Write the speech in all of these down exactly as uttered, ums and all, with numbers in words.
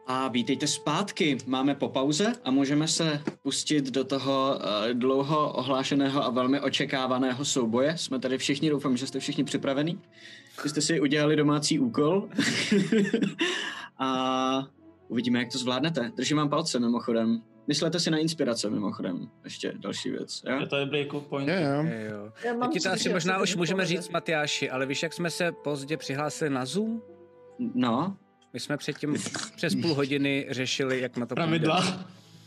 A vítejte zpátky. Máme po pauze a můžeme se pustit do toho uh, dlouho ohlášeného a velmi očekávaného souboje. Jsme tady všichni, doufám, že jste všichni připravení. Že jste si udělali domácí úkol. A uvidíme, jak to zvládnete. Držím vám palce mimochodem. Myslete si na inspirace mimochodem. Ještě další věc. Jo? Je to dobrý jako point. Je, jo. Je, jo. Ti to asi možná už můžeme říct, Matyáši, ale víš, jak jsme se pozdě přihlásili na Zoom? No. My jsme předtím přes půl hodiny řešili, jak na to pravidla.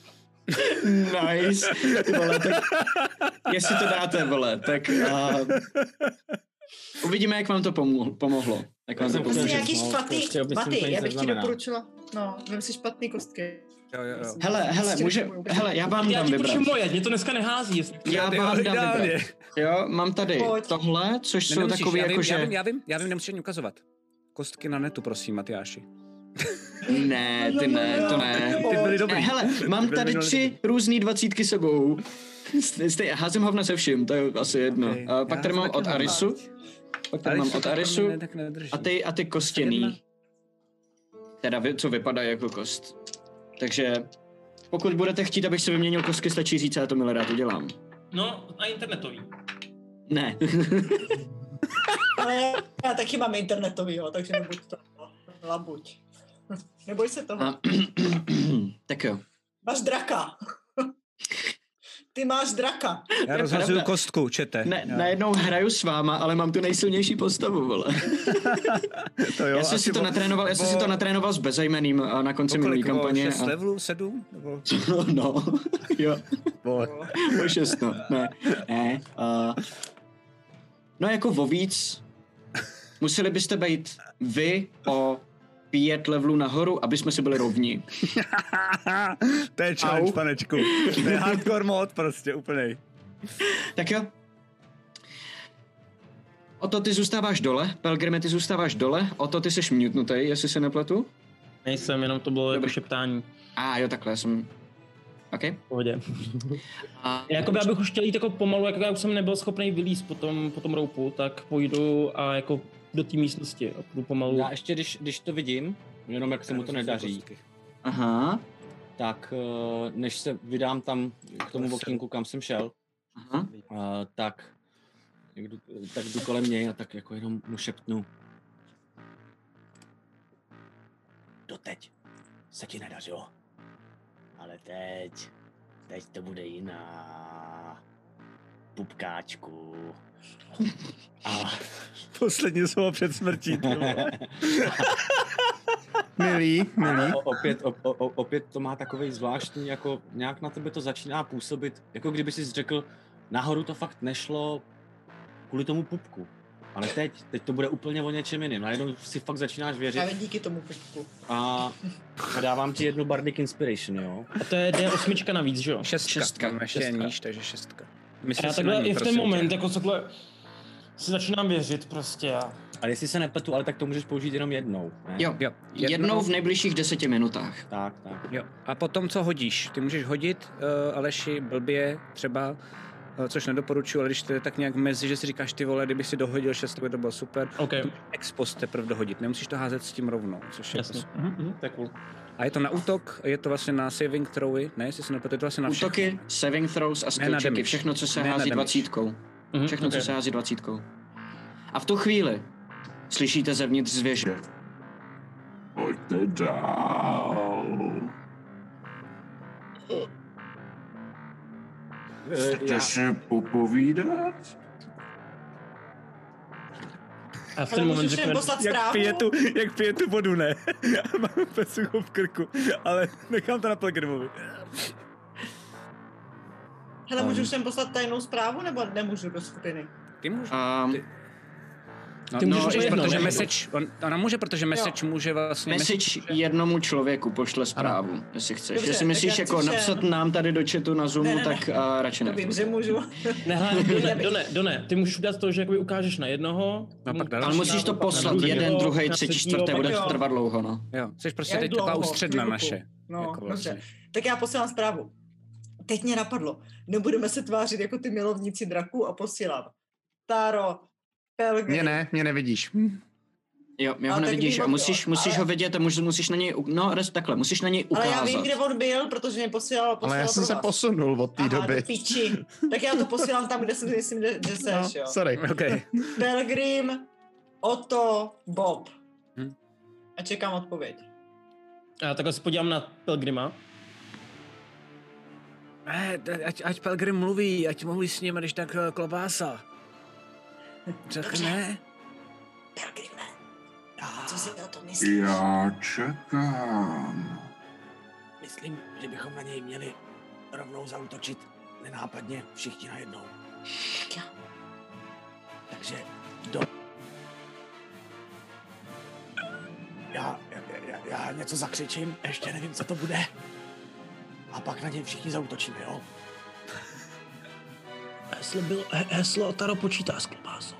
Nice. Ty vole, tak jestli to dáte, vole, tak uh, uvidíme, jak vám to pomohlo. pomohlo. Jak vám to Prostě pomůže. nějaký špatný, prostě Maty, já bych ti doporučila, no, vem si špatný kostky. Jo, jo, jo. Hele, hele, může, hele, já vám Já dám ti vybrat. potřebuji moje, mě to dneska nehází. Já Jo, vám dám ideálně. vybrat. Jo, mám tady Pojď. tohle, což jsou Nemusíš, takový já vím, jako, já že... vím, já vím, já vím, nemusíš ani ukazovat. Kostky na netu, prosím, Matyáši. Ne, ty ne, to ne. Ty byly Ne, dobrý. hele, mám byly tady minulý tři různý dvacítky sebou. Stej, házím hovna se vším, to je asi jedno. Okay. A pak Já tady jsem mám taky od hovna. Arisu. Pak tady mám Arisu od to Arisu. mě tak nedrží. A ty, a ty kostěný. Teda vy, co vypadají jako kost. Takže pokud budete chtít, abych se vyměnil kostky, stačí říct, já to milé rád udělám. No, a internetový. Ne. Ale já, já taky mám internetovýho, takže nebuď to, labuď. Neboj se toho. A, tak jo. Máš draka. Ty máš draka. Já je rozhazuju pravda. kostku, čete. Ne, Já. najednou hraju s váma, ale mám tu nejsilnější postavu, vole. To jo, Já jsem si to bo- natrénoval, já jsem bo- si to natrénoval s bezejmeným a na konci minulý Kolik, kampaně. šest A... levelů, sedm? Nebo... No, jo. Bo... O šest, no. Ne, ne. Uh... No jako o víc. Museli byste být vy o pět levelů nahoru, aby jsme si byli rovni. To je challenge, Au. panečku. To je hardcore mod prostě, úplnej. Tak jo. Oto ty zůstáváš dole, Pelgrime, ty zůstáváš dole, Oto ty seš mutnutej, jestli se nepletu. Nejsem, jenom to bylo jako Dobrý. šeptání. A ah, jo, takhle, já jsem... OK. V pohodě. A... Jakoby, abych už chtěl jít jako pomalu, jako já už jsem nebyl schopný vylízt po tom, po tom roupu, tak půjdu a jako do té místnosti a půjdu pomalu. Já ještě, když, když to vidím, jenom jak se mu to nedaří, Aha, tak eh, než se vydám tam k tomu okýnku, kam jsem šel, aha. eh, tak, jak jdu, tak jdu kolem něj a tak jako jenom mu šeptnu. Doteď se ti nedařilo, ale teď, teď to bude jiná. Pupkáčku. A... Poslední slovo před smrtí. Milý, milý. O, opět, o, o, opět to má takovej zvláštní, jako nějak na tebe to začíná působit, jako kdyby jsi řekl, nahoru to fakt nešlo kvůli tomu pupku. Ale teď, teď to bude úplně o něčem jiném. Najednou si fakt začínáš věřit. Právě díky tomu pupku. A dávám ti jednu Bardic Inspiration, jo? A to je D osm navíc, že jo? Šestka. Šestka. Mám ještě Šestka. níž, takže šestka. A Myslím já si na takhle ní, i v ten prosím moment, tě. jako takhle si začínám věřit prostě a... Ale jestli se nepletu, ale tak to můžeš použít jenom jednou, ne? Jo, Jo, jednou v nejbližších deseti minutách. Tak, tak. Jo. A potom, co hodíš? Ty můžeš hodit, uh, Aleši, blbě třeba, uh, což nedoporučuji, ale když to je tak nějak mezi, že si říkáš, ty vole, kdyby si dohodil šest, to by to bylo super. OK, Tu ex post teprve dohodit, nemusíš to házet s tím rovnou, což je jasně. to. Mhm, mhm, to je cool. A je to na útok, je to vlastně na saving throwy, ne, jestli se nepletu, je to vlastně na všechno. Útoky, saving throws a Ne na skill checky, damage. všechno, co se Ne na hází damage. dvacítkou. Mhm, Všechno, co ok. se hází dvacítkou. A v tu chvíli slyšíte zevnitř z věže. Pojďte dál. Chcete si popovídat? A v Ale ten moment můžeš jen řekne, poslat Jak zprávu? pije, tu, jak pije tu vodu, ne? Já mám úplně suchou v krku, ale nechám to na Pelgrimovi. Hele, můžu už jen poslat tajnou zprávu, nebo nemůžu do skupiny? Ty můžeš. Um, Ty- No, Ty no, můžeš no jednou, protože jednou. message, on, ona může, protože message může vlastně... message jednomu člověku pošle zprávu, jestli chceš. Dobře, Jestli tak myslíš já jako chci napsat všem. nám tady do chatu na Zoomu, Ne, ne, ne. tak uh, radši To ne. vím, že můžu. ne, hele, Done, Done, Done, ty můžeš udělat to, že jakoby ukážeš na jednoho. No, pak další. Ale musíš to Pak na poslat, druhýho, jeden, druhý, na třetí, třetího, čtvrté, pak bude jo. to trvat dlouho, no. Jo, jsi prostě Jak teď taková dlouho? ústředna Chvilku. naše. No, jako vlastně. dobře. Tak já posílám zprávu. Teď mě napadlo. Nebudeme se tvářit jako ty milovníci draků a posílám. Taro, Pelgrim. Mě ne, mě nevidíš. Hm. Jo, my ho Ale tak nevidíš a vím, musíš, musíš ale- ho vidět a musíš, musíš na něj, u- no res, takhle, musíš na něj Ale ukázat. já vím, kde on byl, protože mě posílal, posílal Ale já jsem se pro vás. posunul od té Aha, doby. do piči. Tak já to posílám tam, kde si myslím, že, že seš, No, jo. sorry. Okay. Pelgrim, Otto, Bob. Hm. A čekám odpověď. A já takhle se podívám na Pelgrima. Ne, ať, ať Pelgrim mluví, ať mluví s ním, když tak eh, klobása. Řekne. Pelgrime, co si o to myslíš? Já čekám. Myslím, že bychom na něj měli rovnou zaútočit nenápadně všichni najednou. Tak jo. Takže do... Já, já, já, já něco zakřičím, ještě nevím, co to bude. A pak na něj všichni zaútočíme, jo? Heslo, bylo, heslo Taro počítá s klobásou.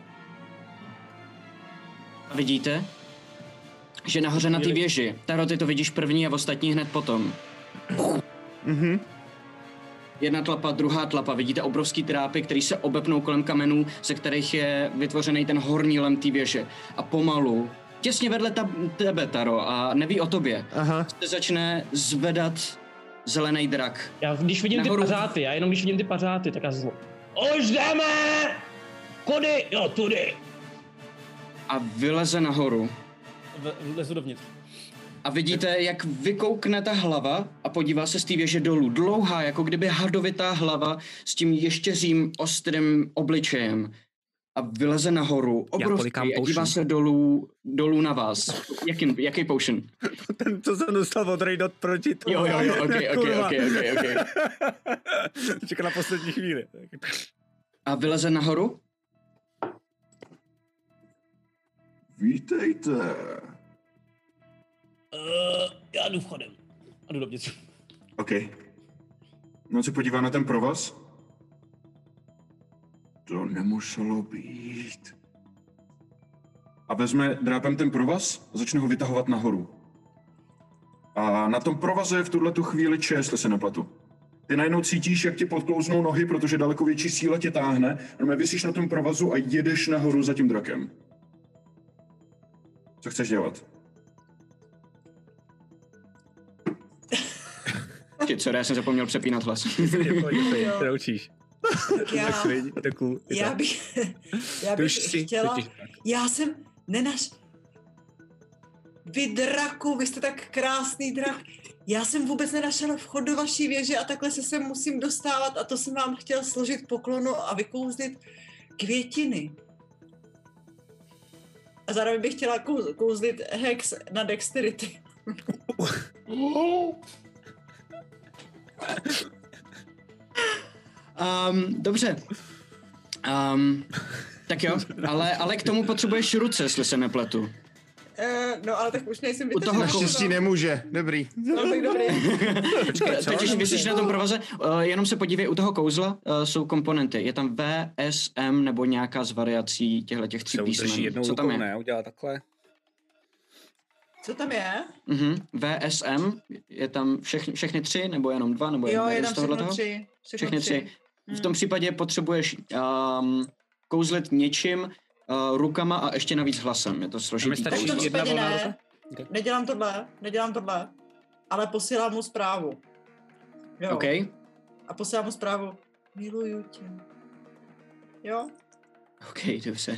A vidíte, že nahoře na té věži, Taro, ty to vidíš první a ostatní hned potom. Mhm. Jedna tlapa, druhá tlapa, vidíte obrovský trápy, který se obepnou kolem kamenů, ze kterých je vytvořený ten horní lem té věže. A pomalu, těsně vedle ta, tebe, Taro, a neví o tobě, Aha. se začne zvedat zelený drak. Já když vidím Nahoru. ty pařáty, já jenom když vidím ty pařáty, tak já zlo. Už jdeme! Kudy? Jo, tudy! A vyleze nahoru. V- Lezu dovnitř. A vidíte, jak vykoukne ta hlava a podívá se z té věže dolů. Dlouhá, jako kdyby hadovitá hlava s tím ještěřím ostrým obličejem. A vyleze nahoru, obrovský, polikám a dívá potion. se dolů, dolů na vás. Jaký, jaký potion? Ten, co jsem dostal od Raidot proti tomu. Jo, jo, jo, ok, ok, Kurva. ok, ok, ok. Čeká na poslední chvíli. A vyleze nahoru? Vítejte. Uh, já jdu vchodem. A jdu dovnitř. OK. No se podívá na ten provaz. To nemuselo být. A vezme drápem ten provaz a začne ho vytahovat nahoru. A na tom provaze je v tuhletu chvíli Če, jestli se nepletu. Ty najednou cítíš, jak ti podklouznou nohy, protože daleko větší síla tě táhne. No vysíš na tom provazu a jedeš nahoru za tím drakem. Co chceš dělat? Ty, co, já jsem zapomněl přepínat hlas. Jo. Naučíš. Já, To je cool. Je já tak. bych, já Ty bych už si chtěla, totiž tak. já jsem nenaš... Vy draku, vy jste tak krásný drak. Já jsem vůbec nenašel vchod do vaší věže a takhle se sem musím dostávat a to jsem vám chtěl složit poklonu a vykouzlit květiny. A zároveň bych chtěla kouz, kouzlit hex na dexterity. Um, dobře. Um, tak jo, ale, ale k tomu potřebuješ ruce, jestli se nepletu. Uh, no ale tak už nejsem U toho vytažená. Naštěstí nemůže. Dobrý. No tak dobrý. Totiž vysíš na tom provaze, uh, jenom se podívej, u toho kouzla uh, jsou komponenty. Je tam V, S, M nebo nějaká z variací těchto těch tří Se udrží písmen. jednou Co tam rukou, je? ne? Udělá takhle. Co tam je? Mhm. V, S, M, je tam všechny, všechny tři, nebo jenom dva, nebo Jo, jeden je tam z tohohle všechno toho? tři. Všechno Všechny tři. Hmm. V tom případě potřebuješ um, kouzlet něčím, uh, rukama a ještě navíc hlasem. Je to A mi složitý. stačí v tom kouzlo. jedna případě volná ne. ruka? Okay. Nedělám tohle, nedělám tohle, ale posílám mu zprávu. Jo. OK. A posílám mu zprávu. Miluju tě. Jo? OK, dobře.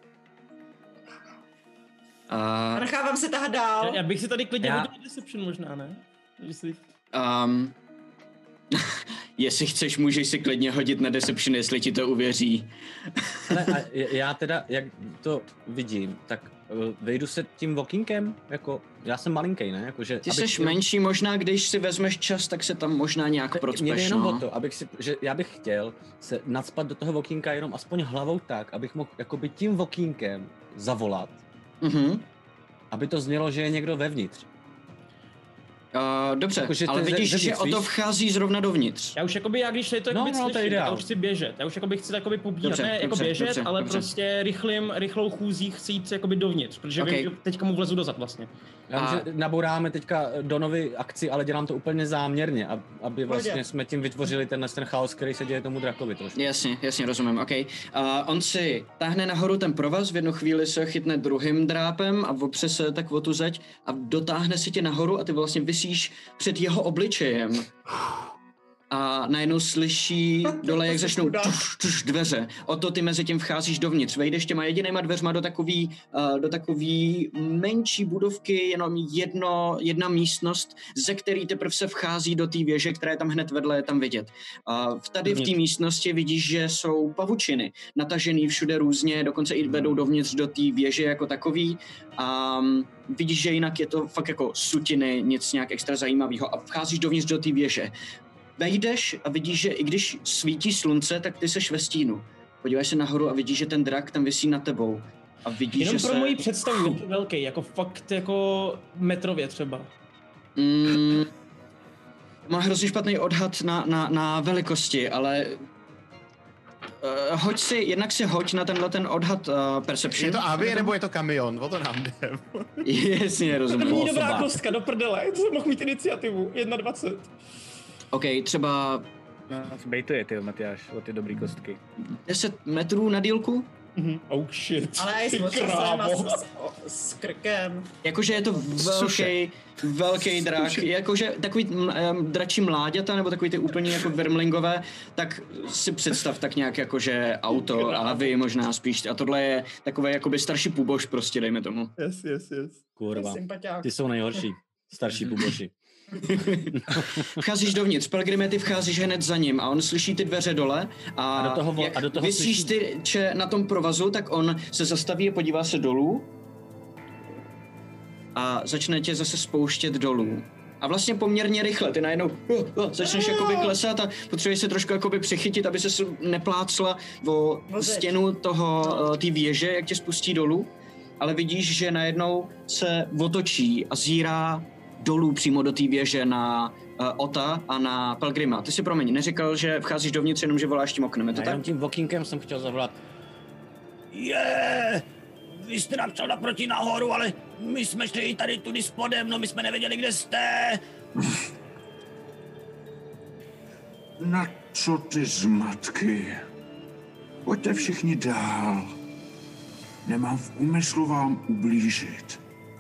A Uh, nechávám se tahat dál. Já, já bych si tady klidně Já- hodil Deception možná, ne? Jestli... um, jestli chceš, můžeš si klidně hodit na Deception, jestli ti to uvěří. Ale a já teda, jak to vidím, tak uh, vejdu se tím walkingem, jako, já jsem malinkej, ne? Jako, že, Ty abych jsi jenom- menší, možná když si vezmeš čas, tak se tam možná nějak Mě procpeš, jde jenom o no. to, abych si, že já bych chtěl se nacpat do toho walkinga jenom aspoň hlavou tak, abych mohl jakoby tím walkingem zavolat, Mhm. aby to znělo, že je někdo vevnitř. Uh, dobře, Jako, že to ale je ze- vidíš, zevnitř, že o to víš? vchází zrovna dovnitř. Já už jakoby, já když tady to No, jakoby no, to je slyším, tak já ideál. už chci běžet. Já už jakoby chci jakoby pobíhat, Dobře, ne jako dobře, běžet, dobře, ale dobře. prostě rychlým, rychlou chůzí chci jít jakoby dovnitř, protože Okay. vím, že teďka mu vlezu dozad vlastně. Já vím, A- že nabouráme teďka Donovi akci, ale dělám to úplně záměrně, ab- aby vlastně Pohodě. jsme tím vytvořili tenhle ten chaos, který se děje tomu drakovi trošku. Jasně, jasně, rozumím, OK. Uh, on si táhne nahoru ten provaz, v jednu chvíli se chytne druhým drápem a opře se tak o tu zeď a dotáhne si tě nahoru a ty vlastně visíš před jeho obličejem. A najednou slyší dole, jak začnou tuš, tuš, dveře. O to ty mezi tím vcházíš dovnitř. Vejdeš těma jedinýma dveřma do takový, uh, do takový menší budovky, jenom jedno, jedna místnost, ze který teprve se vchází do té věže, která je tam hned vedle, je tam vidět. Uh, tady v té místnosti vidíš, že jsou pavučiny, natažený všude různě, dokonce i vedou dovnitř do té věže jako takový. A um, vidíš, že jinak je to fakt jako sutiny, nic nějak extra zajímavého. A vcházíš dovnitř do té věže. Vejdeš a vidíš, že i když svítí slunce, tak ty seš ve stínu. Podíváš se nahoru a vidíš, že ten drak tam visí nad tebou. A vidíš, Jenom že pro se... moji představu, jak je velký, jako fakt jako metrově třeba. Mm, má hrozně špatný odhad na, na, na velikosti, ale... Uh, hoď si, jednak si hoď na tenhle ten odhad uh, Perception. Je to Abby nebo je to kamion? O to nám jde. Jasně, To rozumím. není dobrá osoba. kostka, do prdele, to jsem mohl mít iniciativu, jedna dvacet. OK, třeba No, bejtuje ty, Matyáš, o ty dobrý kostky. deset metrů na dílku? Mhm. Oh shit. Ale i s Ty ocasem a krávo. s, s, s krkem. Jakože je to velký, velký drak, jakože takový um, dračí mláďata, nebo takový ty úplně jako vermlingové, tak si představ tak nějak jakože auto a vy možná spíš. A tohle je takový jakoby starší půbož prostě, dejme tomu. Yes, yes, yes. Kurva, Sympatiák. ty jsou nejhorší, starší puboši. Vcházíš dovnitř, Pelgrime, ty vcházíš hned za ním a on slyší ty dveře dole a, A do toho vo- jak a do toho vysíš slyší- ty če na tom provazu, tak on se zastaví a podívá se dolů a začne tě zase spouštět dolů. A vlastně poměrně rychle, ty najednou uh, uh, začneš jakoby klesat a potřebuješ se trošku jakoby přichytit, aby se neplácla o Vozeč. stěnu toho, uh, té věže, jak tě spustí dolů. Ale vidíš, že najednou se otočí a zírá dolů přímo do té věže na uh, Ota a na Pelgrima. Ty si promiň, neříkal, že vcházíš dovnitř, jenom že voláš tím oknem, je to A tak? jenom tím walkingem jsem chtěl zavolat. Je, vy jste napsal naproti nahoru, ale my jsme šli tady tudy spodem, no my jsme nevěděli, kde jste. Na co ty zmatky? Pojďte všichni dál. Nemám v úmyslu vám ublížit.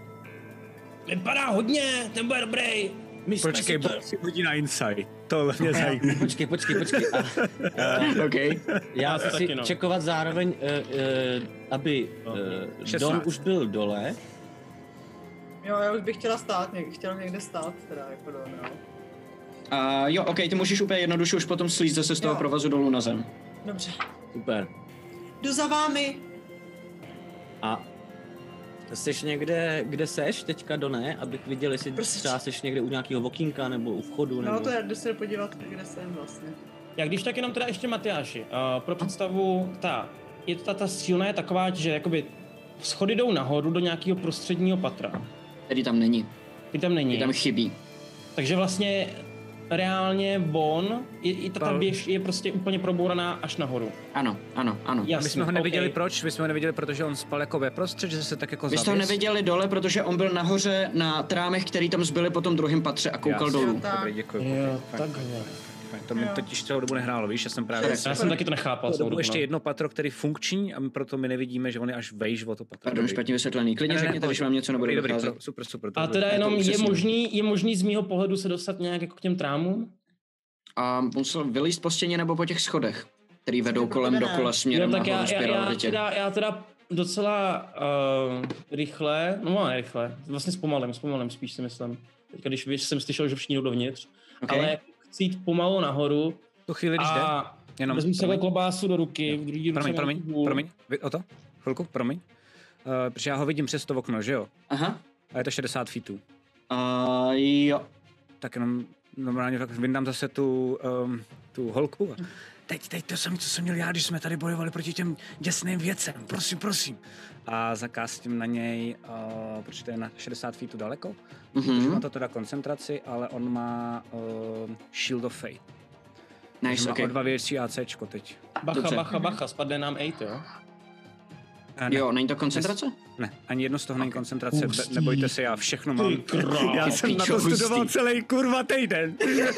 Vypadá hodně, ten bude dobrý. My jsme Počkej, si to... Bob si hodí na insight. To mě zajímá. Počkej, počkej, počkej. A, a, OK. já to chci taky, no. čekovat zároveň, uh, uh, aby uh, Don šestnáct. už byl dole. Jo, já už bych chtěla stát, něk, chtěla někde stát, teda jako do, no. Uh, jo, OK, ty můžeš úplně jednoduše už potom slízt zase z toho Jo. provazu dolů na zem. Dobře. Super. Jdu za vámi. A jsi někde, kde seš teďka, Doné, abych viděl, jestli Prostě- třeba jsi někde u nějakého vokínka nebo u vchodu, nebo... No to je, jdu se podívat, kde jsem vlastně. Já když tak jenom teda ještě Matyáši, uh, pro představu, ta, je to ta, ta sílna je taková, že jakoby schody jdou nahoru do nějakého prostředního patra. Tedy tam není, Ty tam není. ty tam chybí. Takže vlastně reálně Bon, i, i ta, ta Pal- věž je prostě úplně probouraná až nahoru. Ano, ano, ano. Jasný, My jsme ho neviděli, okay. proč? My jsme ho neviděli, protože on spal jako ve prostřed, že se tak jako Vy jste ho zavěs. neviděli dole, protože on byl nahoře na trámech, který tam zbyly po tom druhém patře a koukal Jasně. dolů. Jo, tak. Dobrý, děkuji. Jo, Fajn, takhle. fajn. To mi Jo. totiž celou dobu nehrálo, víš, já jsem právě... Já jsem taky to nechápal. To celou dobu dobu, ještě no. jedno patro, který funkční a my proto my nevidíme, že on je až vejš o to patro. Pardon, špatně vysvětlený. Klidně Ne, ne, řekněte, ne, když vám něco nebude dobrý, vycházet. pro- super, super. to A bude. teda to jenom je upřesním. možný, je možný z mýho pohledu se dostat nějak jako k těm trámům? A musel vylízt po stěně nebo po těch schodech, který vedou Jako kolem ne. dokola Jo, směrem tak já, nahoru já, já, spirálitě. teda, já teda docela uh, rychle, no ne rychle, vlastně zpomalím, zpomalím spíš si myslím. Teďka když víš, jsem slyšel, že všichni jdou dovnitř, Okay. ale chci jít pomalu nahoru Tu chvíli, když jde, a jenom... vezmu si promiň. takhle klobásu do ruky, v druhý ruce Promiň, mám promiň, tu hůl. promiň, Vy- o to, chvilku, promiň. Uh, protože já ho vidím přes to okno, že jo? Aha. A je to šedesát feetů. A jo. Tak jenom normálně tak vyndám zase tu, um, tu holku. A teď, teď to jsem, co jsem měl já, když jsme tady bojovali proti těm děsným věcem. Prosím, prosím. A zakástím na něj, uh, protože to je na šedesát feetů daleko. Mm-hmm. Mhm. Má to teda koncentraci, ale on má uh, Shield of Fate. Nice, Má okay. o dva větší ACčko teď. Bacha, Dobře. bacha, bacha, spadne nám eight, jo? Ne. Jo, není to koncentrace? Ne, ani jedno z toho není Okay. koncentrace, Hustý. Be- nebojte se, já všechno mám. král, Já jsem na to pičo, studoval hustý. celý kurva týden.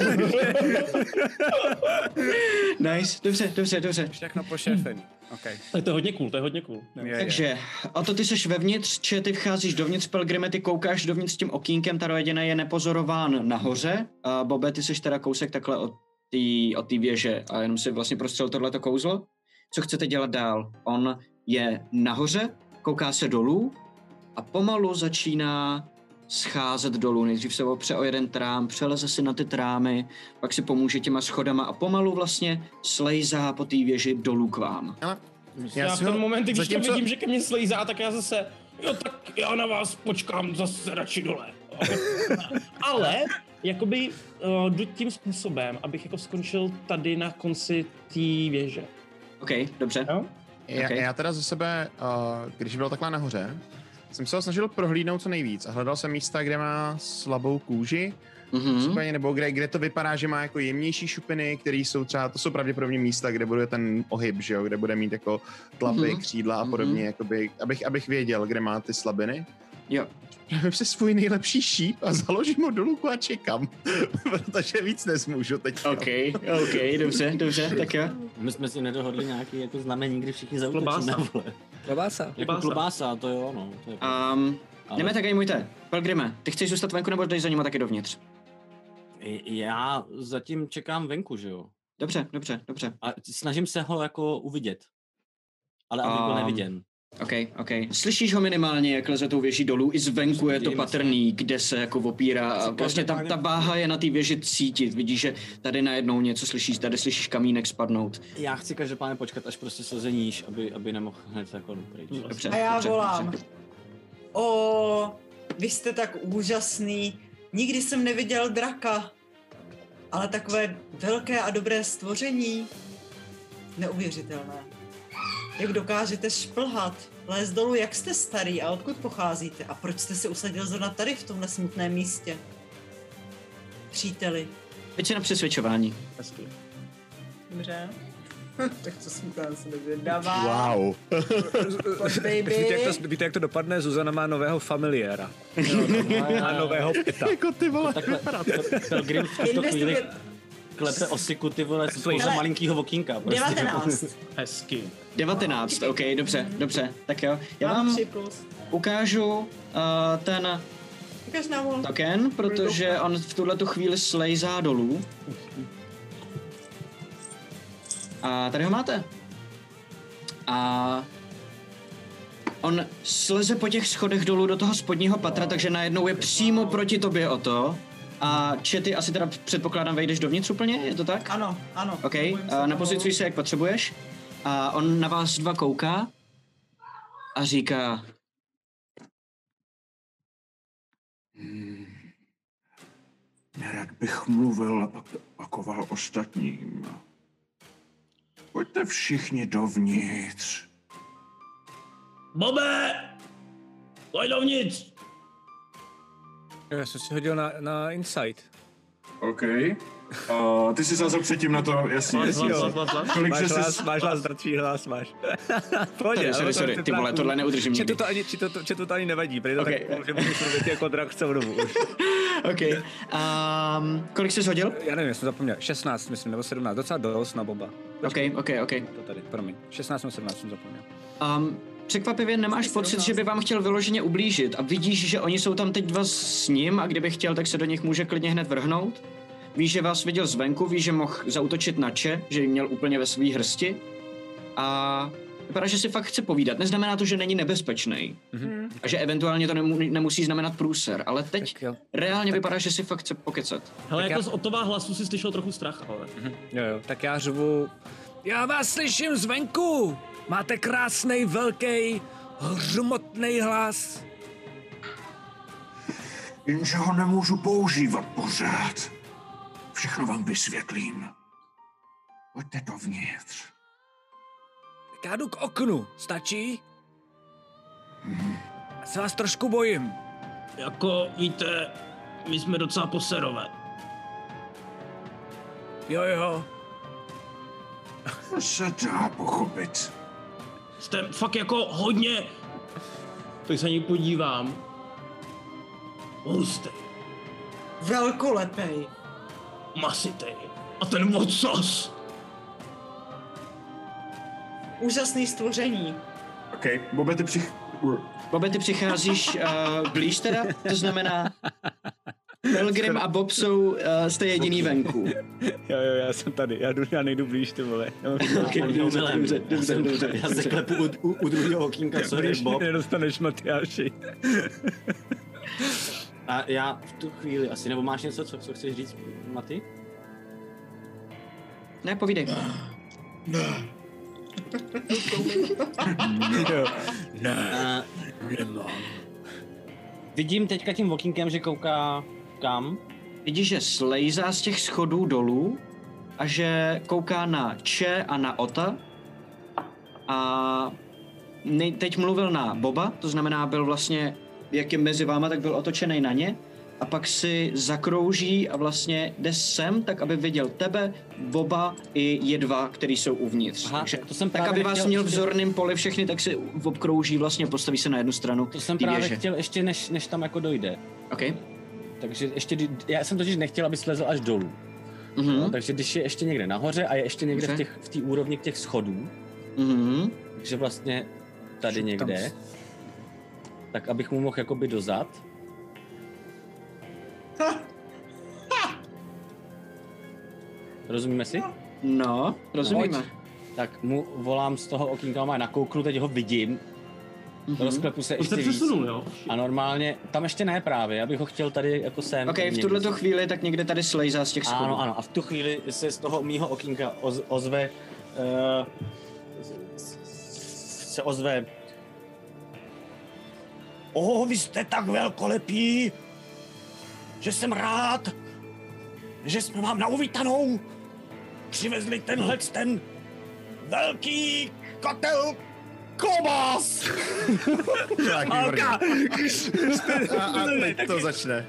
Nice, dobře, dobře, dobře. Všechno pošéfený. Okay. To je hodně cool, to je hodně cool. Je, je. Takže, a to ty seš vevnitř, či ty vcházíš dovnitř, Pelgrime, ty koukáš dovnitř tím okýnkem, ta jediné je nepozorován nahoře. A Bobe, ty seš teda kousek takhle od té od té věže a jenom si vlastně prostřel tohleto kouzlo. Co chcete dělat dál? On je nahoře, kouká se dolů a pomalu začíná scházet dolů. Nejdřív se opře o jeden trám, přeleze si na ty trámy, pak si pomůže těma schodama a pomalu vlastně slejzá po té věži dolů k vám. Ale Já, já v si ten ho- moment, když zatímco- to vidím, že ke mně slejzá, tak já zase, jo tak já na vás počkám zase radši dole. Ale jakoby uh, jdu tím způsobem, abych jako skončil tady na konci té věže. OK, dobře. Jo? Já, Okay. já teda ze sebe, uh, když byl takhle nahoře, jsem se ho snažil prohlídnout co nejvíc a hledal jsem místa, kde má slabou kůži, Mhm. případně, nebo kde, kde to vypadá, že má jako jemnější šupiny, které jsou třeba, to jsou pravděpodobně místa, kde bude ten ohyb, že jo, kde bude mít jako tlapy, Mhm. křídla a podobně, Mhm. jakoby, abych, abych věděl, kde má ty slabiny. Jo. Vem si svůj nejlepší šíp a založím ho do luku a čekám, protože víc nezmůžu teď. OK, OK, dobře, dobře, tak jo. My jsme si nedohodli nějaký jako znamení, kdy všichni zaútočíme, Klobása. vole. Klobása. Jako Klobása. klobása, to jo, no. To je Um, Ale- jdeme tak, můjte. Pelgrime, ty chceš zůstat venku nebo jdeš za nima taky dovnitř? Já zatím čekám venku, že jo. Dobře, dobře, dobře. A snažím se ho jako uvidět. Ale aby byl Um, neviděn. OK, OK. Slyšíš ho minimálně, jak leze tou věží dolů, i zvenku je to Dějme se. patrný, kde se jako opírá a vlastně ta, ta váha je na té věži cítit. Vidíš, že tady najednou něco slyšíš, tady slyšíš kamínek spadnout. Já chci každopádně počkat, až prostě sleze níž, aby, aby nemohl hned jako pryč. Dobře, A já dobře, volám. dobře. O, vy jste tak úžasný. Nikdy jsem neviděl draka. Ale takové velké a dobré stvoření. Neuvěřitelné. Jak dokážete šplhat, lézt dolů, jak jste starý a odkud pocházíte? A proč jste se usadil zrovna tady v tomhle smutném místě? Příteli. Teď si na přesvědčování. Hezky. Dobře. Tak co smutná se nevědává. Wow. Pojď, baby. Víte jak, to, víte, jak to dopadne? Zuzana má nového familiéra. Má nového pěta. Jako ty vole. Takhle, Pelgrim v tuto chvíli Investigate. klepe osiku, ty vole, z Hele. pouze malinkýho okýnka. Prostě. devatenáct. Hezky. devatenáct, OK, dobře, dobře. Tak jo. Já Mám vám tři plus. ukážu uh, ten Ukaž nám ho. token, protože on v tuhle tu chvíli slejzá dolů. A tady ho máte. A on sleze po těch schodech dolů do toho spodního patra, takže najednou je přímo proti tobě o to. A Čety, asi teda předpokládám, vejdeš dovnitř úplně, je to tak? Ano, ano. OK, Nebojím se a toho. napozicuj se, jak potřebuješ. A on na vás dva kouká a říká, Hmm. Nerad bych mluvil a pak to opakoval ostatním. Pojďte všichni dovnitř. Bobe! Pojď dovnitř! Já jsem si hodil na, na Insight. OK. Uh, ty jsi zazal předtím na to, jasně. Hlas, jasně. hlas, hlas, hlas, hlas. Kolik Máš že hlas, jsi... máš hlas, dračí hlas, máš. Pohodě, sorry, ale sorry, to- sorry, to ty vole, trápku- tohle neudržím Četu nikdy. to ani, četu, to, četu to ani nevadí, protože Ok. okay. tak můžu mluvit jako drak celou dobu už. OK. Um, kolik jsi hodil? Já nevím, já jsem zapomněl, šestnáct myslím, nebo sedmnáct, docela dost na Boba. OK, OK, OK. To tady, promiň, šestnáct nebo sedmnáct jsem zapomněl. Um, překvapivě nemáš pocit, že by vám chtěl vyloženě ublížit a vidíš, že oni jsou tam teď dva s ním a kdyby chtěl, tak se do nich může klidně hned vrhnout. Víš, že vás viděl zvenku, víš, že mohl zaútočit na Če, že ji měl úplně ve svý hrsti a vypadá, že si fakt chce povídat. Neznamená to, že není nebezpečný Mhm. a že eventuálně to nemu, nemusí znamenat průser, ale teď Tak jo. reálně vypadá, že si fakt chce pokecat. Hele, Tak jako já- z Otova hlasu si slyšel trochu strach, ale. Jo, jo, tak já řvu, já vás slyším zvenku, máte krásný, velký, hřmotný hlas. Jenže ho nemůžu používat pořád. Všechno vám vysvětlím. Pojďte dovnitř. Tak já jdu k oknu, stačí? Já se vás trošku bojím. Jako, víte, my jsme docela poserové. Jo, jo. To se dá pochopit. Jste fakt jako hodně... Tak se na ní podívám. Hustý. Velkolepej. Masitej. A ten ocas. Úžasný stvoření. OK, Bobe, ty přich... Bobe, ty přicházíš uh, blíž teda, to znamená Pilgrim a Bob jsou, uh, jste jediný venku. Jo, jo, já jsem tady, já, jdu, já nejdu blíž, ty vole. Okay, dobře, dobře, dobře, dobře. Já se klepu u, u, u druhého okýnka, sorry, Blíž Bob. nedostaneš, Matyáši. A já v tu chvíli asi, nebo máš něco, co, co chceš říct, Maty? Ne, povídej. Ne. Jo. Ne, Uh, nemám. vidím teďka tím okýnkem, že kouká kam? Vidíš, že slejzá z těch schodů dolů a že kouká na Če a na Ota. A nej, teď mluvil na Boba, to znamená, byl vlastně, jak je mezi váma, tak byl otočený na ně. A pak si zakrouží a vlastně jde sem, tak aby viděl tebe, Boba i jedva, který jsou uvnitř. Aha, Takže, to jsem tak, právě aby vás nechtěl měl v ještě- zorném poli všechny, tak si obkrouží vlastně, postaví se na jednu stranu. To jsem ty právě věže. chtěl ještě, než, než tam jako dojde. OK. Takže ještě, kdy- já jsem totiž nechtěl, aby slezl až dolů. Mhm. No, takže když je ještě někde nahoře a je ještě někde v Dobře. těch, v té úrovni těch schodů, Mhm. takže vlastně tady Šup tam. někde, tak abych mu mohl jakoby dozad. Rozumíme si? No, rozumíme. Pojď. Tak mu volám z toho okýnka, má nakouknu, teď ho vidím, Mhm. rozklepu se To jste ještě víc. přesunul, jo? A normálně, tam ještě ne právě, abych ho chtěl tady jako sem. OK, v někde. tuhleto chvíli tak někde tady slejzá z těch schodů. Ano, ano, a v tu chvíli se z toho mýho okýnka oz, ozve, uh, se ozve. Oh, vy jste tak velkolepí, že jsem rád, že jsme vám na uvítanou přivezli tenhle ten velký kotel klobás. Tak, výborně. A, a teď to začne.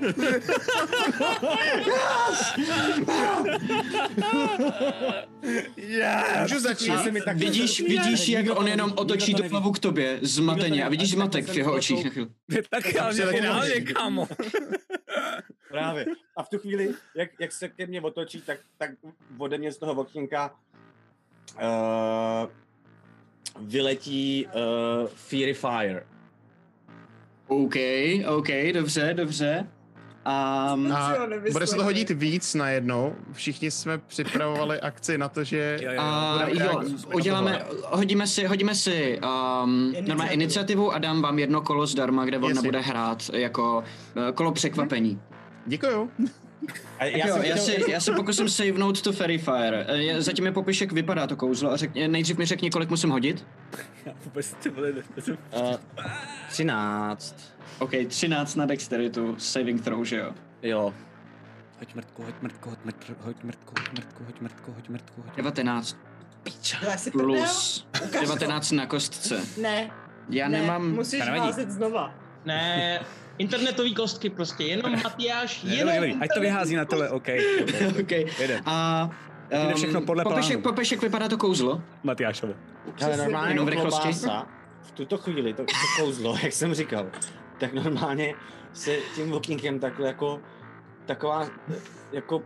Yeah. Můžu začít? Se mi tak- Vidíš, vidíš, jak Nikdo to on neví, jenom nikdo otočí to tu neví. hlavu k tobě, zmateně, a vidíš zmatek v jeho očích na chvíli. Tak já Dobře, tak finálně, můžeš. kámo. Právě. A v tu chvíli, jak, jak se ke mně otočí, tak, tak ode mě z toho okýnka uh, vyletí uh, Fury Fire. OK, OK, dobře, dobře. Um, A Co nevyslechl. bude se to hodit víc najednou. Všichni jsme připravovali akci na to, že... Jo, jo, a budeme jo, reagovat na uděláme, hodíme si, hodíme si um, normálně iniciativu a dám vám jedno kolo zdarma, kde on Jasně. nebude hrát jako uh, kolo překvapení. Děkuju. A Já, jo, jsem já, chtěl- si, já si pokusím savenout to Fairy Fire. Eh, je- Zatím je popíš, jak vypadá to kouzlo a řekni, nejdřív mi řekni, kolik musím hodit. Já vůbec ty vole, nejsem- Uh, třináct. OK, třináct na dexteritu, saving throw, že jo? Jo. Hoď mrtku, hoď mrtku, hoď mrtku, hoď mrtku, hoď mrtku, hoď mrtku, hoď mrtku, hoď mrtku. devatenáct Já si prdel? plus Ukaž to. devatenáct na kostce. Ne, Já ne, nemám... musíš To nevadí. házet znova. Ne, internetový kostky prostě, jenom Matyáš, Ne, jenom... dobrý, dobrý, ať to vyhází na tebe, OK. OK. Jedem. A... Jde všechno podle popiš, plánu. jak, popiš, jak vypadá to kouzlo. Matyášovi. Ale normálně Jenom v rychlosti. klobása, v tuto chvíli, to, to kouzlo, jak jsem říkal, tak normálně se tím okýnkem takhle jako, taková, jako,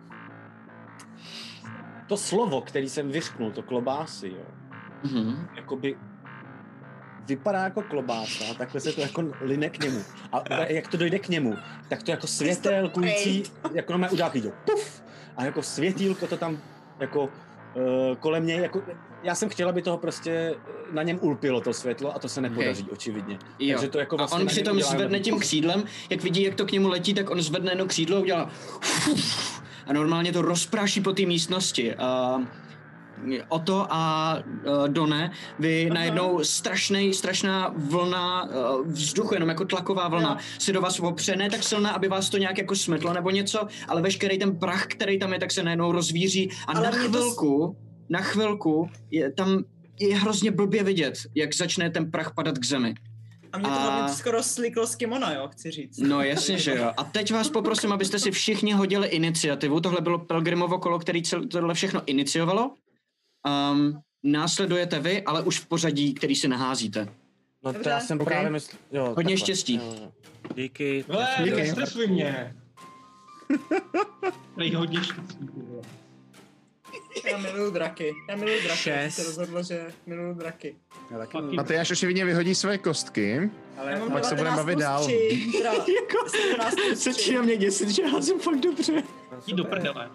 to slovo, který jsem vyřknul, to klobásy, jo, Mhm. jakoby vypadá jako klobása, takhle se to jako line k němu. A jak to dojde k němu, tak to jako světelkující, jako normálně udělá takový to puf, a jako světýlko to tam jako uh, kolem něj, jako, já jsem chtěl, aby toho prostě na něm ulpilo to světlo a to se nepodaří, očividně. Jo. Takže to jako A vlastně on na něm přitom udělá zvedne jenom- tím křídlem, jak vidí, jak to k němu letí, tak on zvedne jedno křídlo a udělá a normálně to rozpráší po té místnosti. A Oto a uh, Done, vy Aha. najednou strašnej, strašná vlna uh, vzduchu, jenom jako tlaková vlna, Jo. se do vás opře, ne tak silná, aby vás to nějak jako smetlo nebo něco, ale veškerý ten prach, který tam je, tak se najednou rozvíří a Ale na mě to s- chvilku, na chvilku je tam je hrozně blbě vidět, jak začne ten prach padat k zemi. A mě to A- hlavně skoro slíklo z kimona, jo, chci říct. No jasně, že jo. A teď vás poprosím, abyste si všichni hodili iniciativu. Tohle bylo Pelgrimovo kolo, který cel, tohle všechno iniciovalo. Um, následujete vy, ale už v pořadí, který si naházíte. No to Dobře. já jsem Ok. právě myslel, jo. Hodně takhle. štěstí. Jo, jo. Díky. Vle, Díky. nestresuj mě. Prej hodně štěstí. Já miluju draky. Já miluju draky. Já jsem Šest. se rozhodla, že miluju draky. Já taky Fucking- mluvím. A ty až očividně vyhodí své kostky. Ale Já mám pak se budeme devatenáct bavit plus dál. tři, teda Jako, sedmnáct plus tři. začíná mě děsit, že házím fakt dobře. Jdi do prdele.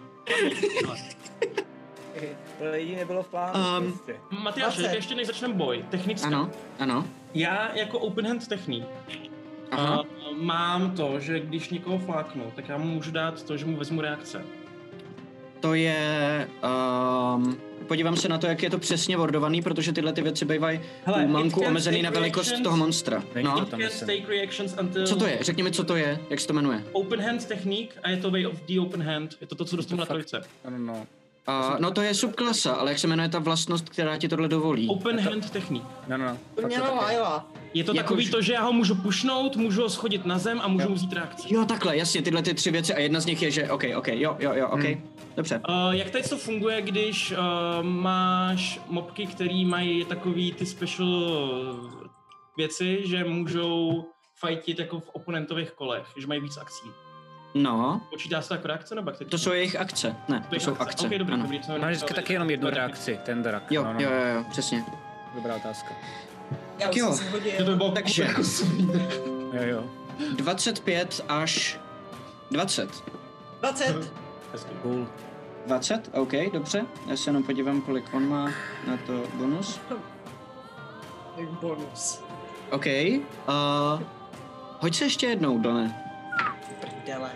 To jediné bylo v plánu. Um, prostě. Matyáš, dvacet. ještě než začneme boj, technická. Ano, ano. Já jako open hand technik Aha. uh, mám to, že když někoho fláknu, tak já mu můžu dát to, že mu vezmu reakce. To je... Um, podívám se na to, jak je to přesně wordovaný, protože tyhle ty věci bývají Hele, u manku it can omezený take na velikost reactions. toho monstra. Není to No, tam, Can myslím. take reactions until co to je? Řekni mi, co to je, jak se to jmenuje. open hand technik a je to way of the open hand. Je to to, co dostanu na trojce. No, no, no. Uh, no to je subklasa, ale jak se jmenuje ta vlastnost, která ti tohle dovolí? Open hand technik. No, no, no. To Fakt měla taky. Laila. Je to Jako takový už- to, že já ho můžu pušnout, můžu ho schodit na zem a můžu Jo. mu vzít reakci. Jo, takhle, jasně, tyhle ty tři věci a jedna z nich je, že OK, OK, jo, jo, jo, OK, hmm. dobře. Uh, jak teď to funguje, když uh, máš mobky, který mají takový ty special věci, že můžou fightit jako v oponentových kolech, že mají víc akcí. No, Počítá se to jako reakce nebo jak teď? to jsou jejich akce, ne, to je jsou akce, Okay, dobrý, ano. dobrý, to Má vždycky taky jenom jednu reakci, ten drak. Jo, no, no. jo, jo, jo, přesně. Dobrá otázka. Já už Jo. jsem si hodil. To by bylo Takže- jako svír. Jo, jo. dvacet pět až dvacet. dvacet. Hezky. Cool. dvacet, OK, dobře. Já se jenom podívám, kolik on má na to bonus. Tak bonus. OK, uh, hoď se ještě jednou, Done. Prdele.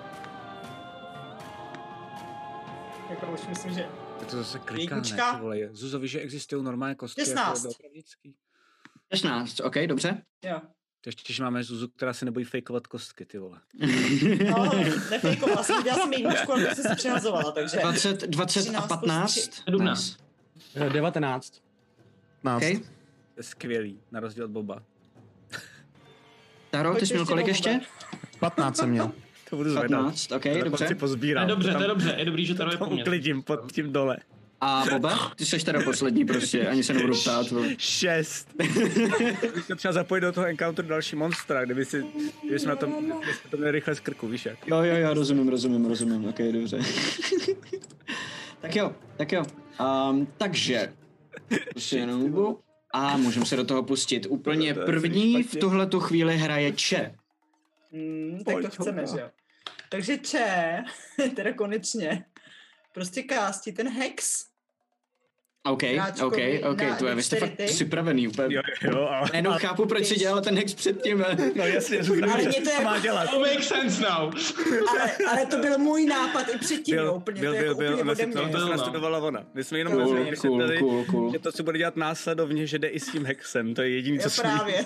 Jako už myslím, že... Je to zase kliká, ne, Jednička. ty vole. Zuzo, víš, že existují normální kostky. šestnáct. Jako doopravdický? šestnáct, OK, dobře. Jo. To ještě, že máme Zuzu, která se nebojí fejkovat kostky, ty vole. No, nefejkovala jsem, dělala jsem jedničku, ale jsem se přehazovala, takže... dvacet, dvacet a třináct plus patnáct. tři. sedmnáct. Nice. devatenáct. Náct. OK. To je skvělý, na rozdíl od Boba. Taro, ty Pojď jsi měl ještě kolik do ještě? patnáct jsem měl. To budu zvedat. patnáct, OK, To dobře. si To pozbírám. je dobře, tam, to je dobře, je dobrý, že to je tam po mně. uklidím pod tím dole. A Boba? Ty jsi teda poslední prostě, ani se nebudu ptát. vole. Šest. Bych se třeba zapojit do toho encounteru další monstra, kdyby si, kdyby jsme na tom, kdyby jsme to měli rychle z krku, víš jak. Jo, jo, jo, rozumím, rozumím, rozumím, ok, dobře. Tak jo, tak jo. Um, takže, prostě jenom hubu. A můžeme se do toho pustit. Úplně To je první v špatně. tuhletu chvíli hraje Če. Hmm, tak Pojď, to chceme, Honza. že jo. Takže Če, teda konečně, prostě kástí ten hex. OK, Hráčkovi OK, OK, na to je, vy jste fakt dexterity. připravený úplně. Jo, jo, a... Jenom chápu, proč si dělal ten hex předtím. ale- No jasně, Ale že mě to to je- má dělat. To makes sense now. Ale, ale to byl můj nápad i předtím, jo, Byl, úplně, byl, to je byl, jako byl, úplně ona ode si mě. to, to Byl, no. nastudovala ona. My jsme jenom Cool, cool, cool, vysvětlili, cool, cool. že to, co bude dělat následovně, že jde i s tím hexem, to je jediný, co Jo, jsme- právě.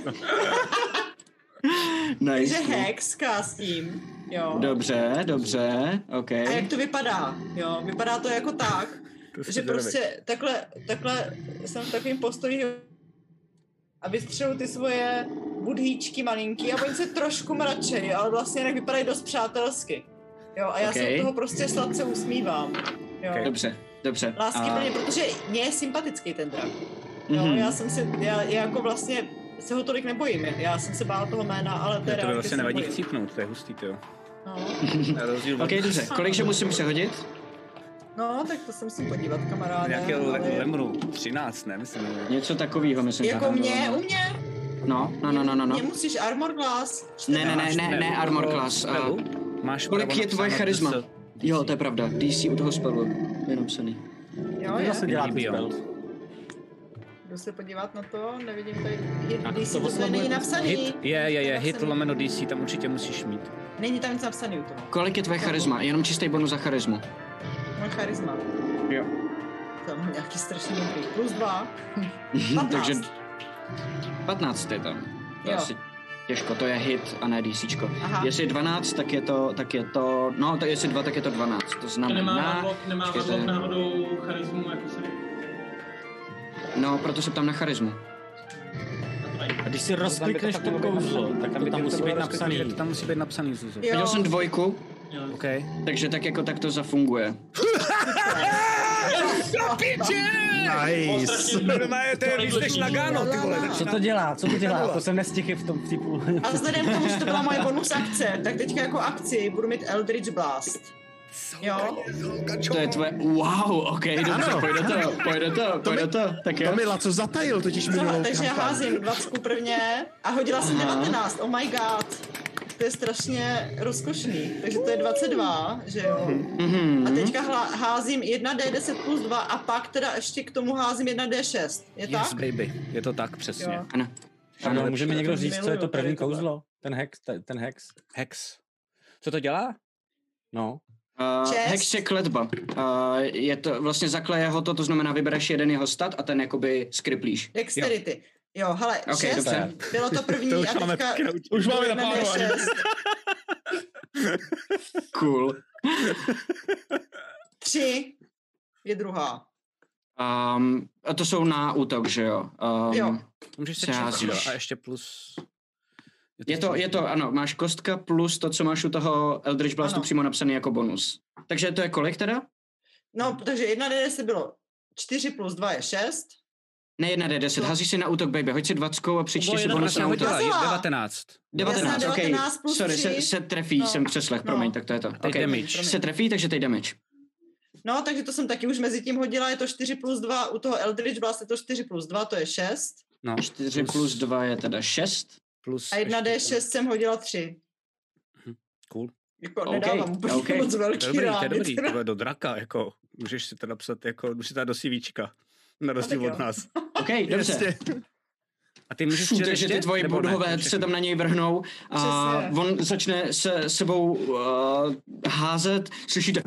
Nice. Takže hex kástím, jo. Dobře, dobře, OK. A jak to vypadá? Jo, vypadá to jako tak, To jste že zvědavý. prostě takhle, takhle jsem v takovým postoji, že a vystřelu ty svoje budhýčky malinký a oni se trošku mračejí, ale vlastně jinak vypadají dost přátelsky. Jo, a já se Ok. od toho prostě sladce usmívám. Jo. Ok. Dobře, dobře. Lásky A- plně, protože mě je sympatický ten drak. Jo, Mhm. já jsem se, já, já jako vlastně se ho tolik nebojím, já jsem se bál toho jména, ale To teda... by vlastně nevadí chcípnout, to je hustý, to jo. No. Na rozdíl od OK, dobře. Kolikže musím přehodit? no, tak to se musím podívat, kamaráde. nějakého ale... le- lemru, třináct, ne, myslím. ne? Něco takového, myslím. Jako zahrnulo. mě, u mě? No, no, no, no, no. Mě no. musíš armor class. Ne, ne, ne, ne, ne, armor class. a- Spelu máš Kolik právo je tvoje napsáno charisma? D S. Jo, to je pravda. D C u toho spelu je napsaný. Jo, To je. zase dělá Není ten Beyond. spell. Jdu se podívat na to, nevidím tady. Hit A D C to to oslabuje není ten napsaný. Hit, je, je, je, To hit napsaný. lomeno D C, tam určitě musíš mít. Není tam nic napsaný u toho. Kolik je tvoje charisma? Jenom čistý bonus za charismu. Můj charisma. Jo. Tam mám nějaký strašný dobrý. Plus dva. patnáct. Takže patnáct je tam. To je Jo. asi těžko, to je hit a ne DCčko. Aha. Jestli je dvanáct, tak je to, tak je to, no, to jestli dva, tak je to dvanáct. To To znamená, nemá Warlock, nemá počkejte. Warlock náhodou charismu, jako se... No, proto se ptám na charismu. A když si rozklikneš to kouzlo, tak to tam musí být napsaný. To tam musí být napsaný, Zuzu. Jo. Viděl jsem dvojku, OK. takže tak jako tak to zafunguje. Nice. Normálně, ty víš než Nagano, ty vole. Co to dělá? Co to dělá? To jsem nestihl v tom vtipu. A vzhledem k tomu, že to byla moje bonus akce, tak teďka jako akci budu mít Eldritch Blast. Jo? To je tvoje... Wow, ok, dobře, pojď do toho, pojď do toho, pojď do toho, tak jo. To mi Laco zatajil totiž minulou No, takže já kampaň. házím dvacet prvně a hodila jsem devatenáct, oh my god. To je strašně rozkošný, takže to je dvacet dva, že jo? Mhm. A teďka hla, házím jedna dé deset plus dva a pak teda ještě k tomu házím jedna dé šest, je Yes, tak? baby, je to tak přesně. Jo. Ano. Ano, můžeme někdo to říct, co je miluju, to první tady tohle. kouzlo? Ten hex, te- ten hex. Hex. Co to dělá? No. Uh, Šest. hex je kletba. Uh, je to vlastně zakleje ho to, to znamená vybereš jeden jeho stat a ten jakoby skriplíš. Dexterity. Jo, hele, Ok, šest, dobře. bylo to první To už a máme teďka... taky naučit. Už máme jedna dé naplánované. šest. Cool. Tři je druhá. Um, a to jsou na útok, že jo? Um, Jo. Můžeš se Se číst, házíš. jo, a ještě plus... Je to, je to, ano, máš kostka plus to, co máš u toho Eldritch Blastu Ano. přímo napsaný jako bonus. Takže to je kolik teda? No, takže jedna dé deset bylo čtyři plus dva je šest. Ne jedna dé deset, No. házíš si na útok, baby, hoď si dvackou a přečti bylo si jedna bonus Vlastně na útok. hodila, je Hazela. devatenáct. devatenáct, Jasná, ok. devatenáct plus Sorry, tři. se, se trefí, No. jsem přeslech, No. promiň, tak to je to. Teď Okay. damage. Se trefí, takže teď damage. No, takže to jsem taky už mezi tím hodila, je to čtyři plus dva, u toho Eldritch Blast je to čtyři plus dva, to je šest. No, čtyři plus dva je teda šest. plus A jedna dé ještě- šest jsem hodila tři. Cool. Jako OK, nedávám úplně OK. moc To velký je dobrý, to je rány. dobrý, teda. tohle do draka, jako, můžeš si to napsat, jako, můžeš si to dát do CVčka, na rozdíl tak od jo. nás. OK, dobře. Prostě. A ty můžeš Šu, přijet takže ještě? ty tvoji Nebo ne? budhové se tam na něj vrhnou a Přesně. on začne se sebou uh, házet, slyšíte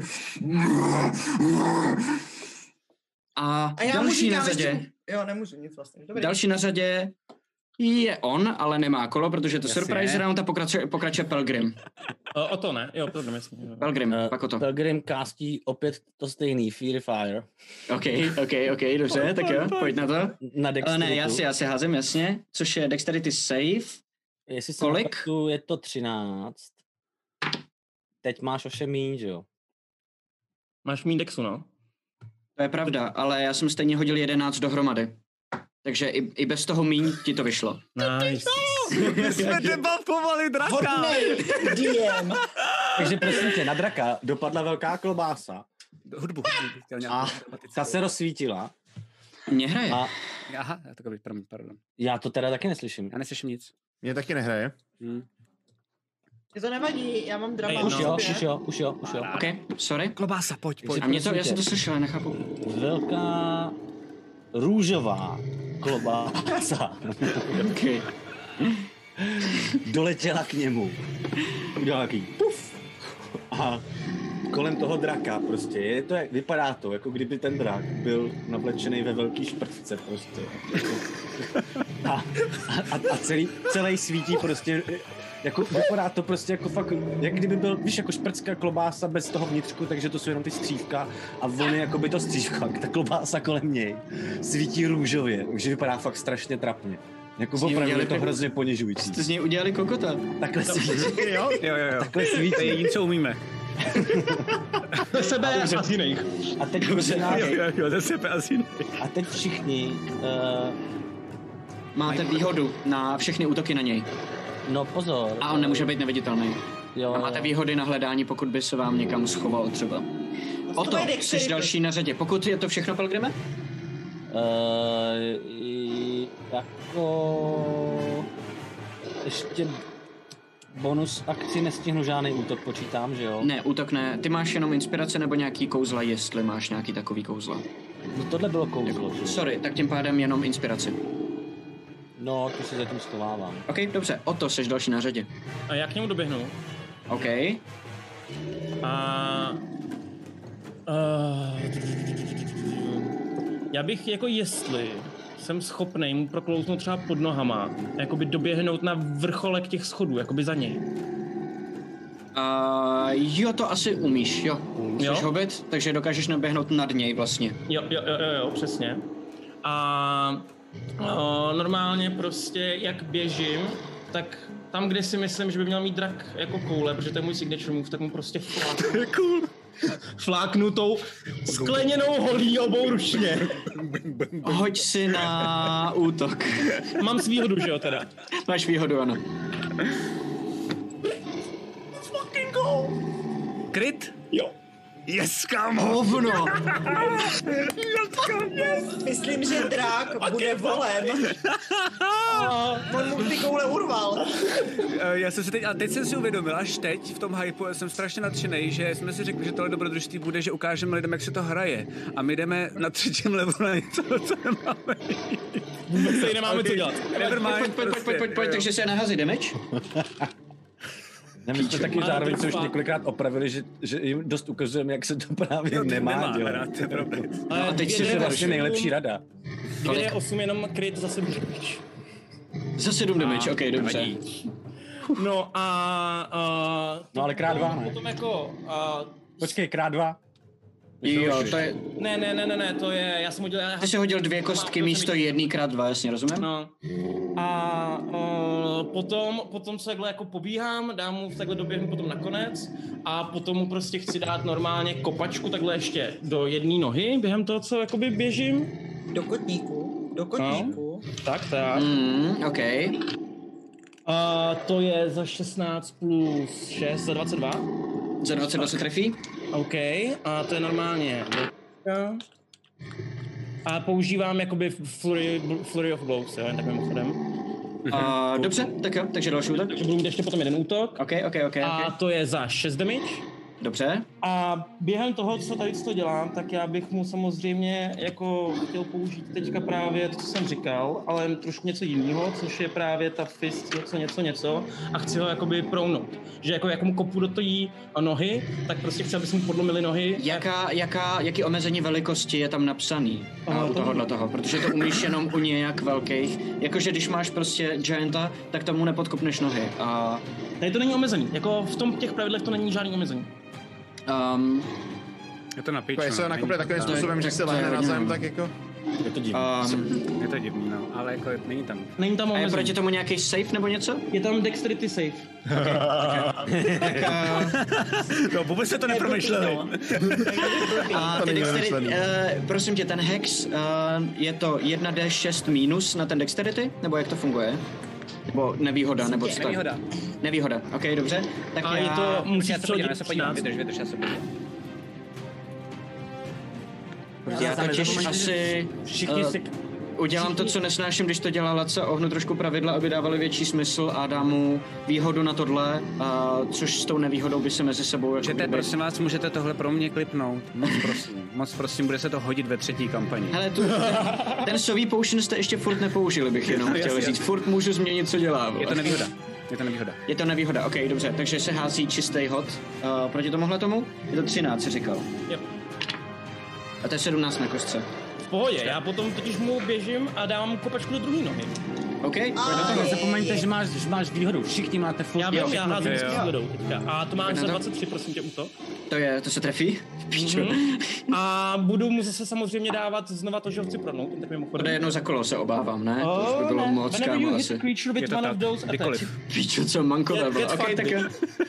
a, A já další můžu na dám řadě, ještě... Jo, nemůžu nic vlastně. Dobrý. další na řadě je on, ale nemá kolo, protože je to Jasně. surprise round a pokračuje, pokračuje Pelgrim. O, o to ne, jo, to jasně. jo. Pelgrim, Uh, pak o to. Pelgrim castí opět to stejný, Fear Fire. OK, OK, OK, dobře, tak jo, pojď na to. Na Ale dexteritu. ne, já si, já si házím, jasně, což je Dexterity save. Jestli se Kolik? nepletu, je to třináct. Teď máš ovšem míň, že jo? Máš mít dexu, no. To je pravda, ale já jsem stejně hodil jedenáct dohromady. Takže i, i bez toho míň ti to vyšlo. Nice. My jsme debuffovali draka! Hodnej D M. Takže prosím tě, na draka dopadla velká klobása Hudbu, hudbu bych chtěl a nějakou ta dramatickou. se rozsvítila Mě hraje. a Aha, já takový, promiň, pardon. já to teda taky neslyším. Já neslyším nic. Mě taky nehraje. Hm. Je to nevadí, já mám drama. Ej, Už no. jo, sobě. už jo, už jo, už jo. OK, sorry. Klobása, pojď, pojď. A mě to, já jsem to slyšel, já nechápu. Velká růžová klobása OK. doletěla k němu. Udělala takový puf. A kolem toho draka prostě, je to, jak- vypadá to, jako kdyby ten drak byl navlečený ve velký šprtce prostě. A, a, a celý, celý svítí prostě, jako vypadá to prostě jako fakt, jak kdyby byl, víš, jako šprcka klobása bez toho vnitřku, takže to jsou jenom ty střívka a on je jako by to střívka, ta klobása kolem něj svítí růžově, takže vypadá fakt strašně trapně. Jako Jsi opravdu udělali je to pěkný- hrozně ponižující. Jste z něj udělali kokota. Takhle svítí, Jo? Jo, jo, jo. takhle To je svítí. jediné, co umíme. Ze sebe a z jiných. A teď, prosím vás, Jo, jo, jo, ze sebe asi ne. a teď všichni, uh, Máte výhodu na všechny útoky na něj. no pozor. A on nemůže být neviditelný. Jo, A máte jo. výhody na hledání, pokud by se vám někam schoval třeba. O to, bude jsi dexterity. další na řadě. Pokud je to všechno, Pelgrime? Uh, i- jako... Ještě bonus akci nestihnu žádný útok, počítám, že jo? Ne, útok ne. Ty máš jenom inspirace nebo nějaký kouzla, jestli máš nějaký takový kouzla. No tohle bylo kouzlo, že jo? Sorry, tak tím pádem jenom inspiraci. No, to si zatím schovávám. OK, dobře, o to jsi další na řadě. A já k němu doběhnu. OK. A... Uh, já bych jako jestli jsem schopnej mu proklouznout třeba pod nohama, jakoby doběhnout na vrcholek těch schodů, jakoby za něj. Uh, jo, to asi umíš, jo. Jsi Jo? hobit, takže dokážeš naběhnout nad něj vlastně. Jo, jo, jo, jo, jo, přesně. A no, normálně prostě, jak běžím, tak tam, kde si myslím, že by měl mít drak jako koule, protože to je můj signature move, tak mu prostě flak. Cool. fláknu tou skleněnou holí obou ručně. Hoď si na útok. Mám s výhodu, že jo, teda? Máš výhodu, ano. Fucking go! Kryt? Jo. Yes, kámo! Hovno! Myslím, že drak bude volem. On mu ty koule urval. Já jsem si teď, a teď jsem si uvědomil, až teď v tom hypu, já jsem strašně nadšenej, že jsme si řekli, že tohle dobrodružství bude, že ukážeme lidem, jak se to hraje. A my jdeme na třetím levelu na něco, co nemáme. Vůbec se nemáme co dělat. Never mind, Pojď, pojď, pojď, pojď, pojď, pojď, takže se nahází damage. Ne, my jsme taky zároveň se už několikrát opravili, že, že jim dost ukazujeme, jak se to právě Jo, to nemá nemá, dělat. rád, to je pravda. No a teď si To je to vlastně nejlepší rada. dvě D osm jenom kryt zase může být. Za sedm damage, ok, dobře. No a... Uh, No ale krát dva, ne? Potom jako... Uh, Počkej, krát dva. Jo, to je... ne, ne, ne, ne, ne, to je... Já jsem hodil... Ty jsi hodil dvě kostky místo jedný krát dva, jasně, rozumím? No. A uh, potom, potom se takhle jako pobíhám, dám mu takhle doběhnu potom nakonec a potom mu prostě chci dát normálně kopačku takhle ještě do jedné nohy během toho, co jakoby běžím. Do kotníku, do kotníku. No. Tak, tak. Mm, ok. A to je za šestnáct plus šest, za dvacet dva. Za dvacet dva se trefí. OK, a to je normálně. A používám jakoby flurry, flurry of blows, jo, jen tak mimochodem. Uh, dobře, tak jo, takže další útok. Takže budu mít ještě potom jeden útok. Ok, ok, ok, A ok. to je za šest damage. Dobře. A během toho, co tady to dělám, tak já bych mu samozřejmě jako chtěl použít teďka právě to, co jsem říkal, ale trošku něco jiného, což je právě ta fist, něco, něco, něco a chci ho jakoby prounout. Že jako, jako mu kopu do té nohy, tak prostě chci, aby se mu podlomily nohy. Jaká, jaká, jaký omezení velikosti je tam napsaný Aha, uh, u to tohohle toho? Protože to umíš jenom u nějak velkých. Jakože když máš prostě gianta, tak tomu nepodkopneš nohy. A Tady to není omezený, jako v tom těch pravidlech to není žádný omezení. um, Je to na piču. Jako jestli ho no, nakopne není- takovým způsobem, že se to je lehne na hodně, zem, no. tak jako... Je to divné. um, Je to divný, no, ale jako není tam. Není tam a je omezení. proti tomu nějaký safe nebo něco? Je tam dexterity save. No, vůbec se to nepromyšleli. A To ty není dexterity, vymyšlený. uh, prosím tě, ten hex, uh, je to jedna D šest minus na ten dexterity? Nebo jak to funguje? Nebo nevýhoda, nebo co to? Nevýhoda. Nevýhoda, ok, dobře. Tak A já... je to, musíš Já se podívám, já přehodit se podívám, třináct. vydrž, vydrž, já se podívám. Já totiž asi Všichni uh, si... udělám to, co nesnáším, když to dělá Laca, ohnu trošku pravidla, aby dávaly větší smysl a dám mu výhodu na tohle, uh, což s tou nevýhodou by se mezi sebou... Jako Můžete, prosím vás, můžete tohle pro mě klipnout? Moc prosím, moc prosím, bude se to hodit ve třetí kampani. Hele, tu, ten, ten sový potion jste ještě furt nepoužili, bych jenom chtěl říct. Furt můžu změnit, co dělá. Je to nevýhoda. Je to nevýhoda. Je to nevýhoda, ok, dobře, takže se hází čistý hod. Uh, proti tomuhle tomu? Je to třináct, si říkal. Yep. A to je sedmnáct na kostce. V pohodě, já potom totiž mu běžím a dám kopačku do druhé nohy. OK, pojď do No, toho. nezapomeňte, že máš, že máš výhodu. Všichni máte full. Já vím, já házím s jo. výhodou teďka. A to máš Pojď na za to. dvacet tři, prosím tě, útok. To je, to se trefí? Píčo. A budu mu zase samozřejmě dávat znova to, že ho chci prodnout, tak To jde mimochodem. jednou za kolo, se obávám, ne? To už by bylo moc, Whenever you kámo, hit a asi. creature Je with to one tak, of those attacks. kdykoliv. Píčo, co mankové Get- bylo. get OK, fucked, tak jo.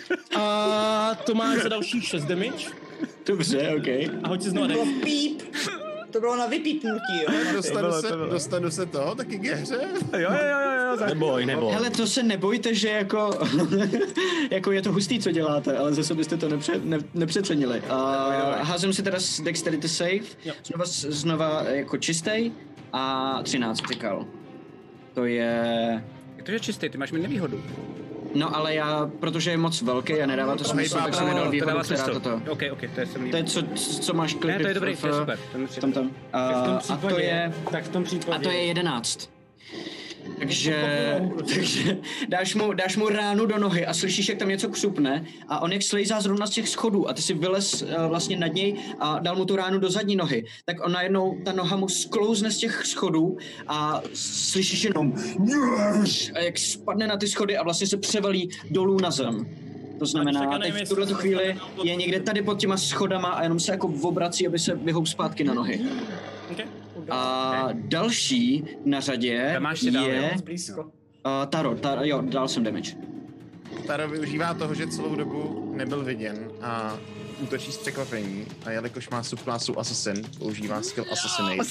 A to máš za dalších šest damage. Dobře, OK. A hoď si znova To bylo dex. píp. To bylo na vypípnutí, jo. Dostanu se, dostanu se toho taky k hře? Jo, jo, jo, jo. Neboj, neboj. Hele, to se nebojte, že jako, jako je to hustý, co děláte, ale zase byste to nepře, ne, nepřecenili. Uh, házím si teda s Dexterity Save, Jo. znova, znova jako čistý a třináct říkal. To je... Je to, že čistý, ty máš mi nevýhodu. No ale já, protože je moc velký a nedává to smysl, tak jsem mi dal to výhodu, dává která smysl. toto. OK, OK, to je jsem líbí. To je co, co máš klipy Ne, to je dobrý, v, to je super. To mi v tom tam. Tak v tom Uh, a případě, to je... tak v tom A případě. to je jedenáct. Takže, takže dáš, mu, dáš mu ránu do nohy a slyšíš, jak tam něco křupne a on jak slejzá zrovna z těch schodů a ty si vylez uh, vlastně nad něj a dal mu tu ránu do zadní nohy, tak on najednou, ta noha mu sklouzne z těch schodů a slyšíš jenom a jak spadne na ty schody a vlastně se převalí dolů na zem. To znamená, teď v tuhle chvíli je někde tady pod těma schodama a jenom se jako obrací, aby se vyhoup zpátky na nohy. Okay. A další na řadě Tam máš si dál, je jo? Blízko. uh, Taro, tar, jo, dal jsem damage. Taro využívá toho, že celou dobu nebyl viděn a útočí z překvapení. A jelikož má subklásu Assassin, používá skill Assassinate.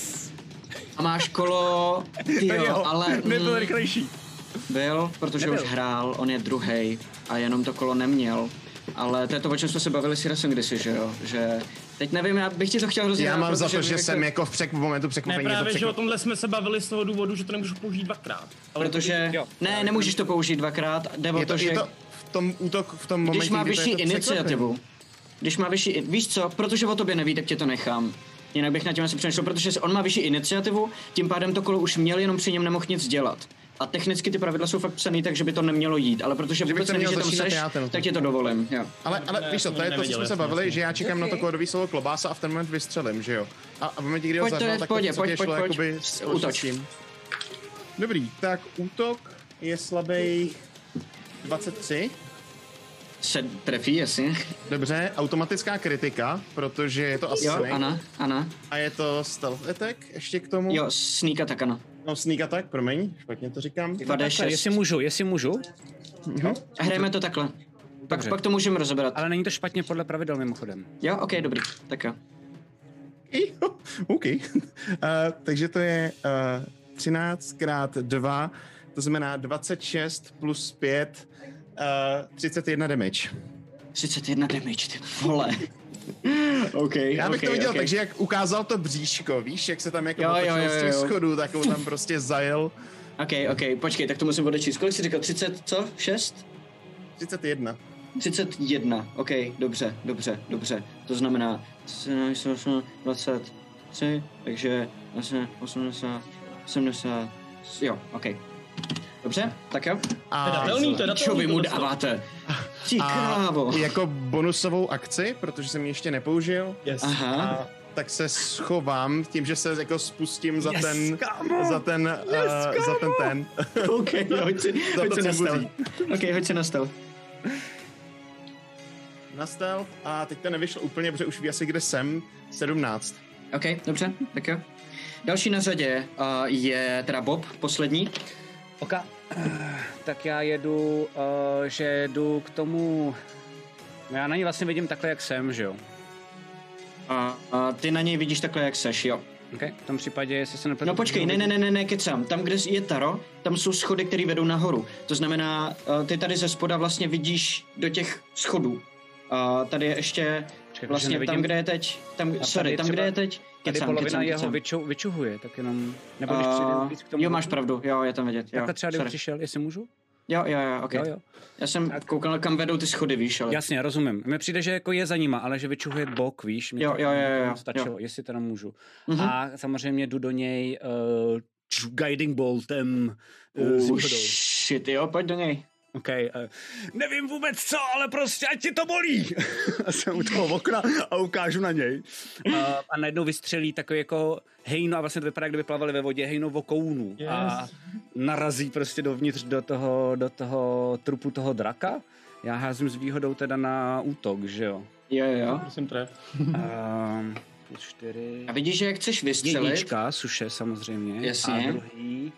A máš kolo, tyjo, ale... Nebyl mm, rychlejší. Byl, protože Nebyl. už hrál, on je druhej a jenom to kolo neměl. Ale to je to, o čem jsme se bavili s Irasem kdysi, že jo? Že teď nevím, já bych ti to chtěl hrozně Já rád, mám za to, protože že bych jsem jako v, přek- v momentu překvapení. Ne, je to právě, že překvap- o tomhle jsme se bavili z toho důvodu, že to nemůžu použít dvakrát. Ale Protože, Jo. ne, nemůžeš to použít dvakrát, jde o je to, to, že je to v tom útok, v tom momentě, když má kdy to vyšší je to iniciativu, když má vyšší, víš co, protože o tobě neví, tak tě to nechám. Jinak bych na tím asi přemýšlel, protože on má vyšší iniciativu, tím pádem to kolo už měl, jenom při něm nemohl nic dělat. A technicky ty pravidla jsou fakt psaný tak, že by to nemělo jít, ale protože Že bych vůbec to nevíš, měl že tam začínat seš, já ten útok. tak ti to dovolím, jo. Ale, ale Ne, víš co, jsem to je to, co neviděl, jsme se jasně, bavili, jasně. že já čekám na to Ok. kódový slovo klobása a v ten moment vystřelím, že jo? A, a v momentě, kdy ho Pojď, to zahnal, je v tak pohodě, to v podstatě pojď, šlo pojď, jakoby pojď. spolu Útoč. s tím. Dobrý, tak útok je slabý dvacet tři. Se trefí, jasně. Dobře, automatická kritika, protože je to Jo, assassinate. Ana, Ana. A je to stealth attack ještě k tomu. Jo, sneak attack, ano. No sneak attack, promiň, špatně to říkám. dva dé Takhle, šest. jestli můžu, jestli můžu, Mhm. Hrajeme to takhle. Pak, Dobře. pak to můžeme rozebrat. ale není to špatně podle pravidel mimochodem. Jo, ok, dobrý, tak jo. Jo, OK. uh, takže to je uh, třináct krát dva, to znamená dvacet šest plus pět, uh, třicet jedna damage. třicet jedna damage, ty vole. OK, Já bych ok, to viděl, ok. takže jak ukázal to bříško, víš, jak se tam jako Jo, jo, otočil jo, z těch jo. schodů, tak ho tam prostě zajel. OK, OK, počkej, tak to musím odečíst. Kolik jsi říkal? třicet, co? šest? třicet jedna. třicet jedna, OK, dobře, dobře, dobře. To znamená dvacet tři, takže asi osmdesát, sedmdesát, jo, OK. Dobře, tak jo. A, To je datelný, to je Čo vy datelný. mu tohle. dáváte? Ty a krávo. jako bonusovou akci, protože jsem ji ještě nepoužil, Yes. Aha. a tak se schovám tím, že se jako spustím za Yes, ten, kámo! za ten, uh, za ten ten. OK, hoď si, Za hoď to si na příbuzí. stealth. OK, hoď si na stealth. Na stealth a teď to nevyšlo úplně, protože už ví asi, kde jsem, sedmnáct. OK, dobře, tak jo. Další na řadě uh, je teda Bob, poslední. Oka, tak já jedu, uh, že jdu k tomu, já na ní vlastně vidím takhle, jak jsem, že jo? A, a ty na něj vidíš takhle, jak seš, jo. Okay. V tom případě, jestli se nepletu... No počkej, ne, ne, ne, ne, ne, kecám. Tam, kde je Taro, tam jsou schody, které vedou nahoru. To znamená, uh, ty tady ze spoda vlastně vidíš do těch schodů. A tady je ještě Čekaj, vlastně protože tam, nevidím. kde je teď, tam, A sorry, tady tam, třeba- kde je teď, Tady kecám, polovina kecám, jeho kecám. vyču, vyčuhuje, tak jenom... Nebo když přijde Uh, víc k tomu... jo, máš pravdu, jo, je tam vidět, jo. Takhle třeba, kdyby sorry. přišel, jestli můžu? Jo, jo, jo, ok. Jo, jo. Já jsem koukal, kam vedou ty schody, víš, ale... Jasně, rozumím. Mně přijde, že jako je za nima, ale že vyčuhuje bok, víš? Mě Jo, to, jo, jo, mě to jo, stačilo, jo. jestli teda můžu. Mhm. A samozřejmě jdu do něj uh, guiding boltem. Uh, s Uh, výhodou. shit, jo, pojď do něj. OK, uh, nevím vůbec co, ale prostě ať ti to bolí. A jsem u toho okna a ukážu na něj. Uh, a najednou vystřelí takový jako hejno, a vlastně to vypadá, jak kdyby plavali ve vodě, hejno vokounů. Yes. A narazí prostě dovnitř do toho, do toho trupu toho draka. Já házím s výhodou teda na útok, že jo? Jo, jo, jo. Prosím, tref. Um, plus čtyři. A vidíš, že jak chceš vystřelit, Jednička, suše samozřejmě. Jasně. A druhý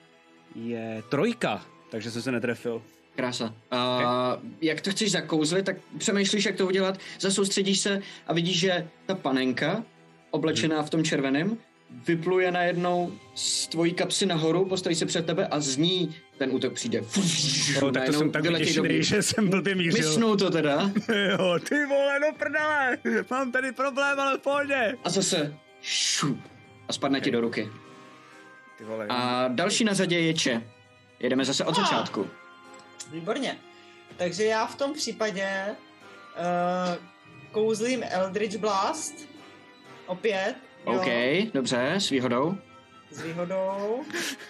je trojka, takže jsem se netrefil. krása. A jak to chceš zakouzlit, tak přemýšlíš, jak to udělat, zasoustředíš se a vidíš, že ta panenka, oblečená v tom červeném, vypluje najednou z tvojí kapsy nahoru, postaví se před tebe a z ní ten útok přijde. No, tak to Najednou jsem tak vyletěj do- vyděšený, že jsem blbě mířil. Vysnul to teda Jo, ty vole, no prdele, mám tady problém, ale v pohodě. a zase šu, a spadne ti do ruky. Ty vole, A další na řadě je Če. Jedeme zase od začátku. Výborně. Takže já v tom případě uh, kouzlím Eldritch Blast. Opět. Jo, OK, dobře, s výhodou. S výhodou.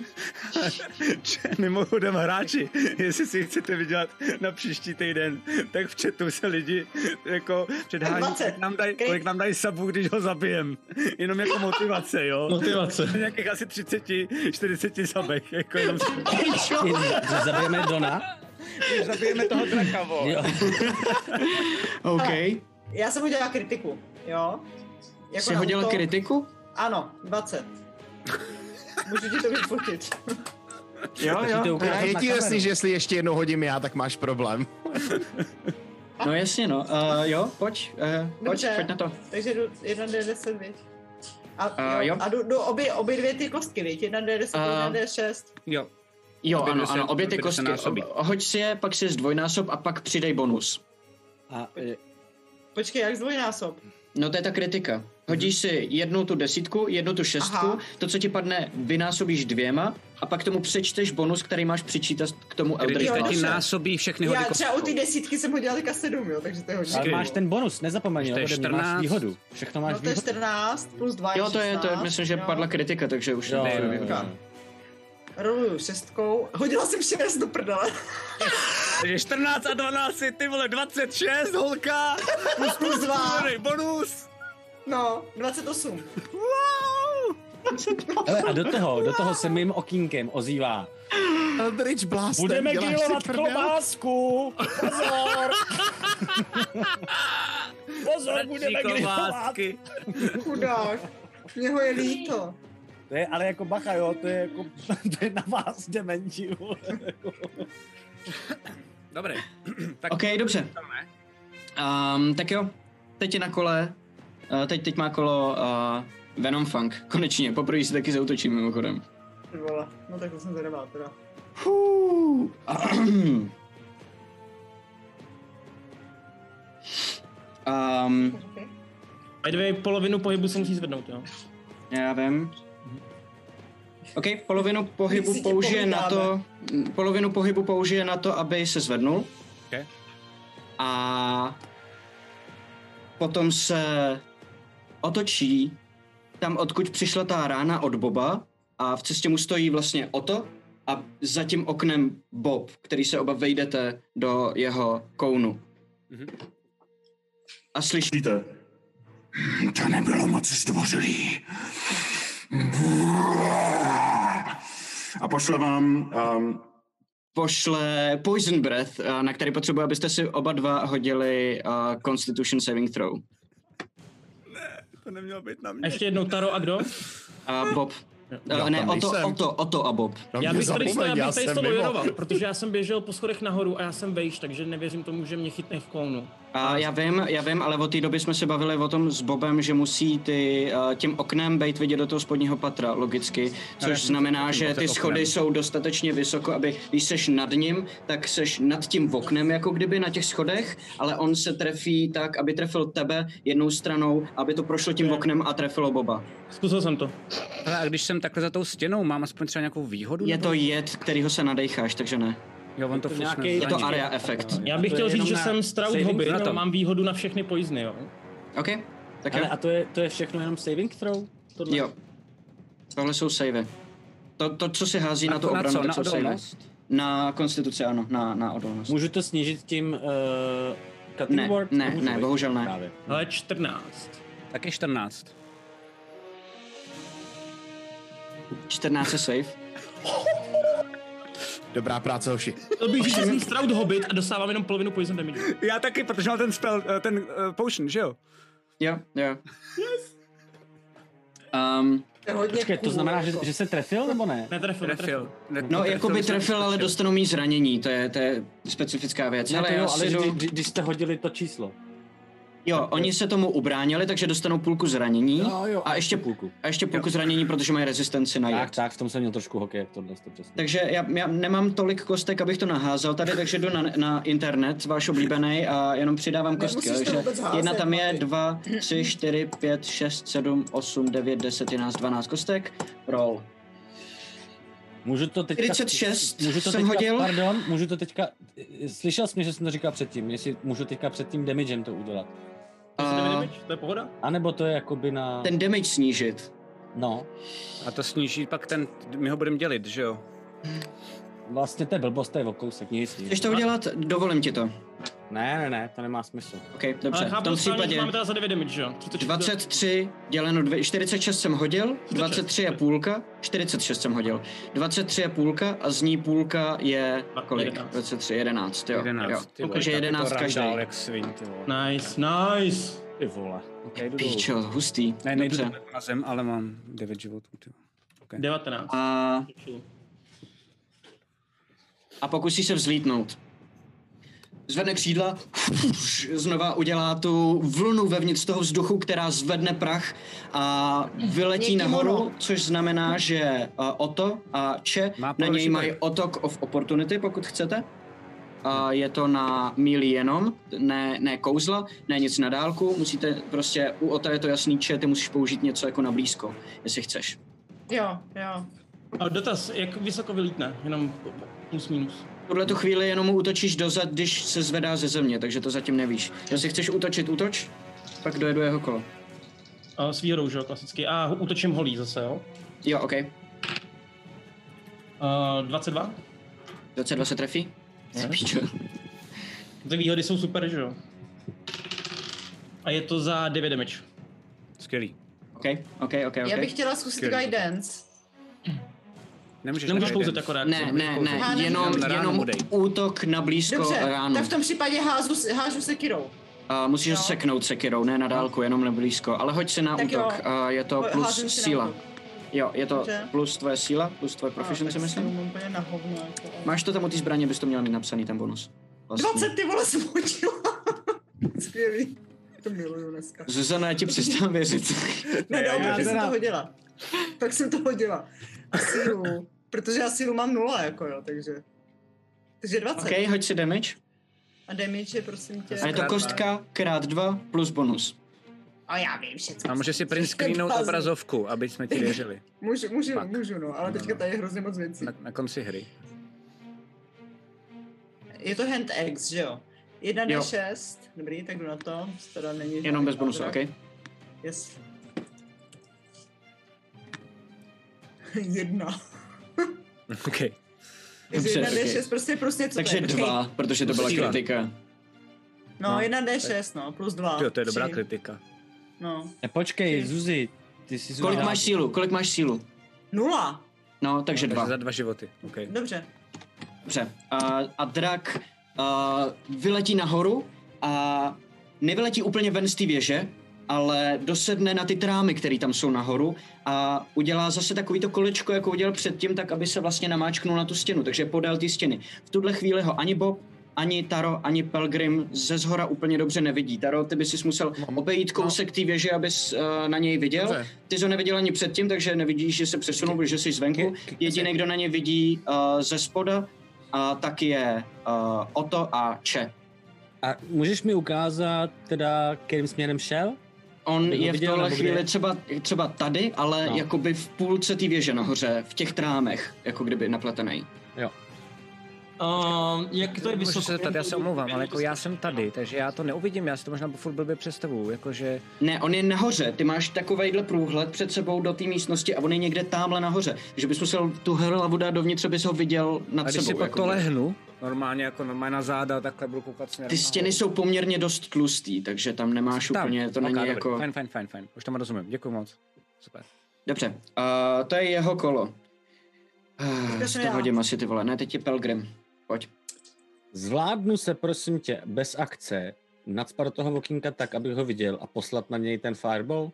Mimochodem hráči, jestli si chcete vydělat na příští týden, tak v chatu se lidi jako předhání, dvacet. kolik nám dají, kolik nám dají sabů, když ho zabijem. Jenom jako motivace, jo? Motivace. Nějakých asi třicet, čtyřicet sabech, jako jenom Zabijeme Dona? když zabijeme toho draka, vo. Jo. OK. Já jsem udělala kritiku, jo? Jako Jsi na hodila útok. kritiku? Ano, dvacet. Můžu ti to vyfotit. Jo, to jo. ukázat A je na ti kameru. jasný, že jestli ještě jednou hodím já, tak máš problém. No jasně, no. Uh, jo, pojď, uh, pojď, Dobře. pojď na to. Takže jdu jedna D deset, viď? A, Uh, jo, jo. a jdu, jdu obě, obě dvě ty kostky, viď? Jedna D deset, Uh, jedna D šest. Jo. Jo, Obě ano, dvě se- ano, obě ty obě dvě se kostky. násobí. Ob, hoď si je, pak si je zdvojnásob a pak přidej bonus. A e, Počkej, jak zdvojnásob? No to je ta kritika. Hodíš si jednu tu desítku, jednu tu šestku, Aha. to, co ti padne, vynásobíš dvěma a pak tomu přečteš bonus, který máš přičítat k tomu Eldritch Jo, Teď ti Blast. násobí všechny hody Já třeba u kostkou. té desítky jsem hodila teďka sedm, jo, takže to je hodně. ale máš ten bonus, nezapomeň, jo, To je ode mě máš čtrnáct. výhodu. Všechno máš No to je výhodu. čtrnáct plus dva je Jo, to je, to je, šestnáct, myslím, že jo. padla kritika, takže už Jo, to jo, je jo, výhoda. jo. Roluju šestkou. Hodila jsem šest do prdele. Takže čtrnáct a dvanáct, ty vole, dvacet šest, holka! Plus plus dva. Bonus! No, dvacet osm. Hele, a do toho, do toho se mým okýnkem ozývá. Eldritch Blast. Budeme grillovat klobásku! Pozor! Pozor, budeme grillovat! Klobásky. Chudák. Mě ho je líto. To je ale jako bacha, jo, to je jako, to je na vás dementi. Dobré. Tak OK, dobře. Um, tak jo, teď je na kole, uh, teď, teď má kolo uh, Venom Funk. Konečně, poprvé si taky zautočím mimochodem. Ty vole, no tak to jsem zvedavá teda. Fuuu. um, A dvě polovinu pohybu se musí zvednout, jo? já vím. OK, polovinu pohybu si tě použije na to, povídáme. polovinu pohybu použije na to, aby se zvednul. Ok. A potom se otočí tam, odkud přišla ta rána od Boba a v cestě mu stojí vlastně Otto a za tím oknem Bob, který se oba vejdete do jeho kounu. Mhm. A slyší, Slyšíte? To nebylo moc zdvořilý. A pošle vám um, pošle Poison Breath, a na který potřebuje, abyste si oba dva hodili uh, Constitution Saving Throw. to nemělo být na A mě. ještě jednou Taro a kdo? A Bob. Já Uh, ne, tam Otto, nejsem. Otto, Otto a Bob. No, Já mě bych tady to, zapomeň, já bych tady jsem to mimo. bojoroval, protože já jsem běžel po schodech nahoru a já jsem vejš, takže nevěřím tomu, že mě chytne v klounu. A já vím, já vím, ale od té doby jsme se bavili o tom s Bobem, že musí ty uh, tím oknem být vidět do toho spodního patra, logicky, což Ale znamená, že oknem. ty schody jsou dostatečně vysoko, aby když seš nad ním, tak seš nad tím oknem, jako kdyby na těch schodech, ale on se trefí tak, aby trefil tebe jednou stranou, aby to prošlo tím oknem a trefilo Boba. Zkusil jsem to. Hele, a když jsem takhle za tou stěnou, mám aspoň třeba nějakou výhodu? Je nebo? to jed, kterýho se nadejcháš, takže ne. Jo, on to furt nějaký- Je to zraní. area efekt. Já bych to je chtěl říct, jenom že na jsem Stroud saving Hobbit na a tom. mám výhodu na všechny poizny, jo? OK, tak Ale jo. a to je, to je všechno jenom saving throw? Tohle? Jo. Tohle jsou savey. To, to co si hází A na tu to na obranu, co? tak Na jsou savey. odolnost? Na konstituci, ano, na, na odolnost. Můžu to snížit tím uh, cutting Ne, word? ne, Nemůžu, ne, viď? bohužel ne. Právě. Ale čtrnáct. Taky čtrnáct. čtrnáct je save. Dobrá práce, hoši. To bych říct, že jsem Stroud Hobbit a dostávám jenom polovinu poison damage. Já taky, protože mám ten spell, eh, ten uh, potion, že jo? Jo, jo. Um, To je hodně Počkej, to cool, znamená, že, jako. že se trefil, nebo ne? Netrefil, netrefil. Trefil. Ne- no, trefil, jako by když jsem trefil, ale skočil. dostanou mý zranění, to je, to je specifická věc. Ne, Hele, to já jo, ale si jdu... když, když jste hodili to číslo. Jo, oni se tomu ubránili, takže dostanou půlku zranění Jo, jo, a ještě půlku. A ještě půlku zranění, protože mají rezistenci na Tak, jed. tak, v tom jsem měl trošku hokej, jak tohle jste přesně. Takže já, já nemám tolik kostek, abych to naházel tady, takže jdu na, na internet, váš oblíbený, a jenom přidávám kostky. Nemusíš to Takže vůbec házet, jedna tam je, Maty. dva, tři, čtyři, pět, šest, sedm, osm, devět, deset, jedenáct, dvanáct kostek. Roll. Můžu to teďka... čtyřicet šest můžu to jsem teďka, hodil. Pardon, můžu to teďka... Slyšel jsi mě, že jsem to říkal předtím, jestli můžu teďka před tím damagem to udělat. A To je pohoda? A nebo to je jakoby na... ten damage snížit. No, A to sníží pak ten, my ho budeme dělit, že jo? vlastně to je blbost, to je o kousek, nic, nic. Chceš to udělat? Dovolím ti to. Ne, ne, ne, to nemá smysl. OK, dobře. Ale V chápu, tom správně, že případě máme teda za devět damage, že jo? třicet šest. dvacet tři děleno dvě, čtyřicet šest jsem hodil, dvacet tři je půlka, čtyřicet šest jsem hodil. dvacet tři je půlka a z ní půlka je kolik? jedenáct. dvacet tři, jedenáct, jo. jedenáct, jo. ty vole, Takže tak je to jedenáct každý. randál jak svin, ty vole. Nice, nice. Ty vole. Okay, jdu dolů. Píčo, hustý. Ne, nejdu Dobře. takhle na zem, ale mám devět životů, ty vole. Okay. devatenáct. A, a pokusíš se vzlítnout. zvedne křídla, znova udělá tu vlnu vevnitř toho vzduchu, která zvedne prach a vyletí nahoru, což znamená, že uh, Otto a Če na něj mají Attack of Opportunity, pokud chcete. Uh, je to na míli jenom, ne, ne kouzla, ne nic na dálku, musíte prostě, u Otta je to jasný, Če, ty musíš použít něco jako na blízko, jestli chceš. Jo, jo. A dotaz, jak vysoko vylítne? Jenom plus minus. V tuhle tu chvíli jenom mu útočíš dozad, když se zvedá ze země, takže to zatím nevíš. Jestli chceš útočit, útoč, pak dojedu jeho kolo. Uh, s výhodou, že jo, klasicky. A útočím holí zase, jo? Jo, OK. Uh, dvacet dva? dvacet dva se trefí? Píčo. Ty výhody jsou super, že jo? A je to za devět damage. Skvělý. OK, OK, OK, OK. Já bych chtěla zkusit Skvělý. guidance. Nemůžeš, Nemůžeš kouzet jako reakci. Ne, ne, ne, Aha, jenom, nemůžu. jenom útok na blízko Dobře, ránu. tak v tom případě házu, hážu sekirou. Uh, musíš Jo. ho seknout sekirou, ne na dálku, jenom na blízko. Ale hoď si na Tak útok, uh, je to Ho- plus házím si na síla. útok. Jo, je to Dobře. plus tvoje síla, plus tvoje proficiency, No, tak myslím. jsem úplně na hovno, jako. Máš to tam u té zbraně, bys to měl mít napsaný, ten bonus. Vlastně. dvacet, ty vole, jsem hodila. Skvělý. To miluju dneska. Zuzana, já ti přestám věřit. Ne, já dobrý, jsem teda- to hodila. Tak jsem to hodila. A sílu. Protože já sílu mám nula, jako jo, takže... Takže dvacet. OK, hoď si damage. A damage je, prosím tě... A je to kostka krát dva plus bonus. A já vím všechno. A můžeš si print screenout obrazovku, aby jsme ti věřili. Můžu, můžu, Pak. můžu, no, ale teďka tady je hrozně moc věcí. Na, na konci hry. Je to hand X, že jo? jedna d Jo. šest, dobrý, tak jdu na to. Teda není Jenom bez bonusu, OK? Yes. Jedna. OK. Takže Dobře, jedna d ok. šest, prostě prostě něco Takže dva, protože to byla Síla. kritika. No, No. jedna d šest, no, plus dva. Jo, to je dobrá tři. kritika. No. Ne, počkej, Zuzi, ty jsi Kolik Zuzi- máš sílu? Kolik máš sílu? Nula. No, takže Takže dva. za dva životy. OK. Dobře. Dobře. A, a drak a, vyletí nahoru a nevyletí úplně ven z té věže, ale dosedne na ty trámy, které tam jsou nahoru a udělá zase takovýto kolečko, jako udělal předtím, tak aby se vlastně namáčknul na tu stěnu, takže podél ty stěny. V tuhle chvíli ho ani Bob, ani Taro, ani Pelgrim ze zhora úplně dobře nevidí. Taro, ty bys si musel obejít kousek té věže, abys uh, na něj viděl. Dobře. Ty jsi ho neviděl ani předtím, takže nevidíš, že se přesunul, protože jsi zvenku. Jediný, kdo na něj vidí uh, ze spoda, uh, tak je uh, Otto a Če. A můžeš mi ukázat teda, kterým směrem šel? On Bych ho je v viděl, tohle nebo chvíli kde? třeba, třeba tady, ale No. jakoby v půlce té věže nahoře, v těch trámech, jako kdyby napletený. Jo. Uh, jak to je Můžu vysoko? se zeptat, já se omlouvám, ale jako já jsem tady, takže já to neuvidím, já si to možná furt blbě představuju, jakože... Ne, on je nahoře, ty máš takovejhle průhled před sebou do té místnosti a on je někde tamhle nahoře. Takže bys musel tu hlavu dát dovnitř, abys ho viděl nad A když sebou. si pak jako to kdyby. lehnu, normálně jako normálně na záda, takhle budu koukat směrem Ty stěny jsou poměrně dost tlustý, takže tam nemáš Tam. úplně, to Ok, není dobrý. jako... Fajn, fajn, fajn, fajn, už tomu rozumím, děkuji moc. Super. Dobře, uh, to je jeho kolo. Uh, Teď s jsem to já. hodím asi ty vole, ne, teď je Pelgrim. Pojď. Zvládnu se, prosím tě, bez akce nacpat do toho okýnka tak, abych ho viděl a poslat na něj ten fireball?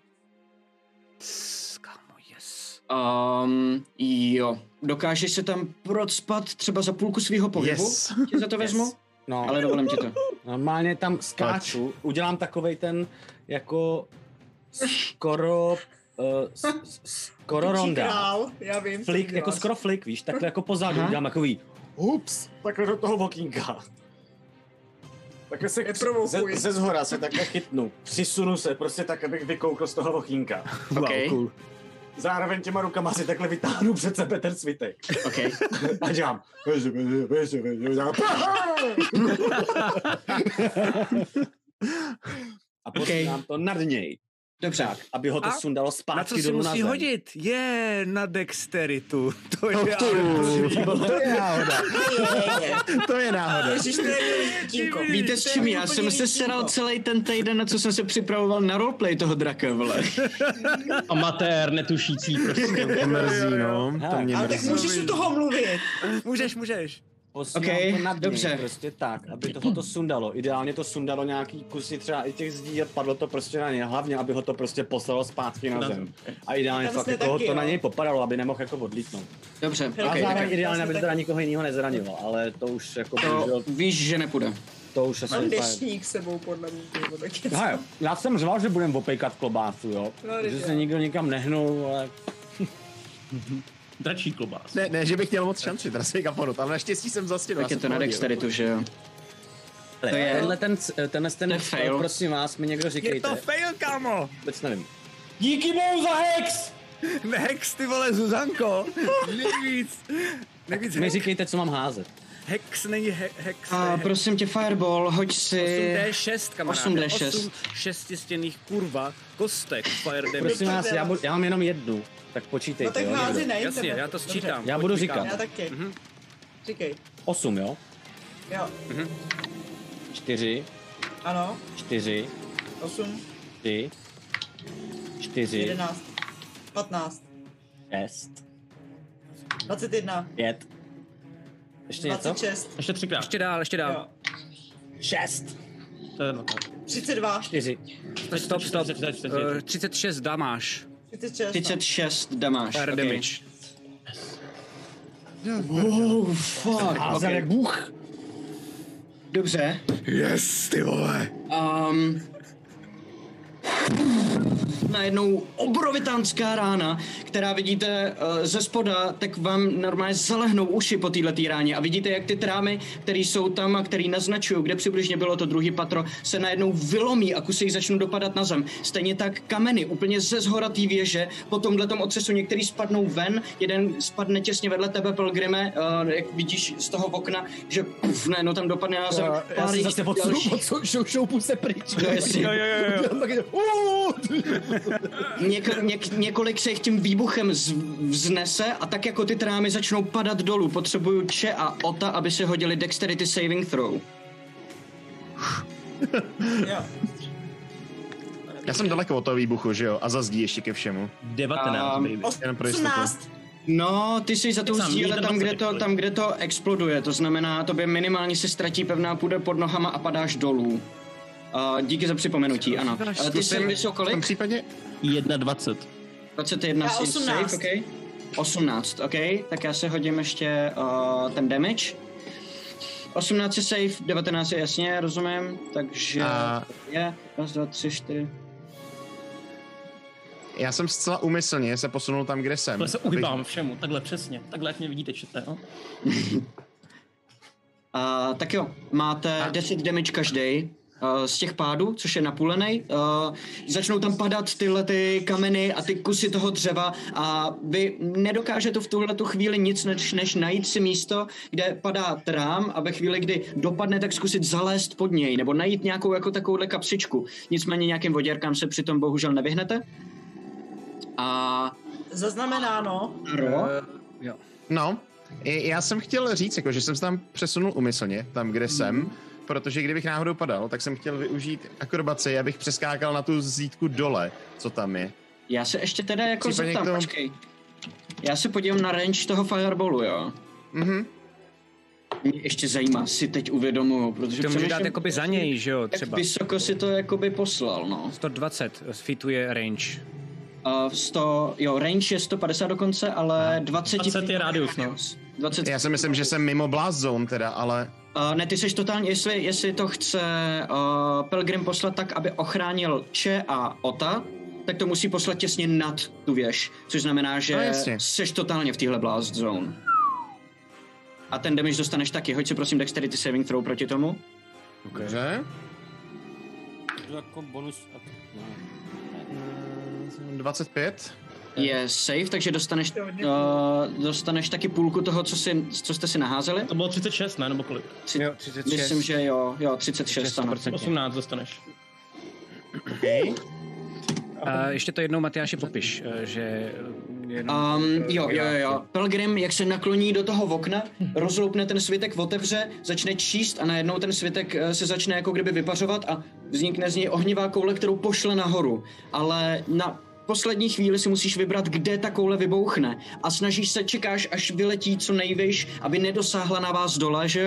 Tss, kámo, yes. Um, jo, dokážeš se tam procpat třeba za půlku svého pohybu? Yes. Ti za to vezmu? No, Ale dovolím ti to. normálně tam skáču, udělám takovej ten jako skoro, uh, s, s, skoro Pičí ronda. král, já vím. co Flick, děláš. jako skoro flick, víš, takhle jako pozadu, Aha. udělám takový ups, takhle do toho okýnka. Takhle se Neprovokuj. ze, ze zhora se takhle chytnu, přisunu se prostě tak, abych vykoukl z toho okýnka. OK, cool. Zároveň těma rukama si takhle vytáhnu před sebe ten svitek. OK. A dělám. Běže, běže, běže, běže, dělám. A posílám to nad něj, Dobře. aby ho to A sundalo Na co zpátky si dolů na musí zem. hodit? Je, na dexteritu. To je To je náhoda. To je náhoda. Ježiš, to je tínko. Víte s čím? Já jsem se seral celý ten týden, na co jsem se připravoval na roleplay toho draka, vole. Amatér, netušící prostě. To mrzí, no. To mě Ale tak mrzí. můžeš u toho mluvit. Můžeš, můžeš. Posílám Ok, to nad něj, dobře. prostě tak, aby toho to sundalo. Ideálně to sundalo nějaký kusy třeba i těch zdí a padlo to prostě na něj. Hlavně, aby ho to prostě poslalo zpátky na zem. A ideálně Tam fakt jsme jako ho taky, to na jo. něj popadalo, aby nemohl jako odlítnout. Dobře, A OK, zároveň tak ideálně, Já aby jsem teda taky- nikoho jiného nezranilo, ale to už jako to bohužel. víš, že nepůjde. To už asi Mám úplně... deštník s sebou, podle mě. Nebo tak něco. Hele, já jsem řval, že budem opejkat klobásu, jo. No, že dobře. se nikdo nikam nehnul, ale... Dračí klobás. Ne, ne, že bych měl moc šanci teda se někam ponout, ale naštěstí jsem za stěnu. Tak je to na dexteritu, že jo? To je- Tenhle ten, tenhle ten, To je fail. prosím vás, mi někdo Je říkejte. to fail, kámo! Vůbec nevím. Díky bohu za hex! Hex, ty vole, Zuzanko! Nejvíc. Nejvíc Mi hex. říkejte, co mám házet. Hex není he, hex. A to je prosím tě, Fireball, hoď si... osm D šest, kamaráde. osm D šest. osm šestistěnných kurva kostek fire damage. Prosím vás, já, bu- já mám jenom jednu, tak počítejte, No tak jo, házi někdo. na Jasně, internet. já to Dobře. sčítám. Já Pojď, budu říkám. říkat. Já taky. Mhm. Říkej. Osm, jo? Jo. Čtyři, Ano. čtyři, osm, tři, čtyři, jedenáct, patnáct, šest, dvacet jedna, pět. Ještě něco? dvacet šest, Ještě třikrát. Ještě dál, ještě dál. jo. Šest, To je jedno. třicet dva, čtyři. Stop, stop. třicet, třicet, Eh, třicet šest damáš. třicet šest. třicet šest damáš. Fire okay. damage. Oh, fuck. Házel Okay. jak bůh. Dobře. Yes, ty vole. Um, najednou obrovitánská rána, která vidíte uh, ze spoda, tak vám normálně zalehnou uši po této ráně a vidíte, jak ty trámy, které jsou tam a které naznačují, kde přibližně bylo to druhý patro, se najednou vylomí a kusy jich začnou dopadat na zem. Stejně tak kameny úplně ze zhora té věže, po tomhletom otřesu některý spadnou ven, jeden spadne těsně vedle tebe, Pelgrime, uh, jak vidíš z toho okna, že puf, najednou tam dopadne na zem. Já se jich zase odsunu, dalších- odsunu, šou, šoupu se pryč. No, jasně. Jo, jo, jo, jo. Tak je- Uuu! Něk, něk, několik se jich tím výbuchem z, vznese a tak jako ty trámy začnou padat dolů, potřebuju Če a Ota, aby se hodili Dexterity Saving Throw. Jo. Já jsem daleko od toho výbuchu, že jo? A za zdí ještě ke všemu. devatenáct, Um, baby. Jenom pro jistotu. osmnáct. No, ty jsi za tou Sám, zdí, ale tam kde, to, dvacet. tam, kde to exploduje, to znamená, tobě minimálně se ztratí pevná půda pod nohama a padáš dolů. Uh, díky za připomenutí, ano. Uh, ty jsi vysel V tom kolik? případě jedna dvacet. dvacet jedna Já si osmnáct. safe, ok? osmnáct, ok? Tak já se hodím ještě uh, ten damage. osmnáct je safe, devatenáct je jasně, rozumím, takže A- je, raz, dva, tři, čtyři. já jsem zcela úmyslně se posunul tam, kde jsem. Takhle se abych- uhybám všemu, takhle přesně. Takhle, jak mě vidíte, čete, no? Uh, tak jo, máte A- deset damage každý. Uh, z těch pádů, což je napůlenej, uh, začnou tam padat tyhle ty kameny a ty kusy toho dřeva a vy nedokážete v tuhle tu chvíli nic než, než najít si místo, kde padá trám a ve chvíli, kdy dopadne, tak zkusit zalézt pod něj nebo najít nějakou jako takovouhle kapsičku. Nicméně nějakým voděrkám se přitom bohužel nevyhnete. A Zaznamenáno. Ro, Eh, jo. No, i- já jsem chtěl říct, jako, že jsem se tam přesunul umyslně, tam, kde Mhm. jsem, protože kdybych náhodou padal, tak jsem chtěl využít akrobaci, abych přeskákal na tu zítku dole, co tam je. já se ještě teda jako Případně zeptám, k tomu- počkej. Já se podívám na range toho fireballu, jo. Mhm. Mě ještě zajímá, si teď uvědomuju, protože To může dát přemýšlím, jakoby za něj, že jo, jak třeba. vysoko si to jakoby poslal, no. sto dvacet feetů je range. Uh, sto, jo, range je sto padesát dokonce, ale dvacet... dvacet je rádius, no. dvacet, Já si myslím, že jsem mimo blast zone teda, ale uh, ne, ty seš totálně, jestli, jestli to chce uh, Pelgrim poslat tak, aby ochránil Če a Ota, tak to musí poslat těsně nad tu věž, což znamená, že No, jasně. seš totálně v téhle blast zone. A ten damage dostaneš taky, hoď si prosím Dexterity Saving Throw proti tomu. dobře. Jako bonus... No. dvacet pět. Je safe, takže dostaneš, uh, dostaneš taky půlku toho, co, si, co jste si naházeli. To bylo třicet šest, ne? Nebo kolik? Tři, Jo, třicet šest. myslím, že jo, jo, třicet šest, ano. osmnáct dostaneš. Okay. A ještě to jednou, Matyáši, popiš, eh, že... jenom, Um, eh, jo, jo, jo, jo. Pelgrim, jak se nakloní do toho okna, rozloupne ten svitek, otevře, začne číst a najednou ten svitek eh, se začne jako kdyby vypařovat a vznikne z něj ohnivá koule, kterou pošle nahoru. Ale na poslední chvíli si musíš vybrat, kde ta koule vybouchne a snažíš se, čekáš, až vyletí co nejvejš, aby nedosáhla na vás dole, že jo? Jo. A ve chvíli, kdy máš pocit, že vyletěla z té range, těsně nad tou věží, tak tam najednou puf, a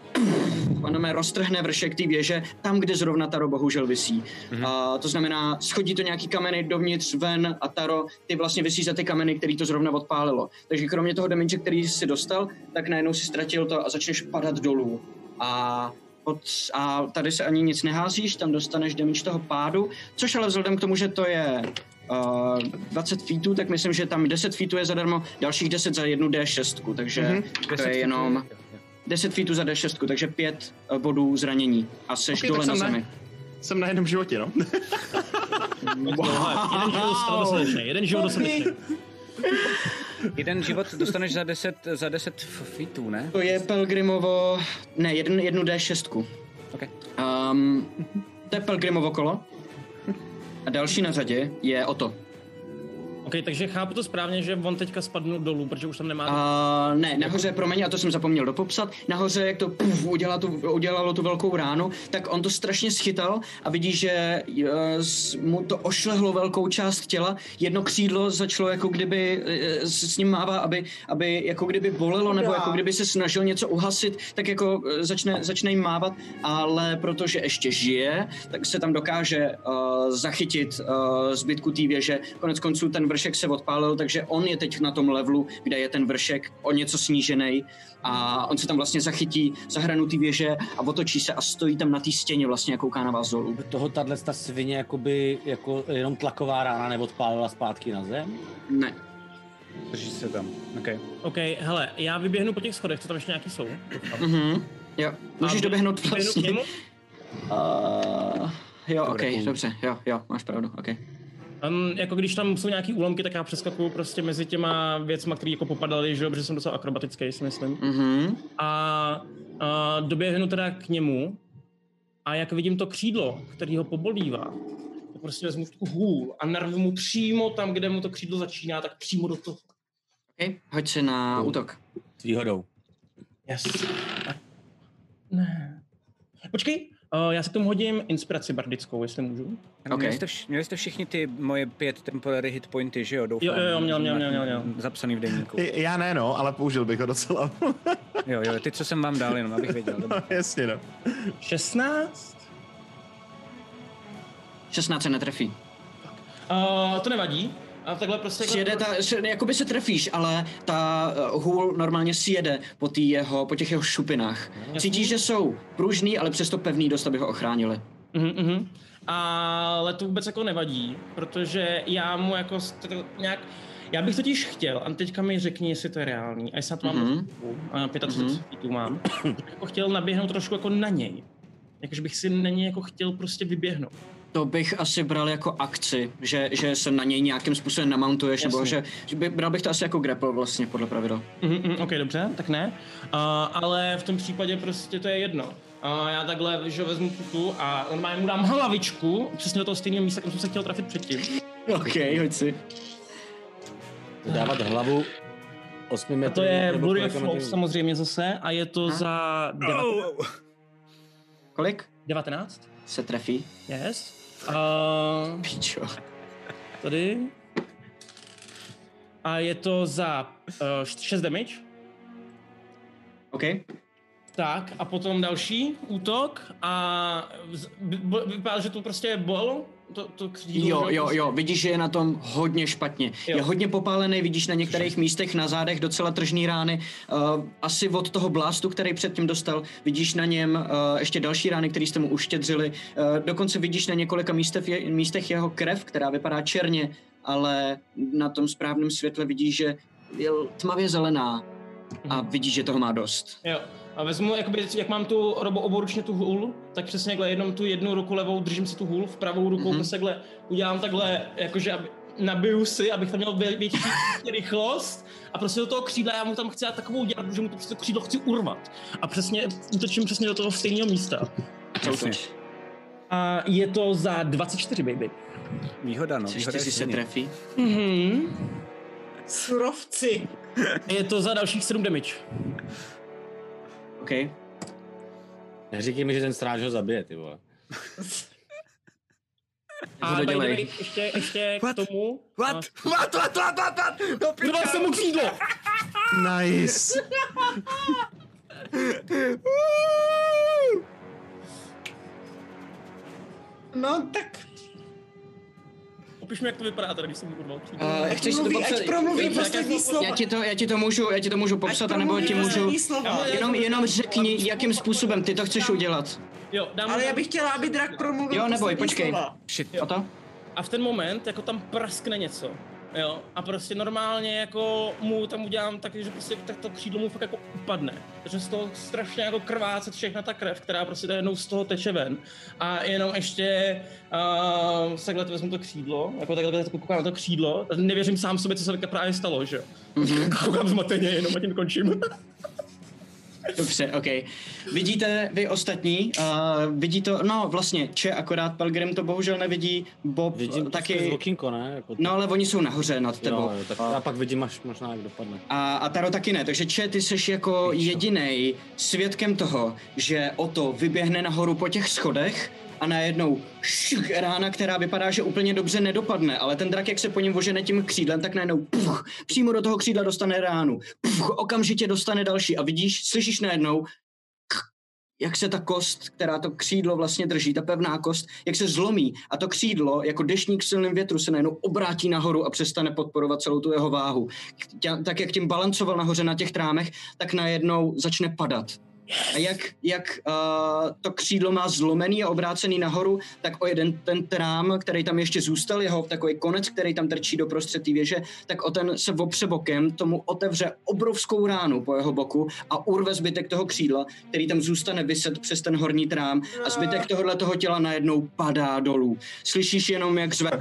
Panome roztrhne vršek té věže tam, kde zrovna Taro bohužel visí. Mm-hmm. A to znamená, schodí to nějaký kameny dovnitř, ven a Taro, ty vlastně visí za ty kameny, který to zrovna odpálilo. Takže kromě toho damage, který jsi dostal, tak najednou si ztratil to a začneš padat dolů. A, pod, a tady se ani nic neházíš, tam dostaneš damage toho pádu, což ale vzhledem k tomu, že to je uh, dvacet feetů, tak myslím, že tam deset feetů je zadarmo, dalších deset za jednu D šest, takže mm-hmm. to je jenom deset feetů za D šest, takže pět bodů zranění a seš okay, dole na zemi. Na, jsem na jednom životě, no. Wow. Jeden život dostal dostatečný, jeden život dostatečný. Jeden život dostaneš za deset, za deset feetů, ne? To je Pelgrimovo, ne, jeden, jednu D šest. Okay. Um, to je Pelgrimovo kolo. A další na řadě je Otto. Ok, takže chápu to správně, že on teďka spadnul dolů, protože už tam nemá... Uh, ne, nahoře, promiň, a to jsem zapomněl dopopsat, nahoře, jak to puf, udělalo, tu, udělalo tu velkou ránu, tak on to strašně schytal a vidí, že uh, mu to ošlehlo velkou část těla, jedno křídlo začalo jako kdyby uh, s ním mává, aby, aby jako kdyby bolelo, nebo jako kdyby se snažil něco uhasit, tak jako uh, začne, začne jim mávat, ale protože ještě žije, tak se tam dokáže uh, zachytit uh, zbytku té věže, konec konců ten vršek se odpálil, takže on je teď na tom levelu, kde je ten vršek o něco snížený a on se tam vlastně zachytí za hranu té věže a otočí se a stojí tam na té stěně vlastně a kouká na vás dolů. Toho tahle ta svině jakoby jako jenom tlaková rána neodpálila zpátky na zem? Ne. Drží se tam, ok. Ok, hele, já vyběhnu po těch schodech, co tam ještě nějaký jsou. Mhm, jo, můžeš doběhnout vlastně. Uh, jo, ok, dobře, jo, jo, máš pravdu, ok. Um, jako když tam jsou nějaký úlomky, tak já přeskakuju prostě mezi těma věcma, které jako popadaly, že, protože jsem docela akrobatický, si myslím. Mm-hmm. A, a doběhnu teda k němu a jak vidím to křídlo, který ho pobolívá, tak prostě vezmu tu hůl a narvu mu přímo tam, kde mu to křídlo začíná, tak přímo do toho. Ok, hoď si na útok. S výhodou. Yes. Ne. Počkej. Uh, já si k tomu hodím inspiraci bardickou, jestli můžu. Okay. Měli, jste vš- měli jste všichni ty moje pět temporary hit pointy, že jo? Doufám. Jo, jo, jo, měl, měl, měl, měl, měl. Zapsaný v deníku. Já ne, no, ale použil bych ho docela. Jo, jo, ty, co jsem vám dal, jenom abych věděl. No, jasně, no. šestnáct? šestnáct se netrefí. Uh, to nevadí. A takhle prostě... Sjede ta, jakoby se trefíš, ale ta uh, hůl normálně sjede po, tý jeho, po těch jeho šupinách. Cítíš, že jsou pružný, ale přesto pevný dost, aby ho ochránili. Mhm, mhm. Ale to vůbec jako nevadí, protože já mu jako str- nějak... Já bych totiž chtěl, a teďka mi řekni, jestli to je reálný, a jestli na to mám mm-hmm. třicet pět feetů mm-hmm. mám, jako chtěl naběhnout trošku jako na něj. Jakože bych si na něj jako chtěl prostě vyběhnout. To bych asi bral jako akci, že, že se na něj nějakým způsobem namountuješ, nebo že, že by, bral bych to asi jako grapple vlastně podle pravidel. Mm-hmm, ok, dobře, tak ne. Uh, ale v tom případě prostě to je jedno. Uh, já takhle, že vezmu putu a normálně mu dám hlavičku, přesně do toho stejného místa, kam jsem se chtěl trafit předtím. Ok, hoď si. Dávat hlavu osmi metrů. To je Blurry of Flow samozřejmě zase a je to a? za devatenáct. Kolik? devatenáct. Se trefí. Yes. Uh, Pičo. Tady. A je to za uh, šest damage. OK. Tak a potom další útok a vypadá, že to prostě je bol. To, to křídlo, jo, jo, jo, vidíš, že je na tom hodně špatně. Jo. Je hodně popálený, vidíš na některých místech na zádech docela tržní rány. Uh, asi od toho blástu, který předtím dostal, vidíš na něm uh, ještě další rány, které jste mu uštědřili. Uh, dokonce vidíš na několika místech, je, místech jeho krev, která vypadá černě, ale na tom správném světle vidíš, že je tmavě zelená a vidíš, že toho má dost. Jo. A vezmu, jakoby, jak mám tu robo oboručně tu hůl, tak přesně takhle jednou tu jednu ruku levou držím si tu hůl, v pravou rukou mm-hmm. takhle udělám takhle, jakože aby, nabiju si, abych tam měl větší rychlost a prostě do toho křídla já mu tam chci dát takovou dělat, že mu to prostě křídlo chci urvat. A přesně útočím přesně do toho stejného místa. Přesně. A je to za dvacet čtyři, baby. Výhoda, no. Výhoda si se trefí. Mhm. Surovci. Je to za dalších sedm damage. OK. Neříkej mi, že ten stráž ho zabije, ty vole. A by the way, ještě, ještě k tomu... What? A... What? What? What? What? What? No, Dodal jsem mu křídlo! Nice. No, tak... Opiš mi, jak to vypadá tady, když jsem mu urval křídlo. Uh, Ať chceš si to promluví, popsat? ať promluví Já- poslední slova. Já ti to, já ti to můžu, já ti to můžu popsat, Ať anebo promluví ti můžu... poslední slova. Jenom, jenom řekni, jakým způsobem ty to chceš udělat. Jo, dám Ale mu- já bych chtěla, aby drak promluvil Jo, neboj, poslední počkej. slova. O to? A v ten moment, jako tam praskne něco, jo, a prostě normálně jako mu tam udělám tak, že prostě tak to křídlo mu fakt jako upadne. Takže z toho strašně jako krvácet všechna ta krev, která prostě najednou z toho teče ven. A jenom ještě uh, takhle to vezmu to křídlo, jako takhle, takhle koukám na to křídlo, nevěřím sám sobě, co se teďka právě stalo, že jo. Mm-hmm. Koukám zmateně, jenom a tím končím. Dobře, ok. Vidíte vy ostatní, uh, vidí to, no vlastně, Če akorát, Pelgrim to bohužel nevidí, Bob Vidím taky, taky... okýnko, ne? Jako no ale oni jsou nahoře nad tebou. jo, jo, tak já pak vidím, až možná jak dopadne. A, a Taro taky ne, takže Če, ty seš jako jedinej svědkem toho, že Otto vyběhne nahoru po těch schodech a najednou šuk, rána, která vypadá, že úplně dobře nedopadne, ale ten drak, jak se po něm vožene tím křídlem, tak najednou puch, přímo do toho křídla dostane ránu. Puch, okamžitě dostane další a vidíš, slyšíš najednou, jak se ta kost, která to křídlo vlastně drží, ta pevná kost, jak se zlomí a to křídlo, jako deštník v silném větru, se najednou obrátí nahoru a přestane podporovat celou tu jeho váhu. Tak jak tím balancoval nahoře na těch trámech, tak najednou začne padat. A jak, jak uh, to křídlo má zlomený a obrácený nahoru, tak o jeden ten trám, který tam ještě zůstal, jeho takový konec, který tam trčí do prostřed té věže, tak o ten se opře bokem, tomu otevře obrovskou ránu po jeho boku a urve zbytek toho křídla, který tam zůstane viset přes ten horní trám a zbytek tohohle toho těla najednou padá dolů. Slyšíš jenom, jak zve...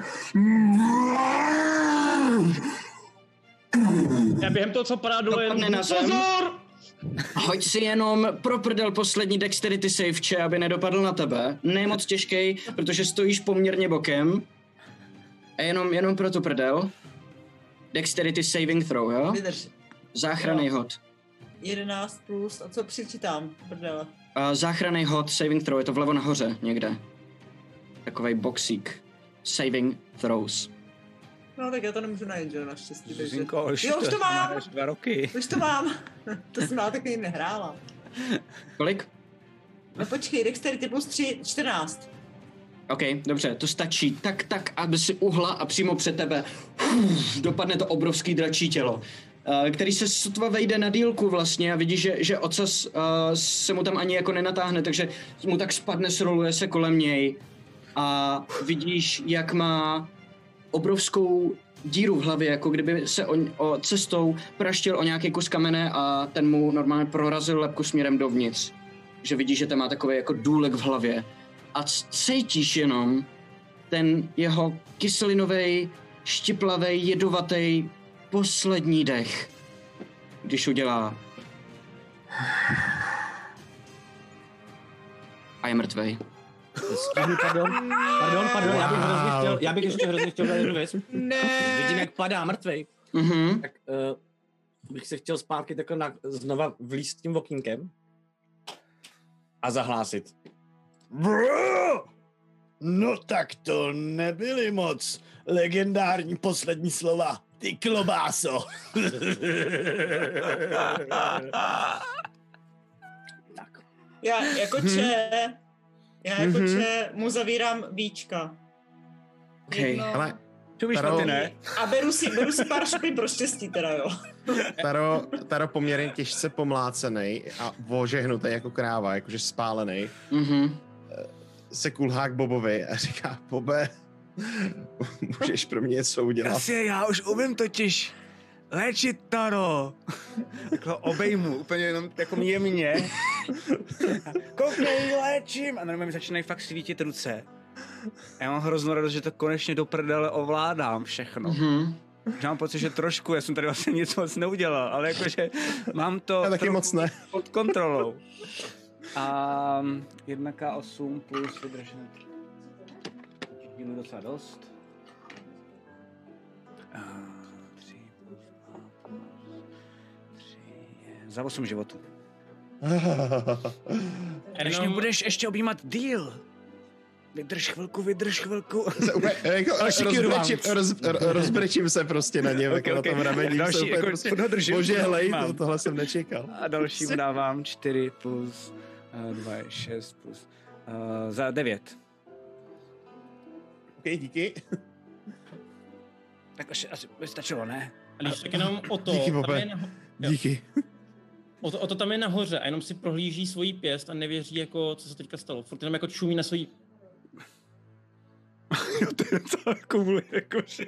Já během toho, co padá dole, Dopadne na zem. Pozor! Hoď si jenom pro prdel poslední dexterity save, Če, aby nedopadl na tebe. Ne moc těžkej, protože stojíš poměrně bokem. A jenom, jenom pro tu prdel. Dexterity saving throw, jo? Vydrž. Záchranný hod. jedenáct plus, a co přičítám? Prdele. Uh, záchranný hod, saving throw, je to vlevo nahoře někde. Takovej boxík. Saving throws. No tak já to nemůžu najít, že naštěstí. Takže... Zinko, už Jo, už to mám. máš dva roky. Už to mám. To jsem já taky nehrála. Kolik? No počkej, dexterity plus tři, čtrnáct. OK, dobře, to stačí tak, tak, aby si uhla a přímo před tebe uf, dopadne to obrovský dračí tělo, uh, který se sotva vejde na dílku vlastně a vidíš, že, že ocas uh, se mu tam ani jako nenatáhne, takže mu tak spadne, sroluje se kolem něj a vidíš, jak má obrovskou díru v hlavě, jako kdyby se o, o cestou praštil o nějaký kus kamene a ten mu normálně prorazil lebku směrem dovnitř. Že vidíš, že ten má takový jako důlek v hlavě. A cítíš jenom ten jeho kyselinový, štiplavý, jedovatý poslední dech, když udělá. A je mrtvej. Stihnu, pardon, pardon, pardon, já bych hrozně chtěl, já bych ještě hrozně chtěl dát jednu věc. Ne. Vidím, jak padá mrtvej. Mhm. Tak uh, bych se chtěl zpátky takhle na, znova vlízt tím okýnkem a zahlásit. Bro! No tak to nebyly moc legendární poslední slova. Ty klobáso. Tak. Já jako če, já jako Mhm. če mu zavírám víčka. Okay. Ale Co víš, Taro- ty ne? A beru si, beru si pár šupin pro štěstí teda, jo. Taro, Taro poměrně těžce pomlácený a vožehnutý jako kráva, jakože spálený, Mhm. se kulhá k Bobovi a říká, Bobe, můžeš pro mě něco udělat? Jasně, já už umím totiž léčit Taro. Takhle obejmu, úplně jenom jako jemně. Koukej, léčím. A normálně mi začínají fakt svítit ruce. A já mám hroznou radost, že to konečně do prdele ovládám všechno. Mhm. Že mám pocit, že trošku, já jsem tady vlastně nic moc neudělal, ale jakože mám to Já taky trochu moc ne. pod kontrolou. A jedna ká osm plus vydržení. Dílu docela dost. A tři plus dva plus tři je za osm životů. A když mě budeš ještě objímat díl, vydrž chvilku, vydrž chvilku. Se úplně, jako, rozbrečím, roz, rozbrečím se prostě na něm, Ok, jako ok. na tom rameni. Další, se úplně jako prostě, furt ho držím, bože, furt ho hlej, mám. to, tohle jsem nečekal. A dalšímu dávám čtyři plus dva je šest plus uh, za devět. OK, díky. Tak asi, asi by stačilo, ne? A když tak jenom o to, Díky, tam Bobe. je naho- Díky. o to, o to tam je nahoře a jenom si prohlíží svoji pěst a nevěří, jako, co se teďka stalo. Furt jenom jako čumí na svojí... Jo, to je docela cool, jakože.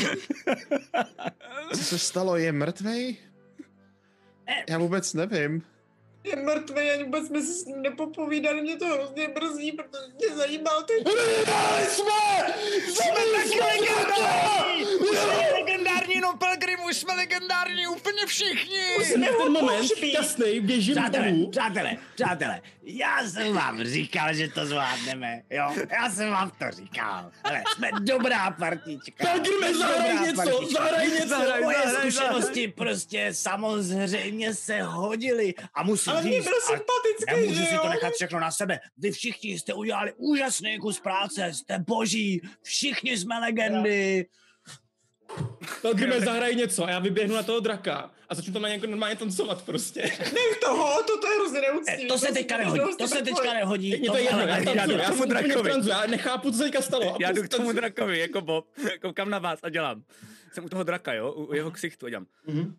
Co se stalo, je mrtvej? Já vůbec nevím. Je mrtvý, ani vůbec jsme si s ním nepopovídali, mě to hrozně mrzí, protože mě zajímal ten... Udělali jsme! Jsme taky legendární! Už jsme legendární, no Pelgrim, už jsme legendární, úplně všichni! Jsme v ten moment šťastnej, běžím Přátelé, dolů. přátelé, přátelé, já jsem vám říkal, že to zvládneme, jo? Já jsem vám to říkal. Ale jsme dobrá partička. Pelgrime, zahraj Dobrá něco, partička. zahraj něco. Zahraj, Moje zahraj, zkušenosti prostě samozřejmě se hodily a musím Ale mě říct, byl sympatický, nemůžu že si jo? to nechat všechno na sebe. Vy všichni jste udělali úžasný kus práce, jste boží, všichni jsme legendy. Pelgrime, zahraj něco a já vyběhnu na toho draka a začnu tam na něko normálně tancovat prostě. Nech toho, to, to je hrozně neúctivý. Eh, To se teďka nehodí, to se teďka nehodí. Mě to je jedno, já hele, tancuju, já tomu jsem úplně v drakovi. tranzu, já nechápu, co se teďka stalo. Já jdu k tomu drakovi, jako Bob, koukám na vás a dělám. Jsem u toho draka, jo, u jeho ksichtu a dělám. Mhm.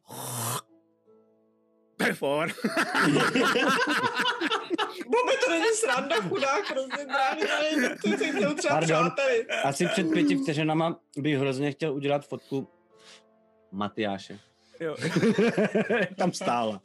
Perfor. Bobe, to není sranda, chudák, hrozně brány, ale to se chtěl třeba Pardon. přáteli. Asi před pěti vteřinama bych hrozně chtěl udělat fotku Matyáše. Jo. Tam stála.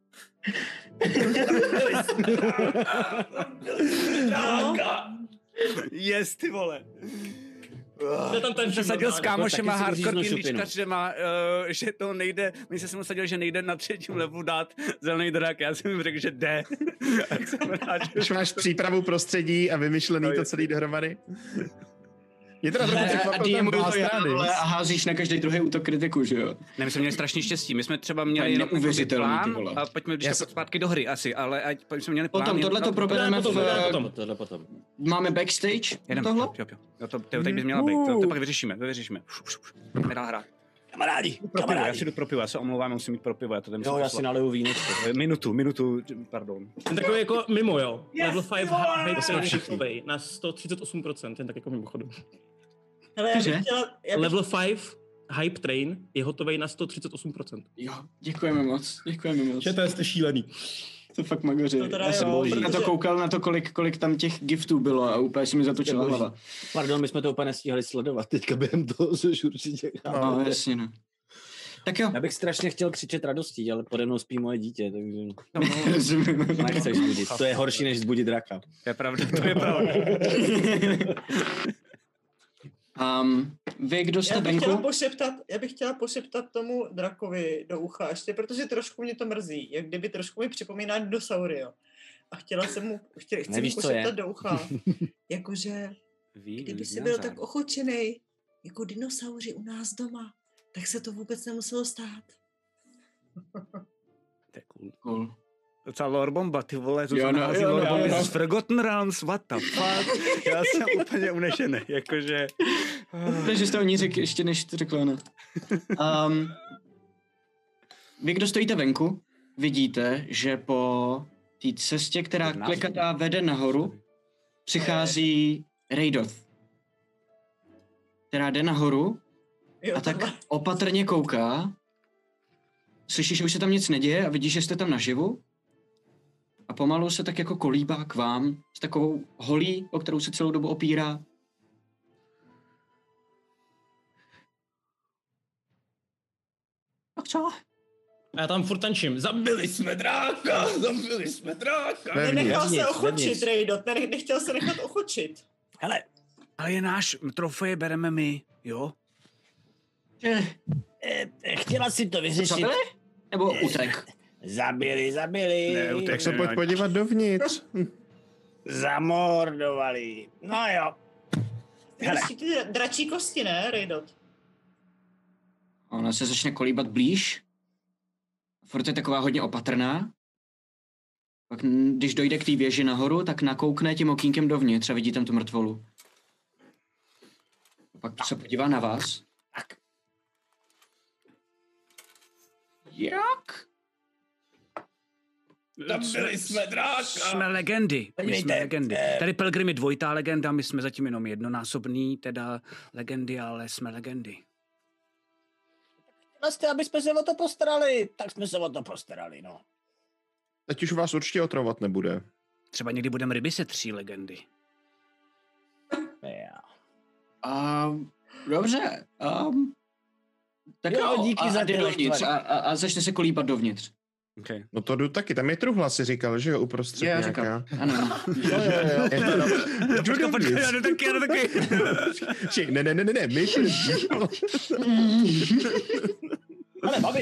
No. Yes, ty vole. Je tam ten Se sadil s kámošema taky si hardcore uříznu šupinu. kindičkařema, uh, že to nejde, my se jsem sadil, že nejde na třetím levelu dát zelený drak, já jsem jim řekl, že jde. Tak jsem rád, že... Když máš přípravu prostředí a vymyšlený to celý dohromady. Mě teda trochu A překvapil D ten M to blast je, rady. ale a házíš na každý druhý útok kritiku, že jo? Ne, my jsme měli strašný štěstí, my jsme třeba To měli je jenom neuvěřitelný, plán ty vole. a pojďme když Já tak jsem- zpátky do hry asi, ale ať my jsme měli plán. Potom, jenom- tohle to no, probereme potom, v... potom. Tohle potom. Máme backstage Jedem, tohle? jo, jo, jo, to, to, teď bys měla být, to, to pak vyřešíme, to vyřešíme. Uf, uf, uf. Nedá hrát. Kamarádi, Pro pivo, já kamarádi. si jdu pro pivo, já se omlouvám, musím mít pro pivo, já to tam Jo, já si naliju vínečko. Minutu, minutu, pardon. Ten takový jako mimo, jo. Yes, Level pět vole! hype To jsme train všichni. hotovej na sto třicet osm procent, ten tak jako mimochodem. Hele, já bych Cože? chtěla, já bych, Level pět hype train je hotovej na sto třicet osm procent. Jo, děkujeme moc, děkujeme moc. Že to je šílený. To fakt magoři. To teda Já jsem jo, na to protože- koukal na to, kolik, kolik tam těch giftů bylo a úplně si mi zatočila boží. hlava. Pardon, my jsme to úplně nestíhali sledovat teďka během toho, což určitě chápu. No, jasně, no. Tak jo. Já bych strašně chtěl křičet radostí, ale pode mnou spí moje dítě, takže Rozumím. nechceš zbudit. To je horší, než zbudit draka. To je pravda, to je pravda. Um, vy, kdo jste já bych chtěla venku? pošeptat, já bych chtěla pošeptat tomu drakovi do ucha ještě, protože trošku mě to mrzí, jak kdyby trošku mi připomíná dinosaury, a chtěla jsem mu, chtěla, chci Nevíš, mu co je? pošeptat do ucha, jakože Ví, kdyby ví, jsi ví, byl navzájem. tak ochočenej, jako dinosauři u nás doma, tak se to vůbec nemuselo stát. To je cool. Cool. Docela lore bomba, ty vole, to Jo, jsem no, nahází jo, lore no, bomby jo. z Forgotten Realms, what the fuck. Já jsem úplně unešený, jakože... Takže jste o ní řekl ještě, než to řekla ona. Um, vy, kdo stojíte venku, vidíte, že po té cestě, která klikatá vede nahoru, přichází Raidoth, která jde nahoru Jo, a tak takhle. opatrně kouká. Slyšíš, že už se tam nic neděje a vidíš, že jste tam naživu. A pomalu se tak jako kolíbá k vám s takovou holí, o kterou se celou dobu opírá. Tak co? A já tam furt tančím. Zabili jsme dráka, zabili jsme dráka. Vevnitř. Nenechal se Vevnitř, ochočit, vevnitř. Raidot, ne, nechtěl se nechat ochočit. Hele, Ale je náš, trofeje bereme my, jo? Že eh, chtěla si to vyřešit. zabili? Nebo utek? Zabili, zabili. Ne, utek. Tak se pojď podívat dovnitř. Zamordovali. No jo. Hele. Hele. Ty dračí kosti, ne, Raidot? Ona se začne kolíbat blíž. Furt je taková hodně opatrná. Pak n- když dojde k té věži nahoru, tak nakoukne tím okýnkem dovnitř a vidí tam tu mrtvolu. Pak se podívá na vás. Tak. Jak? Zabili jsme dráka. Jsme legendy. My jsme legendy. Tady Pelgrim je dvojitá legenda, my jsme zatím jenom jednonásobný, teda legendy, ale jsme legendy. Vlastně, aby jsme se o to postarali, tak jsme se o to postarali, no. Teď už vás určitě otravovat nebude. Třeba někdy budeme ryby se tří legendy. Yeah. Um, dobře. Um, tak jo, jo, díky a, za a, ty dovnitř, a, a, a začne se kolíbat dovnitř. Okay. No to jdu taky, tam je truhla, si říkal, že jo, uprostřed Jo, nějaká. říkal. Ano, ano. Jo, jo, jo. Je to dobré. Jdu dovnitř. Já jdu taky, já jdu taky. Či, ne, ne, ne, ne, ne, my Ale babi,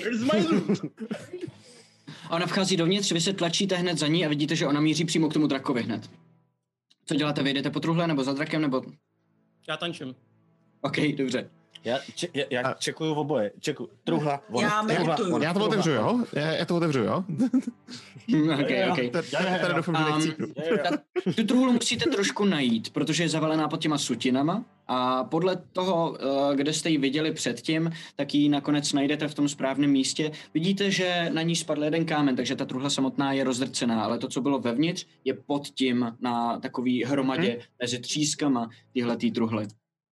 Ona vchází dovnitř, vy se tlačíte hned za ní a vidíte, že ona míří přímo k tomu drakovi hned. Co děláte, vy jdete po truhle, nebo za drakem, nebo... Já tančím. OK, dobře. Já, če, já, já čekuju v oboje. Čekuju. Truhla. Von. Já medituju. Já to otevřu, jo? Já, já to otevřu, jo? OK, OK. Já teda doufám, že Um, nechcípnu. ta, tu truhlu musíte trošku najít, protože je zavalená pod těma sutinama a podle toho, uh, kde jste ji viděli předtím, tak ji nakonec najdete v tom správném místě. Vidíte, že na ní spadl jeden kámen, takže ta truhla samotná je rozdrcená, ale to, co bylo vevnitř, je pod tím na takový hromadě hmm. mezi třískama tyhletý truhly.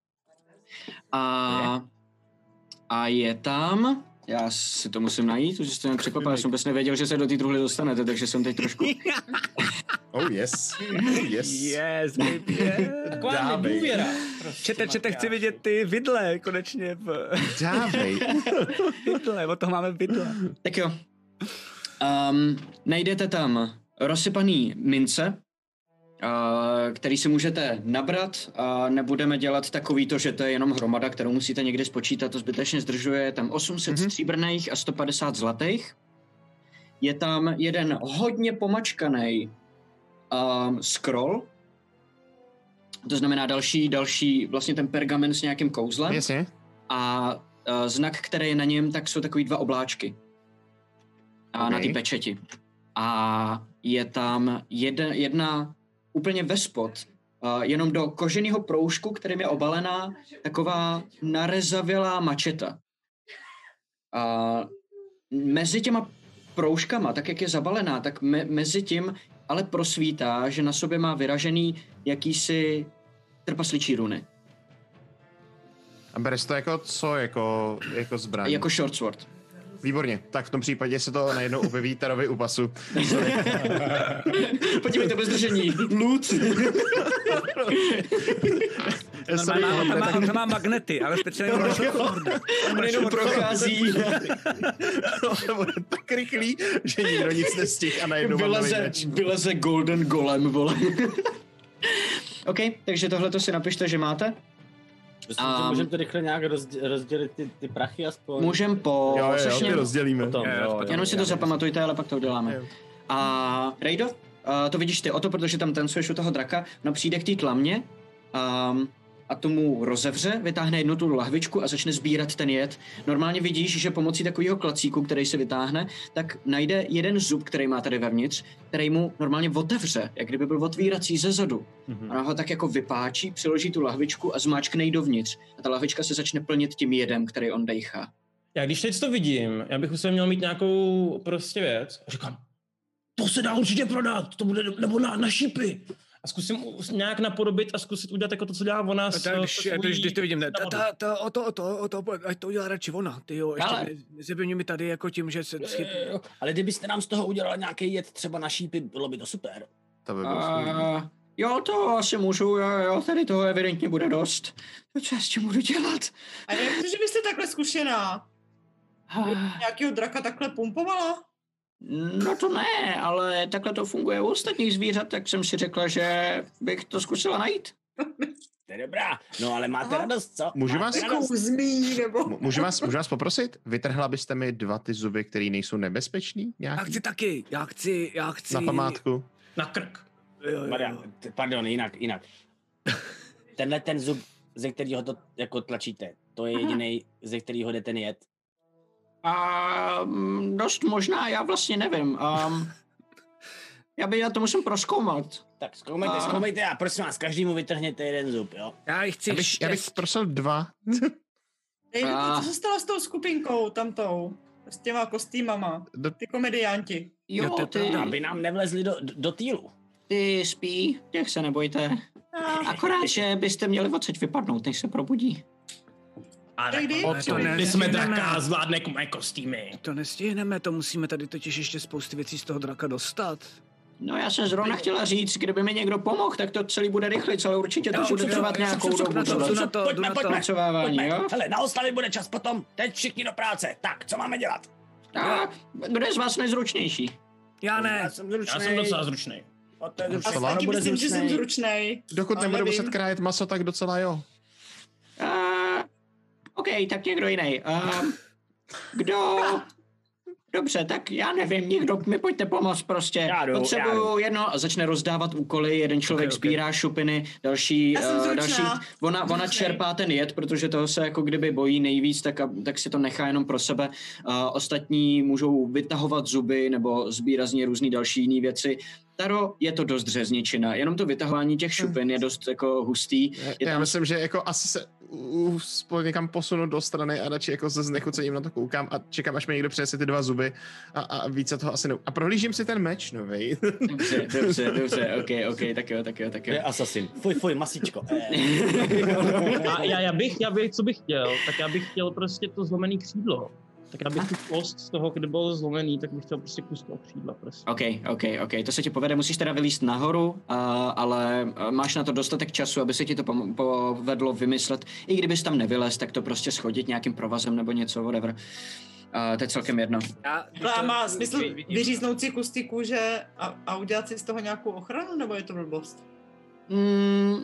A, a je tam... Já si to musím najít, protože jste mě překvapil, já jsem vůbec nevěděl, že se do té truhly dostanete, takže jsem teď trošku... Oh yes, oh yes. Yes, baby, yes. Taková nedůvěra. Čete, čete, chci vidět ty vidle, konečně. V... Dávej. Vidle, o toho máme vidle. Tak jo. Um, najdete tam rozsypaný mince, Uh, který si můžete nabrat a nebudeme dělat takový to, že to je jenom hromada, kterou musíte někdy spočítat, to zbytečně zdržuje. Je tam osm set mm-hmm. stříbrných a sto padesát zlatých. Je tam jeden hodně pomačkaný um, scroll, to znamená další, další, vlastně ten pergamen s nějakým kouzlem. Jasně. A uh, znak, který je na něm, tak jsou takový dva obláčky. A okay. na té pečeti. A je tam jedna, jedna úplně vespod, uh, jenom do koženého proužku, kterým je obalená taková narezavělá mačeta. A mezi těma proužkama, tak jak je zabalená, tak me, mezi tím ale prosvítá, že na sobě má vyražený jakýsi trpasličí runy. A bereš to jako co? Jako, jako zbraň? Jako short sword. Výborně, tak v tom případě se to najednou objeví Tarovi u pasu. Podívejte, bez držení. Loot. On má magnety, ale speciálně on jenom prochází. On je tak rychlý, že nikdo nic nestihl a najednou vyleze, vyleze Golden Golem, vole. OK, takže tohle to si napište, že máte. Um, Můžeme to rychle nějak rozdělit, rozdělit ty, ty prachy aspoň? Můžeme po... Jo, jo, sešně, ty rozdělíme. Potom, jo, jo, jenom si to zapamatujte, ale pak to uděláme. Jo. A Rejdo, uh, to vidíš ty o to, protože tam tancuješ u toho draka, no přijde k té tlamě um, a tomu rozevře, vytáhne jednu tu lahvičku a začne sbírat ten jed. Normálně vidíš, že pomocí takového klacíku, který se vytáhne, tak najde jeden zub, který má tady vevnitř, který mu normálně otevře, jak kdyby byl otvírací ze zadu. Mm-hmm. Ona ho tak jako vypáčí, přiloží tu lahvičku a zmáčkne ji dovnitř. A ta lahvička se začne plnit tím jedem, který on dejchá. Já když teď to vidím, já bych musel měl mít nějakou prostě věc. A říkám, to se dá určitě prodat, to bude, nebo na, na šípy. A zkusím nějak napodobit a zkusit udělat jako to, co dělá ona s... Když, když, když to vidím, ne, ta, ta, ta, o to, o to, o to, ať to udělá radši ona, ty jo, ještě nezaběňuji mi tady jako tím, že se... Schyt... Ale kdybyste nám z toho udělal nějaký jed třeba na šípy, bylo by to super. To by bylo uh, Jo, to asi můžu, jo, jo, tady toho evidentně bude dost. To co já s tím budu dělat? A jak to, že byste takhle zkušená? Nějakýho draka takhle pumpovala? No to ne, ale takhle to funguje u ostatních zvířat, tak jsem si řekla, že bych to zkusila najít. To je dobrá, no ale máte Aha. radost, co? Můžu vás, zmí, nebo... můžu, vás, můžu vás poprosit? Vytrhla byste mi dva ty zuby, které nejsou nebezpečný? Nějaký? Já chci taky, já chci, já chci... Na památku. Na krk. Jo, jo. Marian, pardon, jinak, jinak. Tenhle ten zub, ze kterého to jako tlačíte, to je jediný, ze kterého jde ten jed. A dost možná, já vlastně nevím. Um, já bych, já to musím prozkoumat. Tak zkoumejte, a... zkoumejte a prosím vás, každému vytrhněte jeden zub, jo? Já jich chci já bych, já bych prosil dva. Ej, a... co se stalo s tou skupinkou tamtou? S těma kostýmama? Ty komedianti. Jo, to je ty, pravda. Aby nám nevlezli do, do týlu. ty spí, těch se nebojte. Akorát, že byste měli odsaď vypadnout, než se probudí. A Tak jdi. Ale to my jsme nestihneme. draka, zvládne moje kostýmy. To nestihneme, to musíme tady totiž ještě spousty věcí z toho draka dostat. No já jsem zrovna chtěla říct, kdyby mi někdo pomohl, tak to celý bude rychlejc, ale určitě to Jo, bude šup, trvat šup, nějakou šup, šup, dobu. na to, tohle. jdu na to, jdu Pojďme, na to. pojďme. Pracovávání, Pojďme. jo? Hele, na oslavy bude čas potom. Teď všichni do práce. Tak, co máme dělat? A kdo je z vás nejzručnější? Já Já ne. jsem zručnej. Já jsem docela zručný. O, to je Já zručnej. si Slova? taky Bude myslím, že jsem zručnej. zručnej. Dokud Ale nebudu nevím. muset krájet maso, tak docela jo. Uh, OK, tak někdo jiný. Uh, kdo... Dobře, tak já nevím, někdo mi pojďte pomoct prostě. Já jdu, já Potřebuju jdu. jedno a začne rozdávat úkoly, jeden člověk Ok, ok. sbírá šupiny, další, Já jsem uh, zručná. další, ona, ona Zručnej. čerpá ten jed, protože toho se jako kdyby bojí nejvíc, tak, a- tak si to nechá jenom pro sebe. Uh, ostatní můžou vytahovat zuby nebo sbírat z něj různý další jiné věci. Taro je to dost řezničina, jenom to vytahování těch šupin je dost jako hustý. Já, Je já tam myslím, že jako asi se uh, spolu někam posunu do strany a radši jako se znechucením na to koukám a čekám, až mi někdo přinese ty dva zuby a, a více toho asi ne. A prohlížím si ten meč, novej. Dobře, dobře, dobře, ok, ok, tak jo, tak jo, tak To je jo. asasin. Fuj, fuj, masičko. A já, já, bych, já bych, co bych chtěl, tak já bych chtěl prostě to zlomený křídlo. Tak já bych tu kost z toho, kde bylo zlomený, tak bych chtěl prostě kus toho křídla prostě. OK, OK, OK, to se ti povede, musíš teda vylízt nahoru, uh, ale uh, máš na to dostatek času, aby se ti to pom- povedlo vymyslet. I kdybys tam nevylez, tak to prostě schodit nějakým provazem nebo něco, whatever. Uh, to je celkem jedno. Já, To a má smysl vy- vy- vyříznout si kus ty kůže a, a udělat si z toho nějakou ochranu, nebo je to blbost? Mm,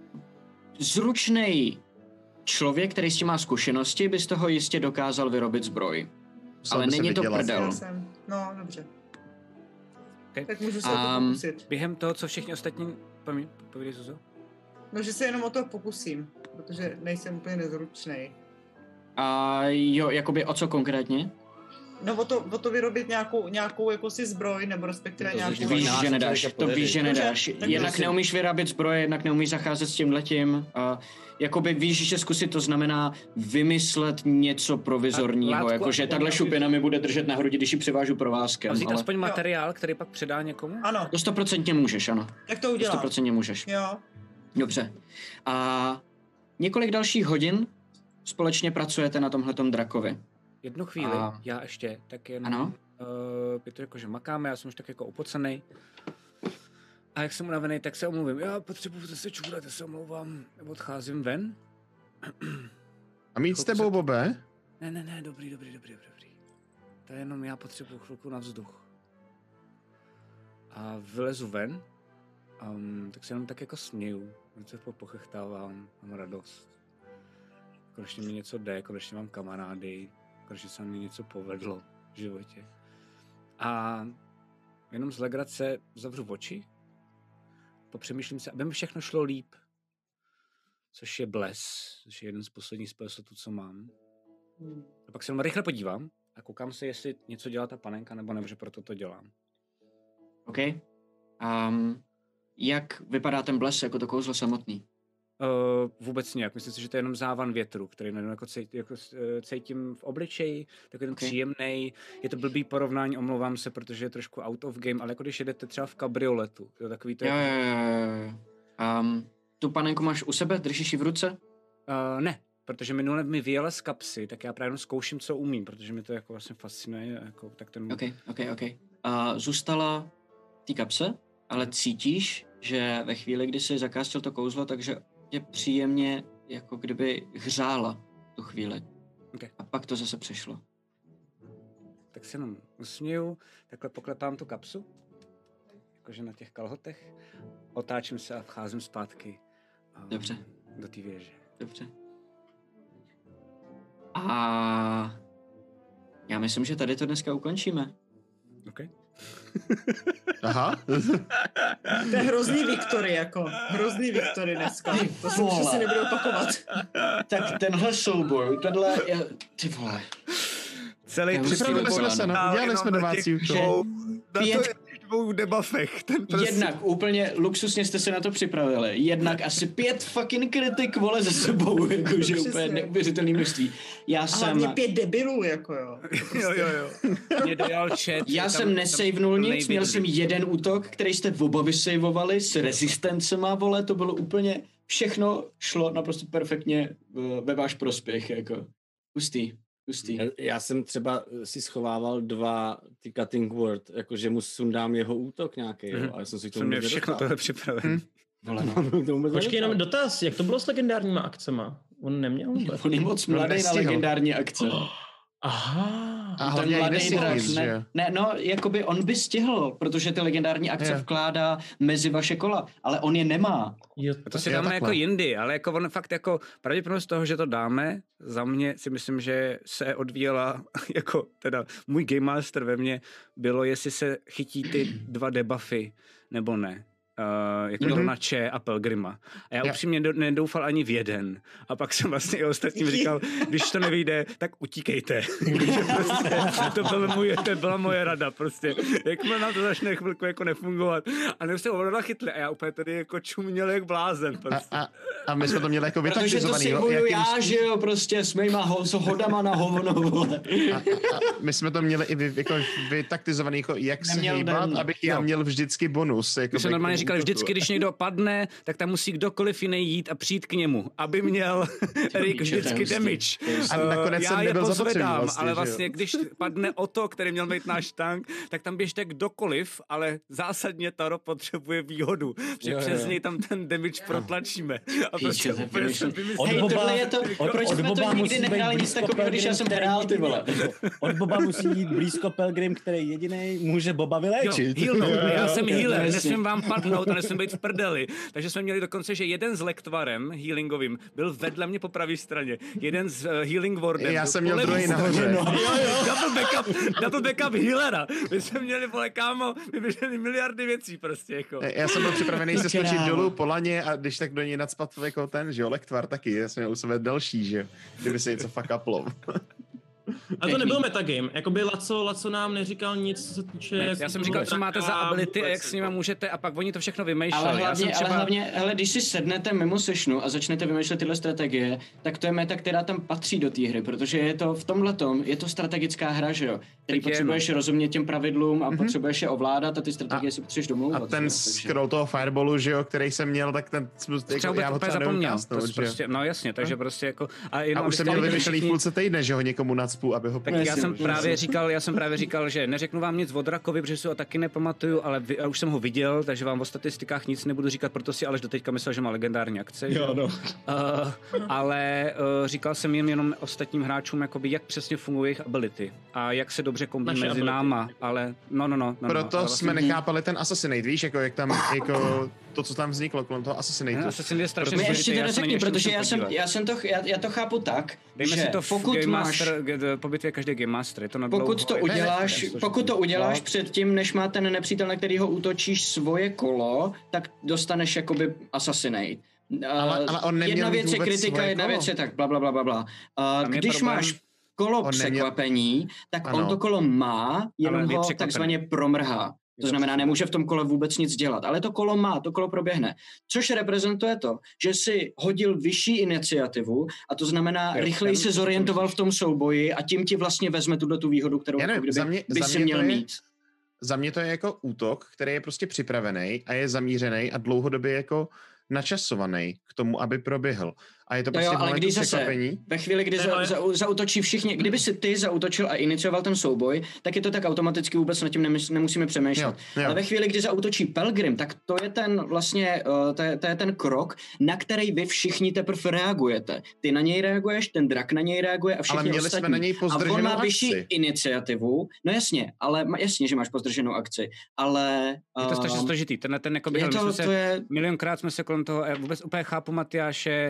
zručnej člověk, který s tím má zkušenosti, by z toho jistě dokázal vyrobit zbroj. Musel Ale by se není to vydělat. prdel. Já jsem, no, dobře. Okay. Tak můžu se o to Um, pokusit. Během toho, co všichni ostatní... Povědej, povědej, Zuzo. No, že se jenom o to pokusím, protože nejsem úplně nezručnej. A jo, jakoby o co konkrétně? No, o to, o to vyrobit nějakou, nějakou jako si zbroj, nebo respektive To nějakou... zase Víš, nás že to nedáš, člověka to povede. víš, že Dobře, nedáš. tak Jednak prosím. neumíš vyrábět zbroje, jednak neumíš zacházet s tímhletím. A jakoby víš, že zkusit to znamená vymyslet něco provizorního, látku jakože aspoň, tahle aby- šupina mi bude držet na hrudi, když ji přivážu provázkem. A vzít Ale aspoň materiál, který pak předá někomu? Ano, to stoprocentně můžeš, ano. tak to To udělám. stoprocentně můžeš. Jo. Dobře. A několik dalších hodin společně pracujete na tomhletom drakovi. Jednu chvíli, A- já ještě, tak jen... Ano? Uh, je to jako, že makáme, já jsem už tak jako upocenej. A jak jsem unavený, tak se omluvím. Já potřebuji zase čůrat, já se omlouvám. Odcházím ven. A mít s tebou, Bobe? Ne, ne, ne, dobrý, dobrý, dobrý, dobrý. dobrý. To je jenom já potřebuji chvilku na vzduch. A vylezu ven, um, tak se jenom tak jako směju. Něco pochechtávám, mám radost. Konečně mi něco jde, konečně mám kamarády, konečně se mi něco povedlo v životě. A jenom z legrace zavřu oči, popřemýšlím se, aby mi všechno šlo líp. Což je bles, což je jeden z posledních spellslotů, co mám. A pak se jenom rychle podívám a koukám se, jestli něco dělá ta panenka, nebo ne, že proto to dělám. OK. Um, jak vypadá ten bles jako to kouzlo samotný? Uh, vůbec nějak. Myslím si, že to je jenom závan větru, který najednou jako, cít, jako eh, cítím v obličeji, takový ten Okay. příjemnej. Je to blbý porovnání, omlouvám se, protože je trošku out of game, ale jako když jedete třeba v kabrioletu, jo, takový to Jo, je... jo, jo, jo. Um, tu panenku máš u sebe? Držíš ji v ruce? Uh, ne, protože minule mi vyjela z kapsy, tak já právě jenom zkouším, co umím, protože mi to jako vlastně fascinuje. Jako, tak ten... OK, OK, OK. Uh, zůstala v té kapse, ale cítíš, že ve chvíli, kdy jsi zakástil to kouzlo, takže tě příjemně jako kdyby hřála tu chvíli. Okay. A pak to zase přešlo. Tak se jenom usměju, takhle poklepám tu kapsu, jakože na těch kalhotech, otáčím se a vcházím zpátky um, Dobře. do té věže. Dobře. A já myslím, že tady to dneska ukončíme. Okay. Aha. To je hrozný Viktory, jako. Hrozný Viktory dneska. To se už asi nebudu opakovat. Tak tenhle souboj, tenhle je... Ty vole. Celý Já Připravili Musíme jsme se, no. dál Udělali jenom jsme na domácí těch úkol. show. Na to Pět, je- dvou debuffech. Ten prostě... Jednak úplně luxusně jste se na to připravili. Jednak asi pět fucking kritik, vole, za sebou, jakože úplně neuvěřitelný množství. Já a jsem... hlavně pět debilů, jako jo. Prostě... jo, jo, jo. Mě dojal chat. Já jsem nesejvnul nic, měl jsem jeden útok, který jste v oba vysejvovali s rezistencema, vole, to bylo úplně... Všechno šlo naprosto perfektně ve váš prospěch, jako. Hustý. Hustý. Já, já jsem třeba si schovával dva ty cutting word, jakože mu sundám jeho útok nějaký, jo, ale jsem si k tomu mě všechno tohle připraven. Hm. Vole, no. Počkej, jenom dotaz, jak to bylo s legendárníma akcema? On neměl vůbec. On je moc mladý na legendární akce. Oh. Aha. A hlavně mladý drak, ne, ne, no, jakoby on by stihl, protože ty legendární akce je. vkládá mezi vaše kola, ale on je nemá. Jo, to si dáme jako jindy, ale jako on fakt jako pravděpodobnost toho, že to dáme, za mě si myslím, že se odvíjela, jako teda můj Game Master ve mně bylo, jestli se chytí ty dva debuffy, nebo ne. Uh, jako mm-hmm. Donače a Pelgrima. A já yeah. upřímně do, nedoufal ani v jeden. A pak jsem vlastně i ostatním říkal, když to nevyjde, tak utíkejte. prostě, to, byla moje, to byla moje rada. Prostě. Jakmile nám to začne chvilku jako nefungovat. A nebo se opravdu chytli. A já úplně tady jako čuměl jak blázen. Prostě. A, a, a my jsme to měli jako vytaktizovaný. Protože to si boju já, že jo, prostě s mýma ho, s hodama na hovno. Vole. A, a, a my jsme to měli i vy, jako vytaktizovaný, jako jak se hýbat, abych já měl vždycky bonus. Jako říkali vždycky, když někdo padne, tak tam musí kdokoliv jiný jít a přijít k němu, aby měl Rick vždycky damage. A nakonec já je pozvedám, vlastně, ale vlastně, když padne Otto, který měl být náš tank, tak tam běžte kdokoliv, ale zásadně Taro potřebuje výhodu, že jo, přes jo. něj tam ten damage protlačíme. A prostě úplně jsem vymyslel. Hej, tohle je to, od, proč od jsme to nikdy nehráli nic takového, když já jsem hrál, ty vole. Od Boba musí jít blízko Pelgrim, který jediný může Boba vyléčit. Jo, healnou, já jsem healer, nesmím vám padnout a nesmím být v prdeli. Takže jsme měli dokonce, že jeden s lektvarem healingovým byl vedle mě po pravé straně. Jeden s uh, healing wardem. Já jsem měl druhý nahoře. No, jo, jo. Double backup, double backup healera. My jsme měli, vole, kámo, vyběželi miliardy věcí prostě, jako. Já jsem byl připravený se skočit dolů po laně a když tak do něj nadspat jako ten, že jo, lektvar taky. Já jsem měl u sebe další, že jo, kdyby se něco fuck uplo. A to nebyl metagame, jakoby Laco, Laco nám neříkal nic, co se týče... Ne, já jsem říkal, co máte za ability a jak s nimi můžete a pak oni to všechno vymýšleli. Ale hlavně, třeba... ale hlavně hele, když si sednete mimo sessionu a začnete vymýšlet tyhle strategie, tak to je meta, která tam patří do té hry, protože je to v tomhletom, je to strategická hra, že jo? Který tak potřebuješ je, no. rozumět těm pravidlům a mm-hmm. potřebuješ je ovládat a ty strategie a, si potřebuješ domlouvat. A ten scroll toho fireballu, že jo, který jsem měl, tak ten... Jako, já ho třeba zapomněl. Prostě, no jasně, takže prostě jako... A, a už jsem měl vymyšlený v půlce týdne, že ho někomu nacpu, aby ho... Já jsem právě říkal, já jsem právě říkal, že neřeknu vám nic o drakovi, protože si ho taky nepamatuju, ale vy, už jsem ho viděl, takže vám o statistikách nic nebudu říkat, proto si Aleš doteďka myslel, že má legendární akce. Jo, no. Uh, ale uh, říkal jsem jim jenom ostatním hráčům, jakoby, jak přesně fungují jejich ability a jak se dobře kombinují mezi ability. Náma, ale no, no, no. no proto no, jsme vlastně... nechápali ten Assassinate, víš, jako jak tam, jako to, co tam vzniklo kolem toho Assassinateu. No, Assassinate je strašně složitý. Ještě to neřekni, protože já jsem, já jsem to, já, já to chápu tak, dejme že si to pokud Game máš... Master, po bitvě každý Game Master, je to na pokud to uděláš, ne, ne, pokud to uděláš předtím, než má ten nepřítel, na kterýho útočíš svoje kolo, tak dostaneš jakoby Assassinate. Ale, ale on jedna věc je kritika, jedna věc je tak bla bla bla bla. Uh, když máš kolo on překvapení, neměl... tak ano. on to kolo má, jenom ho takzvaně promrhá. To znamená, nemůže v tom kole vůbec nic dělat, ale to kolo má, to kolo proběhne. Což reprezentuje to, že si hodil vyšší iniciativu a to znamená, rychleji se zorientoval v tom souboji a tím ti vlastně vezme tuto tu výhodu, kterou nevím, kdyby, za mě, by za si mě měl je, mít. Za mě to je jako útok, který je prostě připravený a je zamířený a dlouhodobě jako načasovaný k tomu, aby proběhl. A je to prostě jo, ale když zase, ve chvíli, kdy za, za, zautočí všichni, kdyby si ty zautočil a inicioval ten souboj, tak je to tak automaticky vůbec nad tím nemus, nemusíme přemýšlet. Jo, jo. Ale ve chvíli, kdy zautočí Pelgrim, tak to je ten vlastně, uh, to, je, to je ten krok, na který vy všichni teprve reagujete. Ty na něj reaguješ, ten drak na něj reaguje a všichni ostatní. Ale měli ostatní. jsme na něj pozdrženou akci. A on má vyšší iniciativu, no jasně, ale jasně, že máš pozdrženou akci, ale... Uh, je to strašně složitý, ten, ten jako běhl, to, my jsme to se, je... milionkrát jsme se kolem toho, vůbec úplně chápu Matyáše, byl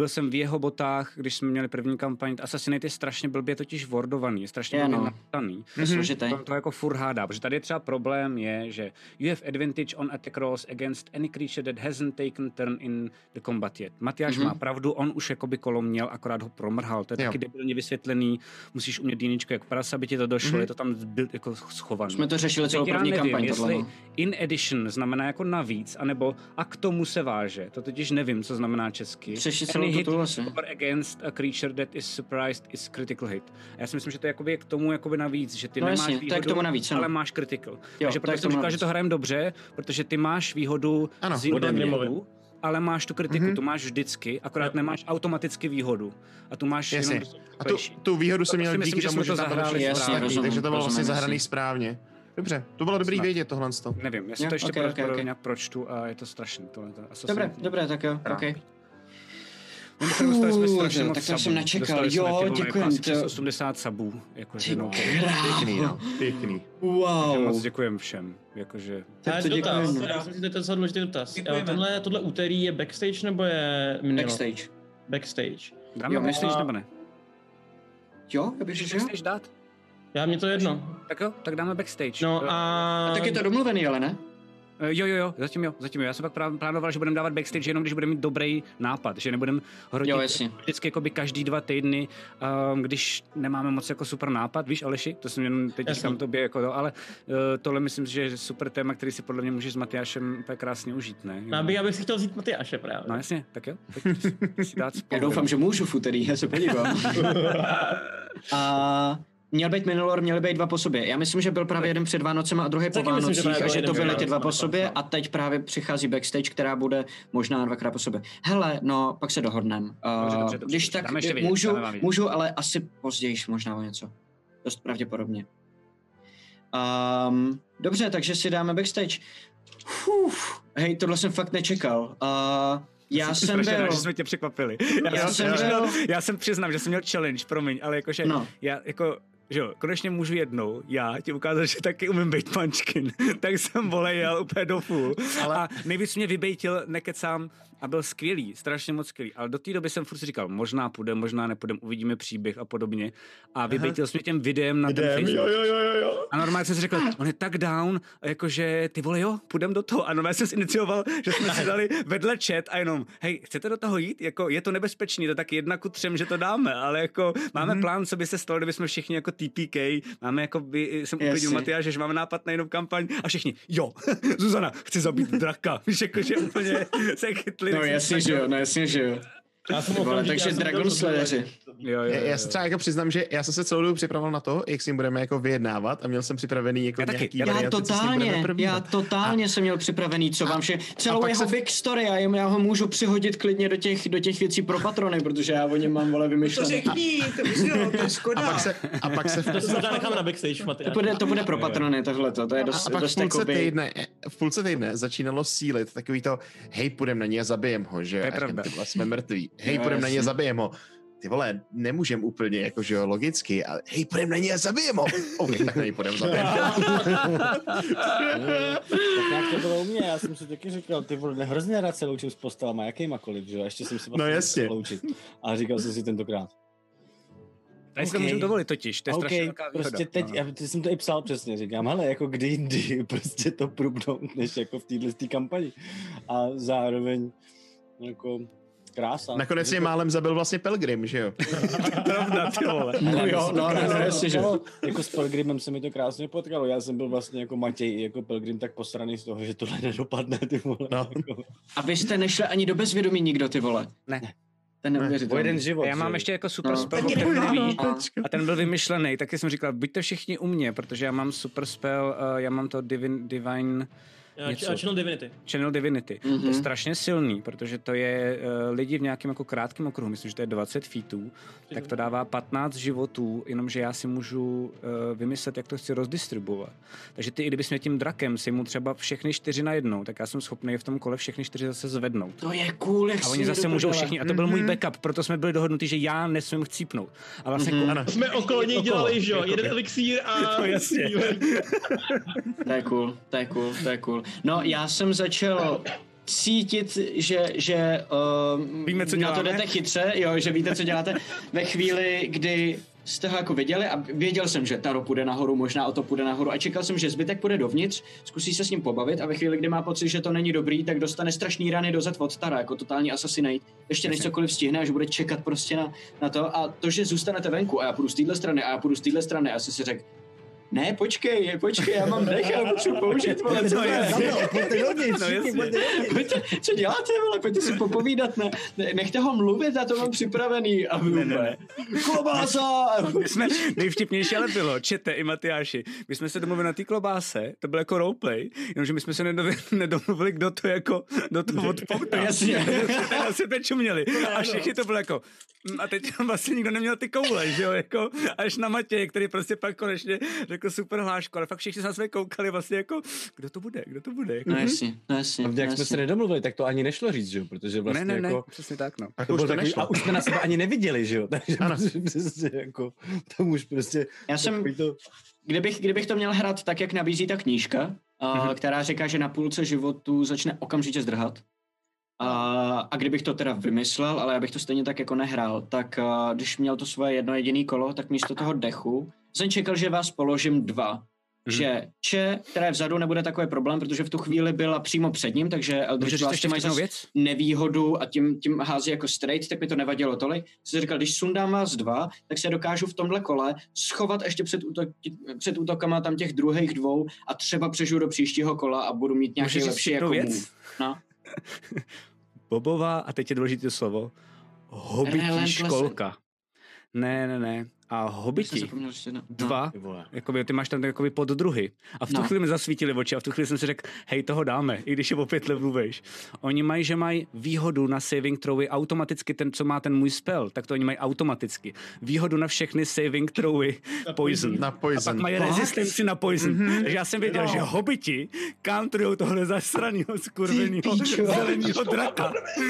byl jsem v jeho botách, když jsme měli první kampaň. Assassinate je strašně blbě totiž wordovaný, je strašně Je, blbě no. napsaný. To je složitý. To, to jako furt hádá, protože tady je třeba problém je, že you have advantage on attack rolls against any creature that hasn't taken turn in the combat yet. Matyáš Mhm. má pravdu, on už jakoby kolo měl, akorát ho promrhal. To je Jo. taky debilně vysvětlený, musíš umět dýničku, jak paras, aby ti to došlo, Mhm. je to tam byl jako schované. Jsme to řešili celou Teď já první nevím, kampaň, tohle. jestli no. in addition znamená jako navíc, anebo a k tomu se váže. To totiž nevím, co znamená česky. Přešli Any celou hit tu asi. or against a creature that is surprised is critical hit. A já si myslím, že to je jakoby k tomu jakoby navíc, že ty No nemáš jasně, to je výhodu, k tomu navíc, ano. ale máš critical. Jo, Takže to je proto k jsem tomu říkal, že navíc. to hrajeme dobře, protože ty máš výhodu Ano, z jiného ode mě druhu, ale máš tu kritiku, Mhm. tu máš vždycky, akorát nemáš automaticky výhodu. A tu máš Jasně. jenom... A tu, tu výhodu jsem Proto si měl myslím, díky že tomu, jsme že to tam bylo zahráli všechno správně. ostatní, takže to bylo Rozumím, vlastně rozumím, zahraný jasně. správně. Dobře, to bylo dobrý Snad. vědět tohle. Nevím, já si Jo, to ještě ok, ok, pravděpodobně ok. nějak pročtu a je to strašný. Tohle, to Assassin's Dobré, Creed. dobré, tak jo, Dobrá. OK. Mimochodem, dostali jsme Fů, strašně jo, moc tak to jsem sabů. nečekal. Dostali jsme, Jo, ty vole, děkujem, jako asi to- přes osmdesát sabů. Jakože, Ty no, Pěkný, krávo. no. Pěkný. takže moc Wow. děkujem všem. Jakože, Tak Ale to dotaz, děkujeme. já myslím, že to je docela důležitý dotaz. Děkujeme. Tohle, tohle úterý je backstage nebo je minilo? Backstage. Backstage. dáme Jo, backstage a- nebo ne? Jo, já bych Můžeš řekl, že jo. backstage dát? Já mě to jedno. Tak jo, tak dáme backstage. No Eh, a... A tak je to domluvený, ale ne? Eh, Jo, jo, jo, zatím jo, zatím jo. Já jsem pak prá- plánoval, že budeme dávat backstage jenom, když budeme mít dobrý nápad, že nebudeme hrotit Jo, jasně. vždycky jakoby každý dva týdny, um, když nemáme moc jako super nápad, víš Aleši, to jsem jenom teď Jasně. říkám tobě, jako to, ale uh, tohle myslím, že je super téma, který si podle mě můžeš s Matyášem úplně krásně užít, ne? Já bych, já bych si chtěl vzít Matyáše právě. No jasně, tak jo, tak si- si dát Já spolu. doufám, že můžu v úterý, já se podívám. A měl být Minilor, měly být dva po sobě. Já myslím, že byl právě jeden před Vánocema a druhý po Taky myslím, že Vánocích právě a že byl to jeden byly před ty dva po Vánocema. sobě a teď právě přichází backstage, která bude možná dvakrát po sobě. Hele, no, pak se dohodneme. Dobře, Uh, dobře, dobře. když tak Dáme ještě vědět, můžu, dáme vám vědět. můžu, ale asi později možná o něco. Dost pravděpodobně. Um, dobře, takže si dáme backstage. Uf, hej, tohle jsem fakt nečekal. Uh, já jsem strašně byl... rád, že jsme tě překvapili. Já, Já jsem, jsem měl, byl- já jsem přiznám, že jsem měl challenge, promiň, ale jakože No. já jako že jo, konečně můžu jednou, já ti ukázat, že taky umím být munchkin, tak jsem vole jel úplně do full. Ale... A nejvíc mě vybejtil, nekecám, a byl skvělý, strašně moc skvělý. Ale do té doby jsem furt si říkal, možná půjdem, možná nepůjdem, uvidíme příběh a podobně. A vybejtil jsem mě těm videem na ten Facebook. Jo, jo, jo, jo, jo. A normálně jsem si řekl, on je tak down, jakože ty vole jo, půjdem do toho. A normálně jsem si inicioval, že jsme si dali vedle chat a jenom, hej, chcete do toho jít? Jako, je to nebezpečný, to tak jedna ku třem, že to dáme, ale jako máme mm-hmm. plán, co by se stalo, kdyby jsme všichni jako T P K, máme jako by, jsem uklidnil Jasně. Matyáše, že máme nápad na jinou kampaň a všichni, jo, Zuzana, chci zabít draka. Víš, jakože úplně se chytli. No jasně, že jo, no jasně, že jo. Já jsem Vole, okamžitě- takže já jsem Dragon byl Slayeři. Jo, jo, Já, jo, já se třeba jako přiznám, že já jsem se celou dobu připravoval na to, jak s ním budeme jako vyjednávat a měl jsem připravený jako Já taky. nějaký Já Já varianty, co s ním budeme totálně, já probírat. totálně jsem měl připravený, co vám vše, celou pak jeho se- big story a já ho můžu přihodit klidně do těch, do těch věcí pro patrony, protože já o něm mám, vole, To vymyšlené. řekni, to už jo, to je škoda. A pak se, a pak se To si možná necháme na backstage, Matyáš. To bude, to bude pro patrony tohleto, to je dost, a pak v dost půlce, jakoby... týdne, v půlce týdne začínalo sílit takový to, hej, půjdem na ně a zabijem ho, že jo, To je a pravda. ty vole, jsme mrtví, hej, Jo, půjdem na ně a jasně. zabijem ho. Ty vole, nemůžem úplně, jako že jo, logicky, ale hej, půjdem na ně a zabijem ho. OK, tak na ně půjdem zabijem. Tak nějak to bylo u mě, já jsem si taky říkal, ty vole, hrozně rád se loučím s postelama, jakýmakoliv, že jo, ještě jsem si vlastně jasně. nechtěl loučit. A říkal jsem si tentokrát. Tady si to Okay. můžu dovolit totiž, to je strašně OK, velká výhoda. prostě teď, No. já ty jsem to i psal přesně, říkám, hele, jako kdy jindy prostě to průbnout, než jako v téhle tý kampani. A zároveň jako krása. Nakonec mě málem zabil vlastně Pelgrim, že jo. Pravda, ty vole. No jo, no, no, no, jasně, že jo. Jako s Pelgrimem se mi to krásně potkalo. Já jsem byl vlastně jako Matěj, jako Pelgrim tak posraný z toho, že tohle nedopadne, ty vole. No. Jako, A vy jste nešli ani do bezvědomí nikdo, ty vole. Ne. Ten o neuvěřitelný. jeden život. Já mám že? ještě jako super No. spell, o Taky kterém nemám. nevíš. A- A ten byl vymyšlený, taky jsem říkal, buďte všichni u mě, protože já mám super spell, uh, já mám to divin, divine něco. Channel Divinity. Channel Divinity. Mm-hmm. To je Mhm. strašně silný, protože to je uh, lidi v nějakém jako krátkém okruhu, myslím, že to je dvacet feetů, tak to dává patnáct životů, jenomže já si můžu uh, vymyslet, jak to chci rozdistribuovat. Takže ty, i kdybys měl tím drakem si mu třeba všechny čtyři najednou, tak já jsem schopný v tom kole všechny čtyři zase zvednout. To je cool, jak A si oni mě zase do můžou prdele. všichni, a to byl můj backup, proto jsme byli dohodnutí, že já nesmím chcípnout. A vlastně Mhm. mm-hmm. Ano. Jsme okolo něj dělali, že jo, Jako- jeden elixír a... To jasně. To je cool, to je cool, to je cool. No, já jsem začal cítit, že, že uh, Víme, co na to děláme? jdete chytře, jo, že víte, co děláte ve chvíli, kdy jste ho jako viděli a věděl jsem, že Taro půjde nahoru, možná o to půjde nahoru a čekal jsem, že zbytek půjde dovnitř, zkusí se s ním pobavit a ve chvíli, kdy má pocit, že to není dobrý, tak dostane strašný rany dozad od Tara, jako totální assassinate, ještě než cokoliv stihne, až bude čekat prostě na, na to a to, že zůstanete venku a já půjdu z téhle strany a já půjdu z téhle strany a já jsem si řekl, ne, počkej, počkej, já mám dech, já potřebuji použít, vole, co je? Pojďte, co děláte, vole, pojďte si popovídat, ne, nechte ho mluvit, já to mám připravený. A vy úplně, klobása! My jsme, nejvtipnější ale bylo, čete i Matyáši, my jsme se domluvili na té klobáse, to bylo jako roleplay, jenomže my jsme se nedomluvili, nedomluvili kdo to jako, kdo to odpoutá. Jasně. Ten se teď čuměli a všichni to bylo jako, a teď vlastně nikdo neměl ty koule, že jo, jako, až na Matěj, který prostě pak konečně řekl super hlášku, ale fakt všichni se na své koukali vlastně jako, kdo to bude, kdo to bude. Jako, no jasně, no jasně. A jak jsme se nedomluvili, tak to ani nešlo říct, že jo, protože vlastně ne, ne, jako... Ne, přesně tak, no. A To už bylo to takový, nešlo. a už jsme na sebe ani neviděli, že jo, takže Ano. přesně jako, tam už prostě... Já jsem, to... kdybych, kdybych to měl hrát tak, jak nabízí ta knížka, uh, Mhm. která říká, že na půlce životu začne okamžitě zdrhat, a, a kdybych to teda vymyslel, ale já bych to stejně tak jako nehrál, tak uh, když měl to svoje jedno jediný kolo, tak místo toho dechu jsem čekal, že vás položím dva. Mhm. Že Če, která je vzadu, nebude takový problém, protože v tu chvíli byla přímo před ním, takže Můžeš Eldritch říct Blasty ještě mají jednu zas věc? nevýhodu a tím, tím hází jako straight, tak mi to nevadilo tolik. Jsem si říkal, když sundám vás dva, tak se dokážu v tomhle kole schovat ještě před, útok, před útokama tam těch druhých dvou a třeba přežiju do příštího kola a budu mít nějaký Můžeš říct lepší jednu jako věc? move. No. Bobová, a teď je důležité slovo, hobití Relentless. školka. Ne, ne, ne. A Já jsem hobiti, zapomněl ještě jedno. No. dva, Ty vole. jakoby, ty máš tam jakoby poddruhy. A v tu No. chvíli mi zasvítili oči a v tu chvíli jsem si řekl, hej, toho dáme, i když je o pět levelů vejš. Oni mají, že mají výhodu na saving throwy automaticky, ten, co má ten můj spell, tak to oni mají automaticky. Výhodu na všechny saving throwy poison. Na A pak poison. mají rezistenci na poison. Mm-hmm. Takže já jsem věděl, No. že hobiti counterujou tohle zasranýho skurvenýho píčo. zelenýho draka.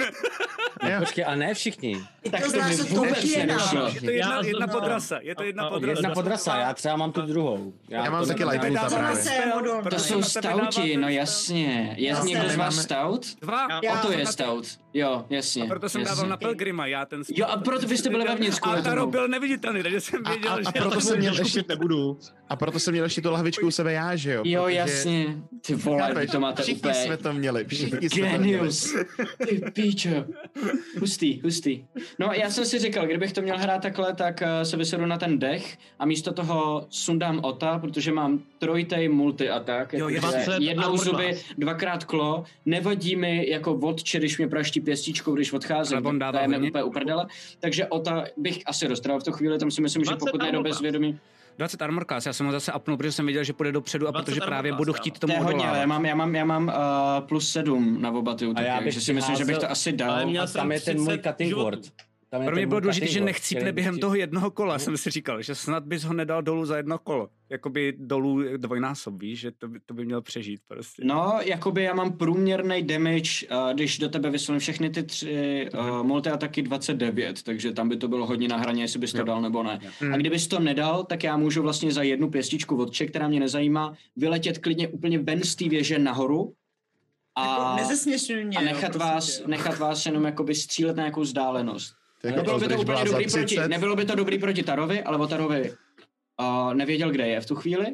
Jo. Počkej, a ne všichni. Tak To to znamená, mi že to vůbec je nedošlo. náš. Je to jedna, Já jedna jsem- podrasa, je to jedna A- a- podrasa. Jedna podrasa, já třeba mám tu druhou. Já mám to taky nedám. lightning Dávám právě. se spell, modul. To protože jsou na tebe dávám stouti, ten no spell. jasně. Je Já někdo z jsem- vás stout? Dva. Já- O to je Na- stout. Jo, jasně. A proto jsem jasně. dával na Pelgrima, já ten spell. Jo, a proto vy jste byli vevnitř kvůli A Taro tomu. byl neviditelný, takže jsem A, věděl, a, že... a proto jsem měl ještě nebudu. A proto jsem měl ještě tu lahvičku u sebe já, že jo? Jo, Protože- jasně. Ty vole, vy Chápeš? to máte Všichni úplně... jsme to měli, všichni jsme to měli. Genius. Ty píčo. Hustý, hustý. No já jsem si říkal, kdybych to měl hrát takhle, tak uh, se vysedu na ten dech a místo toho sundám ota, protože mám trojtej multi-atak. Jo, jakože dvacet jednou armor zuby, class. dvakrát klo. Nevadí mi jako vodče, když mě praští pěstičkou, když odcházím. Ale on dává to je mi hodně. úplně uprdele. Takže ota bych asi roztrval v tu chvíli, tam si myslím, že dvacet pokud nejde armor bez class. vědomí. dvacet armor class, já jsem ho zase upnul, protože jsem věděl, že půjde dopředu a dvacet protože armor právě class, budu jo. chtít To tomu je hodně, ale odolávat. já mám, já mám, já mám uh, plus sedm na oba ty útoky, já bych takže si myslím, že bych to házel- asi dal. Ale měl A tam je ten můj třicet cutting životů. word. Tam je Pro mě ten bylo můj důležité, cutting že word, nechcípne který během ti- toho jednoho kola, jsem si říkal, že snad bys ho nedal dolů za jedno kolo. Jakoby dolů dvojnásob, víš, že to by, to by měl přežít prostě. No, jakoby já mám průměrný damage, uh, když do tebe vyslím všechny ty tři uh, multi-ataky dvacet devět, takže tam by to bylo hodně na hraně, jestli bys to Jo. dal nebo ne. Hmm. A kdybys to nedal, tak já můžu vlastně za jednu pěstičku vodče, která mě nezajímá, vyletět klidně úplně ven z té věže nahoru a, Jako nezesměšňuj mě, a jo, nechat, prosím vás, tě. nechat vás jenom jakoby střílet na nějakou vzdálenost. To jako Nebylo by to Eldritch úplně byla dobrý za proti, třicet. nebylo by to dobrý proti Tarovi, ale o Tarovi uh, nevěděl, kde je v tu chvíli.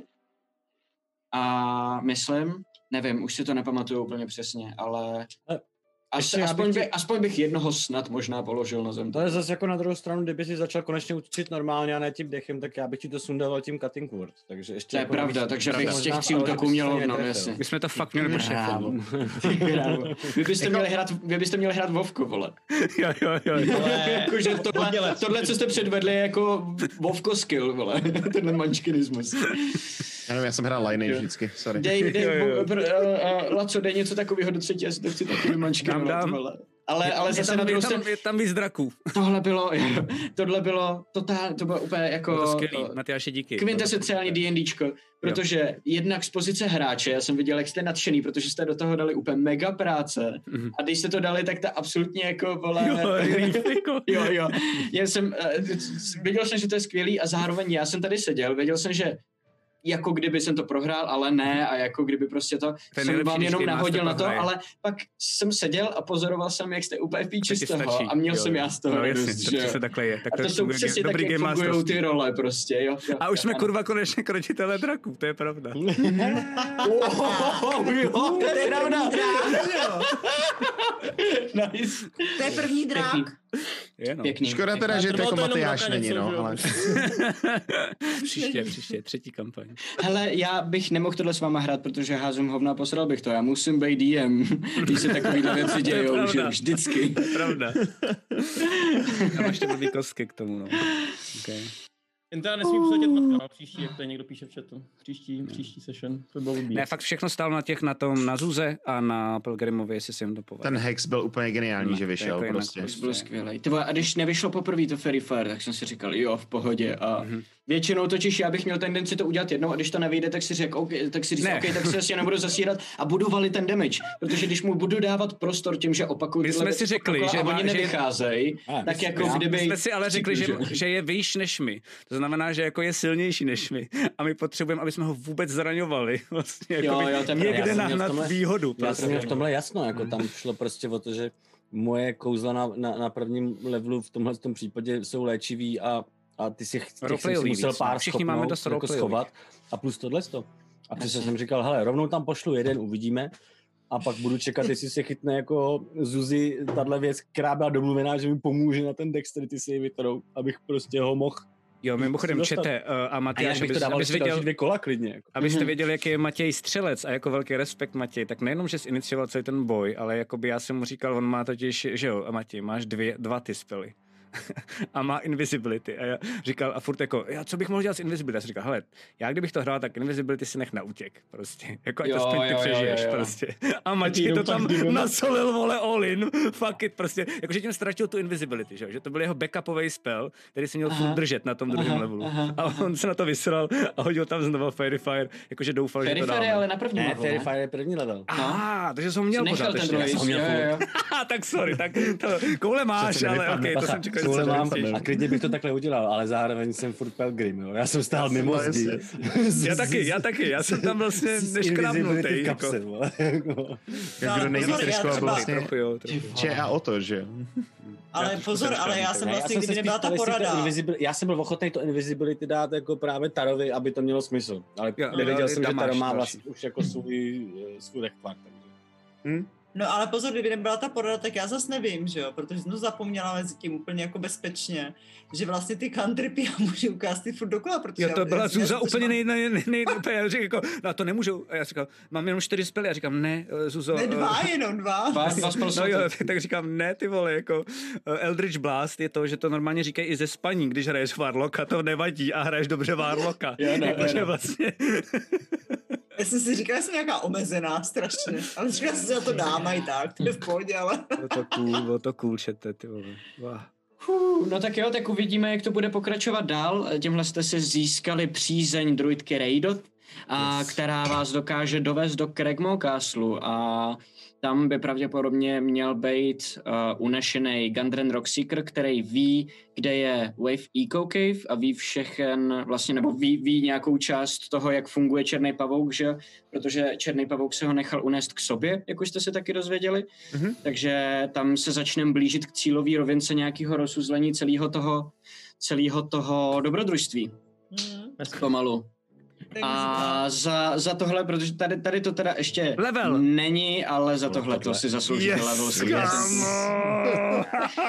A myslím, nevím, už si to nepamatuju úplně přesně, ale Ale as, ještě já aspoň, bych by, ti- aspoň bych jednoho snad možná položil na zem. To je zase jako na druhou stranu, kdyby si začal konečně učit normálně a ne tím dechem, tak já bych ti to sundával tím cutting word. Takže ještě To je jako pravda, navíc- takže bych z možná těch tří ale útoků kdyby měl se hovno, netrefil. jasně. My jsme to fakt měli Bravo. bršet. Bravo. Vy byste měli hrát, vy byste měli hrát Vovku, vole. Jo, jo, jo. jo. Ale- Jakože tohle, Hodně let. tohle, co jste předvedli, je jako Vovko skill, vole. Tenhle mančkinismus. Já nevím, já jsem hrál Lineage vždycky, sorry. Dej, dej, Jo, jo. bo- br- uh, uh, Laco, dej něco takového do třetí, já si to chci taky vymančkinovat, Dám, dám. vole. Ale, ale Je zase tam, na druhou je, tam, stranu, je tam víc draků. tohle bylo, tohle bylo totál, to bylo úplně jako Bylo to skvělý, uh, Matyáši, díky. kvinteseciální D&Dčko, protože jednak z pozice hráče, já jsem viděl, jak jste nadšený, protože jste do toho dali úplně mega práce Mhm. a když jste to dali, tak to absolutně jako, vole, Jo, relief, jako. jo, jo. Já jsem, uh, viděl jsem, že to je skvělý a zároveň já jsem tady seděl, věděl jsem, že jako kdyby jsem to prohrál, ale ne a jako kdyby prostě to to jsem vám jenom nahodil na to, prohraje. ale pak jsem seděl a pozoroval jsem, jak jste úplně v píči z toho stačí. a měl Jo, jsem jo. já z toho No radost, jasně, to že jo. přesně takhle je. Tak A to jsou přesně tak, jak fungují ty role prostě, jo. jo. A už jsme Ano. kurva konečně krotitelé draků, to je pravda. Oh, jo, to je pravda. Nice. To je první drák. Pěkný. Je, no. Pěkný. Škoda teda, že to Trvalo jako to jenom Matyáš roka není, něco, no, že jo? ale... příště, příště, třetí kampaň. Hele, já bych nemohl tohle s váma hrát, protože házím hovna a posral bych to. Já musím být D M, když se takovýhle věci dějou, pravda. že jo, vždycky. Pravda. Já máš ty blbý kostky k tomu, no. Okay. Jen teda nesmí psát matka, no, příští, jak tady někdo píše v chatu. Příští, příští session, to bylo blbý. Ne, fakt všechno stálo na těch, na tom, na Zuze a na Pilgrimovi, jestli si jim to povedl. Ten hex byl úplně geniální, Ne, že to vyšel jako jinak prostě. prostě. Byl skvělej. Ty vole, a když nevyšlo poprvé to Fairy Fire, tak jsem si říkal, jo, v pohodě. A Mhm. většinou totiž já bych měl tendenci to udělat jednou a když to nevyjde, tak si řekl, okay, tak si říct, Ne. OK, tak se asi nebudu zasírat a budu valit ten damage. Protože když mu budu dávat prostor tím, že opakuju My tyhle jsme si věci řekli, dokola že a má- oni že- nevycházejí, A, tak my jako jsme- kdyby... My jsme si ale řekli, že, že- že je výš než my. To znamená, že jako je silnější než my. A my potřebujeme, aby jsme ho vůbec zraňovali. Vlastně, Jo, jakoby jo, to je pravda. někde Já jsem měl v nahnat tomhle- výhodu. Já Prostě. jsem měl v tomhle jasno, jako tam šlo prostě o to, že moje kouzla na, na, na prvním levelu v tomhle tom případě jsou léčivý a, a ty si, těch jsem si Roleplayový musel víc, pár no. Všichni máme schopnout, dost jako roleplayových. schovat a plus tohle to. A přesně jsem říkal, hele, rovnou tam pošlu jeden, uvidíme a pak budu čekat, jestli se chytne jako Zuzi tahle věc, která byla domluvená, že mi pomůže na ten dexterity save, kterou, abych prostě ho mohl. Jo, mimochodem, dostat. čete uh, a A Matěj, jinak bych to abys, dával abys ještě další viděl, dvě kola klidně. Jako. abyste věděli, jaký je Matěj střelec a jako velký respekt Matěj, tak nejenom, že jsi inicioval celý ten boj, ale jakoby já jsem mu říkal, on má totiž, že jo, a Matěj, máš dvě, dva ty spely. A má invisibility. A já říkal, a furt jako, já co bych mohl dělat s invisibility? Já jsem říkal, hele, já kdybych to hrál, tak invisibility si nech na útěk, prostě. Jako ať Jo, aspoň ty jo, jo, přežiješ, jo, jo. prostě. A Matěj to tam nasolil, vole, all in, fuck it, prostě. Jakože tím ztratil tu invisibility, že, jo? Že to byl jeho backupový spell, který si měl furt držet na tom druhém aha, levelu. aha, A on se na to vysral a hodil tam znovu Fairy Fire, jakože doufal, Fairy že to Fire dáme. je ale na prvním Ne, level, Fairy ne? Fire je první level. Aha, takže jsem ho měl Nechal pořád ten ještě. druhý, jsem ho měl jo, jo, jo. tak sorry, tak to, koule máš, Přece ale nevypadne. okej, to Bacha, jsem čekal, že koule se mám vracíš. a klidně bych to takhle udělal, ale zároveň jsem furt Pelgrim, jo. Já jsem stál mimo no, zdi. Já taky, já taky, já jsem tam vlastně neškrabnutý. Jako. jako. Jak kdo No, nejvíc pozor, já riskoval třeba- vlastně Trochu jo, trochu. Če a o to, že jo. Ale pozor, ale já jsem vlastně, kdyby nebyla ta porada. Já jsem byl ochotný to invisibility dát jako právě Tarovi, aby to mělo smysl. Ale Jo, nevěděl jsem, že tam máš Taro má další. vlastně už jako svůj, eh, svůj rechtvar. Takže. No ale pozor, kdyby nebyla ta porada, tak já zas nevím, že jo, protože jsem to zapomněla mezi tím úplně jako bezpečně, že vlastně ty cantripy já můžu ukázat ty furt dokola, protože... Jo, já- to byla já- Zuza já- úplně nej, nej, nej, nej, úplně, já říkám, jako, no to nemůžu, a já říkám, mám jenom čtyři spely, já říkám, ne, eh, Zuzo. Ne, dva, eh, jenom dva. Dva, dva No spell jo, sloty. tak, tak říkám, ne, ty vole, jako uh, Eldritch Blast je to, že to normálně říkají i ze spaní, když hraješ Warlocka, to nevadí a hraješ dobře Warlocka. Jo, no, Jakože jo. vlastně... Já jsem si říkala, že jsem nějaká omezená strašně, ale říkala jsem si, že to dám i tak, to je v pohodě, ale... Bylo to cool, bylo to cool, čete, ty vole. Wow. Fuh, no tak jo, tak uvidíme, jak to bude pokračovat dál. Tímhle jste si získali přízeň druidky Raidot, a Yes. která vás dokáže dovést do Cragmaw Castle a tam by pravděpodobně měl být uh, unešený Gundren Rockseeker, který ví, kde je Wave Eco Cave a ví všechen, vlastně, nebo ví, ví nějakou část toho, jak funguje Černý pavouk, že? Protože Černý pavouk se ho nechal unést k sobě, jak už jste se taky dozvěděli. Mhm. Takže tam se začneme blížit k cílové rovince nějakého rozuzlení celého toho, celého toho dobrodružství. Hmm, Pomalu. tak A za, za tohle, protože tady, tady to teda ještě Level. není, ale za tohle to tohle. si zasloužíte level. Yes, stejně. kámo!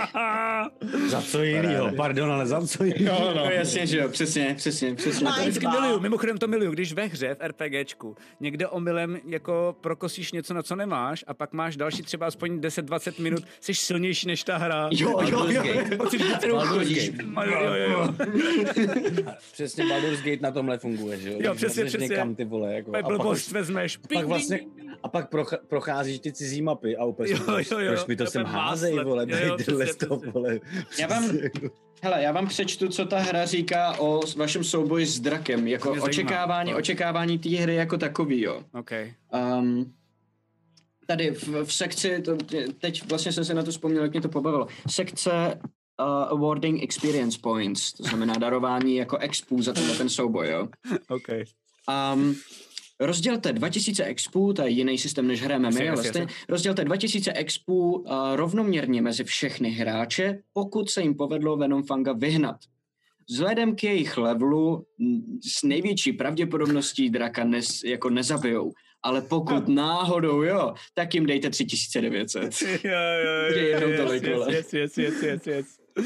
Za co jinýho, pardon, ale za co jinýho. No jasně, že jo, přesně, přesně, přesně. Fajn. To vždycky Dva. miluju, mimochodem to miluju, když ve hře v RPGčku někde omylem jako prokosíš něco, na co nemáš a pak máš další třeba aspoň deset dvacet minut, jsi silnější než ta hra. Jo, jo, jo. Pak si vždycky chodíš. jo, jo, jo. Přesně Baldur's Gate na tomhle funguje, že jo? Jo, Když přesně, jdeš přesně. někam, ty vole, jako. Pak A pak, blbost už, vezmeš. pak vlastně, a pak procha, procházíš ty cizí mapy a úplně Jo, si jo, říkáš, jo. proč mi to To sem je házej, máslem. vole, Jo, jo, tady tyhle přesně, to, přesně. vole. Já vám, hele, já vám přečtu, co ta hra říká o vašem souboji s drakem, jako mě zajímá. očekávání, No. očekávání té hry jako takový, jo. Okay. Um, tady v, v sekci, to, teď vlastně jsem se na to vzpomněl, jak mě to pobavilo, sekce uh, awarding experience points, to znamená darování jako expů za tenhle ten souboj, jo. Okay. Um, rozdělte dva tisíce expů, to je jiný systém, než hrajeme my, ale stejně, rozdělte dva tisíce expů uh, rovnoměrně mezi všechny hráče, pokud se jim povedlo Venomfanga vyhnat. Vzhledem k jejich levelu s největší pravděpodobností draka nes, jako nezabijou. Ale pokud no. náhodou, jo, tak jim dejte tři tisíce devět set. Jo, jo, jo, jednou yes, tolik, yes, yes, yes, yes, yes, yes.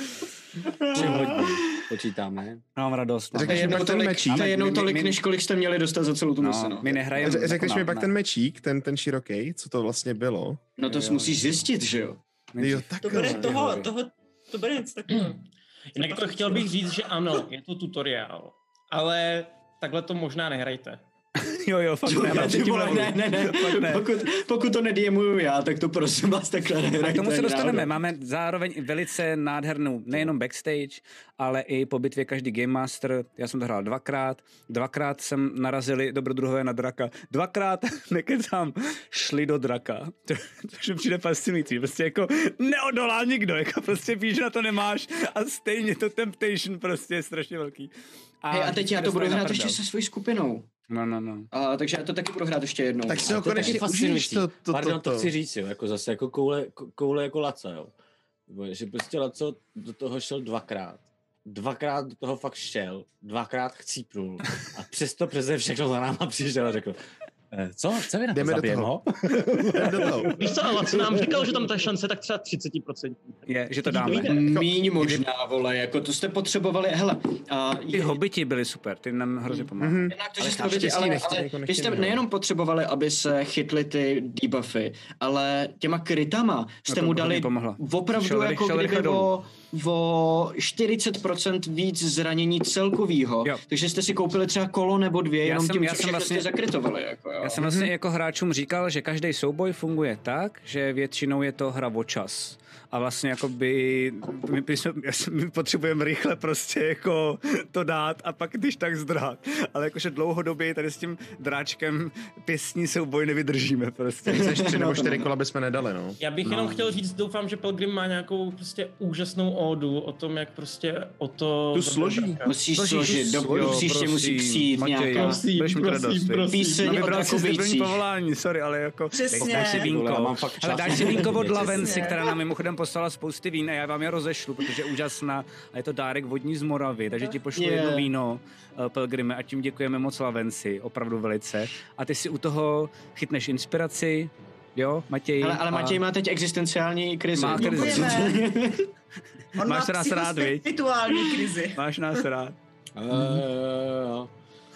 Tři hodiny počítáme. Mám radost. No. Řekl jsi mi pak ten mečík. To je jednou my- tolik, my- než kolik jste měli dostat za celou tu No, misi, no. my nehrajeme. Řekl jsi jako mi na- pak ten mečík, ten, ten široký, co to vlastně bylo? No to Jo, musíš jo. zjistit, že jo? Jo, To takhle. bude toho, toho, to bude něco takového. Jinak jako chtěl bych říct, že ano, je to tutoriál, ale takhle to možná nehrajte. Jo, jo, fakt ne, na Ty třetím vole, levelu. ne, ne, ne. Fakt ne. Pokud, pokud to nediemuju já, tak to prosím vás takhle A nehrajte. k tomu se dostaneme. náhodou. Máme zároveň velice nádhernou, nejenom backstage, ale i po bitvě každý Game Master. Já jsem to hrál dvakrát. Dvakrát jsem narazili dobrodruhové na draka. Dvakrát, nekecám, šli do draka. Což mi přijde fascinující. Prostě jako neodolá nikdo. Jako prostě víš, na to nemáš a stejně to temptation prostě je strašně velký. Hej, a teď já to budu dostali na hrát prdel. ještě se svojí skupinou. No, no, no. A, takže já to taky budu hrát ještě jednou. Tak si ho To je taky konečně užiješ fascinující. to, to, Pardon, to, to to. chci říct, jo, jako zase jako koule, koule jako Laca, jo. Že prostě Laco do toho šel dvakrát. Dvakrát do toho fakt šel, dvakrát chcípnul a přesto přeze všechno za náma přišel a řekl, eh, co, co vy na to Jdeme do zabijem toho. ho? Jdem do toho. Víš co, ale co nám říkal, že tam ta šance tak třeba třicet procent. Je, že to dáme. Míň možná, vole, jako to jste potřebovali, hele. A Ty hobiti byli super, ty nám hrozně pomáhají. Mhm. Jinak to, Ale že jste naštěstí viděli, ale, nechci- ale jako vy nechci jste nehrát. nejenom potřebovali, aby se chytli ty debuffy, ale těma krytama jste to mu hodně dali pomohlo. opravdu Šel rychle- jako šel kdyby rychle dolů. o, o čtyřicet procent víc zranění celkovýho. Jo. Takže jste si koupili třeba kolo nebo dvě, Já jenom jsem- tím, já co jsem všechno vlastně- jste zakrytovali. Jako, jo. Já jsem vlastně jako hráčům říkal, že každý souboj funguje tak, že většinou je to hra o čas. A vlastně jako by, my, my, jsme- my potřebujeme rychle prostě jako to dát a pak když tak zdrhat. Ale jakože dlouhodobě tady s tím dráčkem pěstní souboj nevydržíme prostě. Chceš tři nebo čtyři kola bychom nedali, no. Já bych no. jenom chtěl říct, doufám, že Pelgrim má nějakou prostě úžasnou ódu o tom, jak prostě o to... Tu složí. Musíš Složíš složit, do, jo, příště musí prosím, přijít Matěj, nějaká Prosím, budeš mít prosím, radost, viď? prosím. píseň No, o vybral si civilní drakovících. povolání, sorry, ale jako Přesně. dáš si Já vínko. mám fakt Ale čas. dáš si vínko od Lavenci, Přesně. která nám mimochodem poslala spousty vín a já vám je rozešlu, protože je úžasná a je to dárek vodní z Moravy, takže ti pošlu Yeah. jedno víno, uh, Pelgrime, a tím děkujeme moc Lavenci, opravdu velice. A ty si u toho chytneš inspiraci, jo, Matěj? Ale, ale a- Matěj má teď existenciální krizi. Má krizi. Děkujeme. On Máš má nás rád, viď? psychospirituální krizi. Máš nás rád. Uh,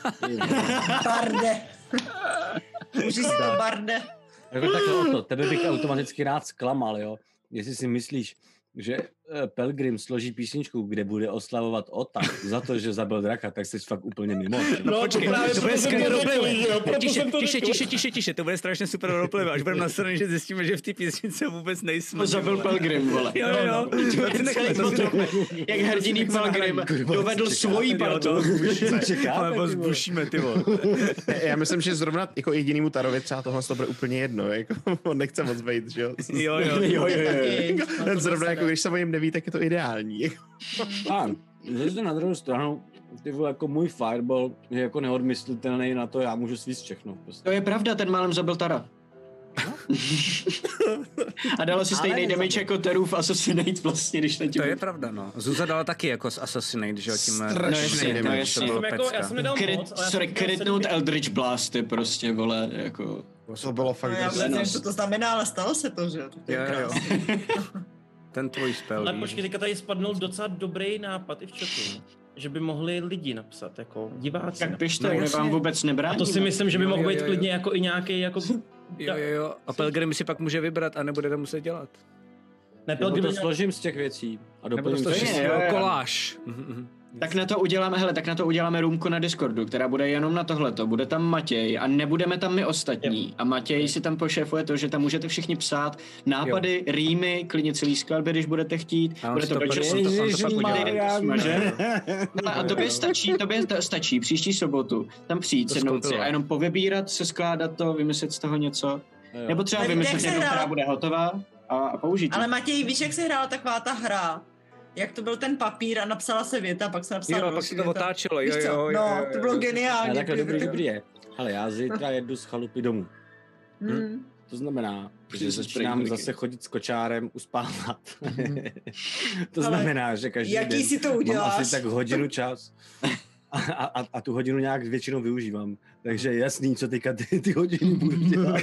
Barde. Můžeš si to, Barde. jako takhle o to, tebe bych automaticky rád zklamal, jo. Jestli si myslíš, že eh, Pelgrim složí písničku, kde bude oslavovat Ota za to, že zabil draka, tak jsi fakt úplně mimo. No, Počkej, to právě to bude proto jsem skvělý to řekl, roleplay. že jo, proto Tiše, jsem to tiše, řekl. tiše, tiše, tiše, to bude strašně super roleplay, až budeme nasraný, že zjistíme, že v té písničce vůbec nejsme. Zabil Pelgrim, vole. Jo, jo, jo. To si necháme, to si necháme. Jak hrdiný Pelgrim dovedl svoji partu. Ale vás bušíme, ty vole. Já myslím, že zrovna jako jedinýmu Tarovi třeba tohle to bude úplně jedno, jako on nechce moc být, že jo? Jo, jo. Jo, jo, jo. Taky. Ten zrovna jako když se o něm neví, tak je to ideální. A zase na druhou stranu, ty vole, jako můj fireball je jako neodmyslitelný na to, já můžu svíst všechno. Prostě. To je pravda, ten málem zabil Tara. A dala si stejný damage jako Terův Assassinate vlastně, když na tím. To je pravda, no. Zuza dala taky jako z Assassinate, že jo, tím... Strašný No jasně, damage. no jasně. To bylo Jsem jako, já pecka. jsem nedal Crit, moc, ale já sorry, jsem chtěl critnout sedm- Eldritch Blasty prostě, vole, jako... To bylo fakt No, já vůbec drsný. nevím, co to znamená, ale stalo se to, že jo? To je Jo, jo. krásný. Ten tvůj spell, Ale víš. počkej, teďka tady spadnul docela dobrý nápad i v chatu, že by mohli lidi napsat, jako diváci. Tak běžte, No my jasně. vám vůbec A nebráníme. to si myslím, že by Jo, mohl jo, být jo, jo. klidně jako i nějaký jako... Jo, jo, jo. A Pelgrim si pak může vybrat a nebude to muset dělat. Ne, Nebo Pelgrim, to složím z těch věcí a Nebo to doplním to. složíš jo, jo, jo. koláž. Mhm, mhm. Tak na to uděláme, hele, tak na to uděláme roomku na Discordu, která bude jenom na tohleto. Bude tam Matěj a nebudeme tam my ostatní. A Matěj si tam pošéfuje to, že tam můžete všichni psát nápady, rýmy, klidně celý skladby, když budete chtít. A on Bude si to to do pak- času, on to- on to to pak udělá. pak smaže. No a tobě stačí, tobě ta- stačí příští sobotu tam přijít, To sednout si skopilo. a jenom povybírat, se skládat to, vymyslet z toho něco. Nebo třeba Ale vymyslet jak se jednu, hrál? která bude hotová a, a použít. ji. Ale Matěj, víš, jak se hrála taková ta hra, jak to byl ten papír a napsala se věta, pak se napsala Jo, pak se to věta. otáčelo, jo, Víš co? jo, jo, No, jo, to jo, bylo jo. geniální. Ale takhle dobrý, Pivr. dobrý je. Ale já zítra jedu z chalupy domů. Hmm. To znamená, že Přijde se začínám sprejngliky. zase chodit s kočárem uspávat. To Ale znamená, že každý jaký den si to mám uděláš? asi tak hodinu čas. A, a, a tu hodinu nějak většinou využívám. Takže je jasný, co teďka ty, ty hodiny budu dělat.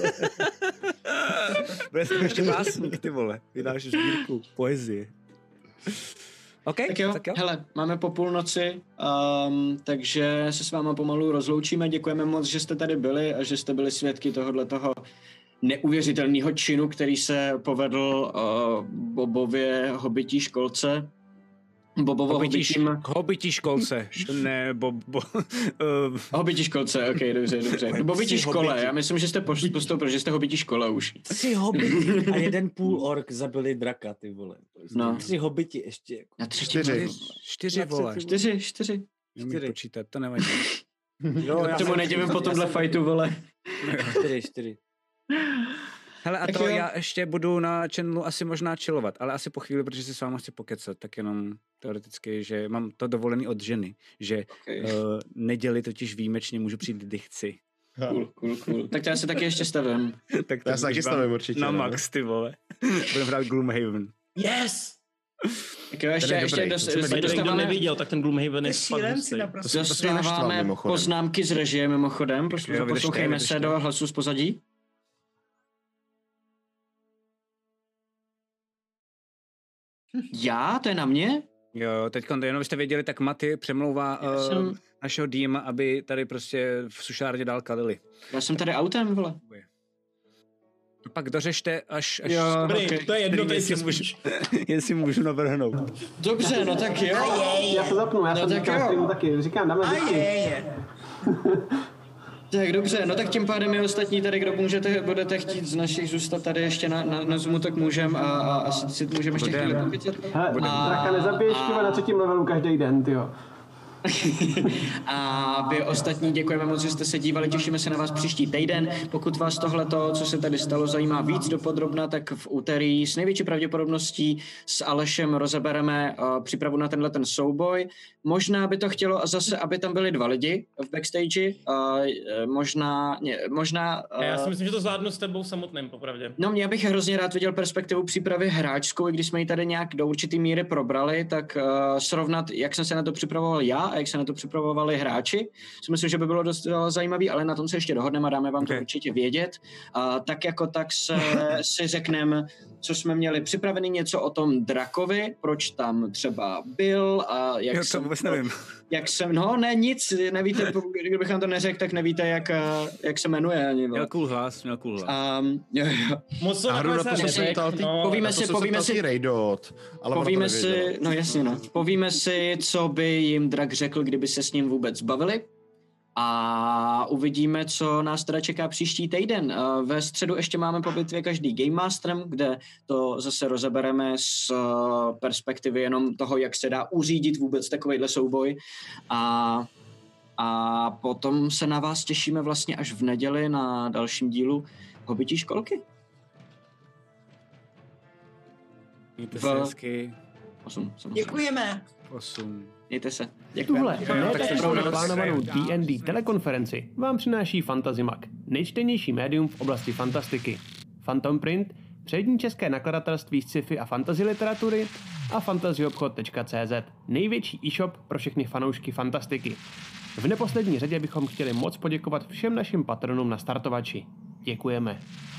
Bude to ještě básník, ty vole. Vydáš sbírku poezie. OK, Tak jo, tak jo. hele, máme po půlnoci, um, takže se s váma pomalu rozloučíme. Děkujeme moc, že jste tady byli a že jste byli svědky tohohle toho neuvěřitelného činu, který se povedl uh, Bobově hobití školce. Bobovo Hobití, hobitím... hobití školce, ne bo, bo, uh, Hobití školce, ok, dobře, dobře. Bobití Tři škole, hobiti. já myslím, že jste poš- postoupil, že jste hobití škole už. Tři hobiti a jeden půl ork zabili draka, ty vole. No. Tři hobiti ještě. Jako. Na tři, Čtyři. čtyři, vole. Čtyři, čtyři. Nemůžu počítat, to nevadí. Jo, já Tomu jsem- nedivím po já tomhle jsem- fightu, vole. Čtyři, čtyři. Hele, a Tak to jo. já ještě budu na channelu asi možná chillovat, ale asi po chvíli, protože si s váma chci pokecat, tak jenom teoreticky, že mám to dovolený od ženy, že Okay. uh, neděli totiž výjimečně můžu přijít, kdy chci. Cool, cool, cool. Tak to já se taky ještě stavím. Tak Já se taky už mám stavím určitě, Na no. max, ty vole. Budeme hrát Gloomhaven. Yes! Tak jo, ještě, Ten je ještě dobrý, dost, to se mi dost, líbí. Kdo dostáváme, neviděl, tak ten Gloomhaven To je je fakt šílenci hustý. naprosto. To se mi naštval, dostáváme mimochodem. poznámky z režie mimochodem. Posl- Jo, vydržte, Poslouchejme vydržte. se do hlasů z pozadí. Já? To je na mě? Jo, teď jenom byste věděli, tak Maty přemlouvá Já uh, jsem- našeho D M, aby tady prostě v sušárdě dál kalili. Já jsem tady autem, vole. Pak dořešte, až, až Jo. Dobrý, Okay. to je jedno, to je jestli, můžu, můžu... jestli můžu navrhnout. Dobře, no tak jo. Já se zapnu, já No jsem tak říkal jo. streamu taky, říkám, dáme A vždycky. je, je. Tak dobře, no tak tím pádem i ostatní tady, kdo můžete, budete chtít z našich zůstat tady ještě na, na, na Zoomu, tak můžem a, a asi si můžeme ještě Budem. chvíli pokecat. Hele, A- draka nezabiješ a- kiva na třetím levelu každý den, tyjo. A vy ostatní děkujeme moc, že jste se dívali, těšíme se na vás příští týden. Pokud vás tohleto, co se tady stalo, zajímá víc dopodrobna, tak v úterý s největší pravděpodobností s Alešem rozebereme uh, přípravu na tenhle ten souboj. Možná by to chtělo zase, aby tam byli dva lidi v backstage. Uh, možná, ne, možná uh, Já si myslím, že to zvládnu s tebou samotným, popravdě. No, mě bych hrozně rád viděl perspektivu přípravy hráčskou, i když jsme ji tady nějak do určitý míry probrali, tak uh, srovnat, jak jsem se na to připravoval já a jak se na to připravovali hráči. Si myslím, že by bylo dost uh, zajímavý, ale na tom se ještě dohodneme a dáme vám Okay. to určitě vědět. Uh, tak jako tak se si řekneme, co jsme měli připravený, něco o tom drakovi, proč tam třeba byl a jak Jo, to jsem... vůbec nevím. Jak jsem, no ne, nic, nevíte, kdybych vám to neřekl, tak nevíte, jak, uh, jak se jmenuje ani. Měl cool hlas, měl cool hlas. Um, jo, jo. Moc to A hru na to jsem se neřekl, ptal, ty- no. Povíme Na to si, jsem se povíme ptal si, tý Raidot, ale ona to povíme nevěděla. si, no jasně no, povíme si, co by jim drak řekl, kdyby se s ním vůbec bavili. A uvidíme, co nás teda čeká příští týden. Eh, Ve středu ještě máme po bitvě každý Game Masterem, kde to zase rozebereme z eh, perspektivy jenom toho, jak se dá uřídit vůbec takovejhle souboj. A, a potom se na vás těšíme vlastně až v neděli na dalším dílu Hobití školky. Mějte v- se hezky. osm, samozřejmě. Děkujeme. osm. Mějte se. Děkujeme. Tuhle Jo, tak ne se tak budeme plánovanou zase- D and D telekonferenci vám přináší Fantazimak, nejčtenější médium v oblasti fantastiky. Phantom Print, přední české nakladatelství sci-fi a fantasy literatury a fantasyobchod tečka cé zet, největší e-shop pro všechny fanoušky fantastiky. V neposlední řadě bychom chtěli moc poděkovat všem našim patronům na startovači. Děkujeme.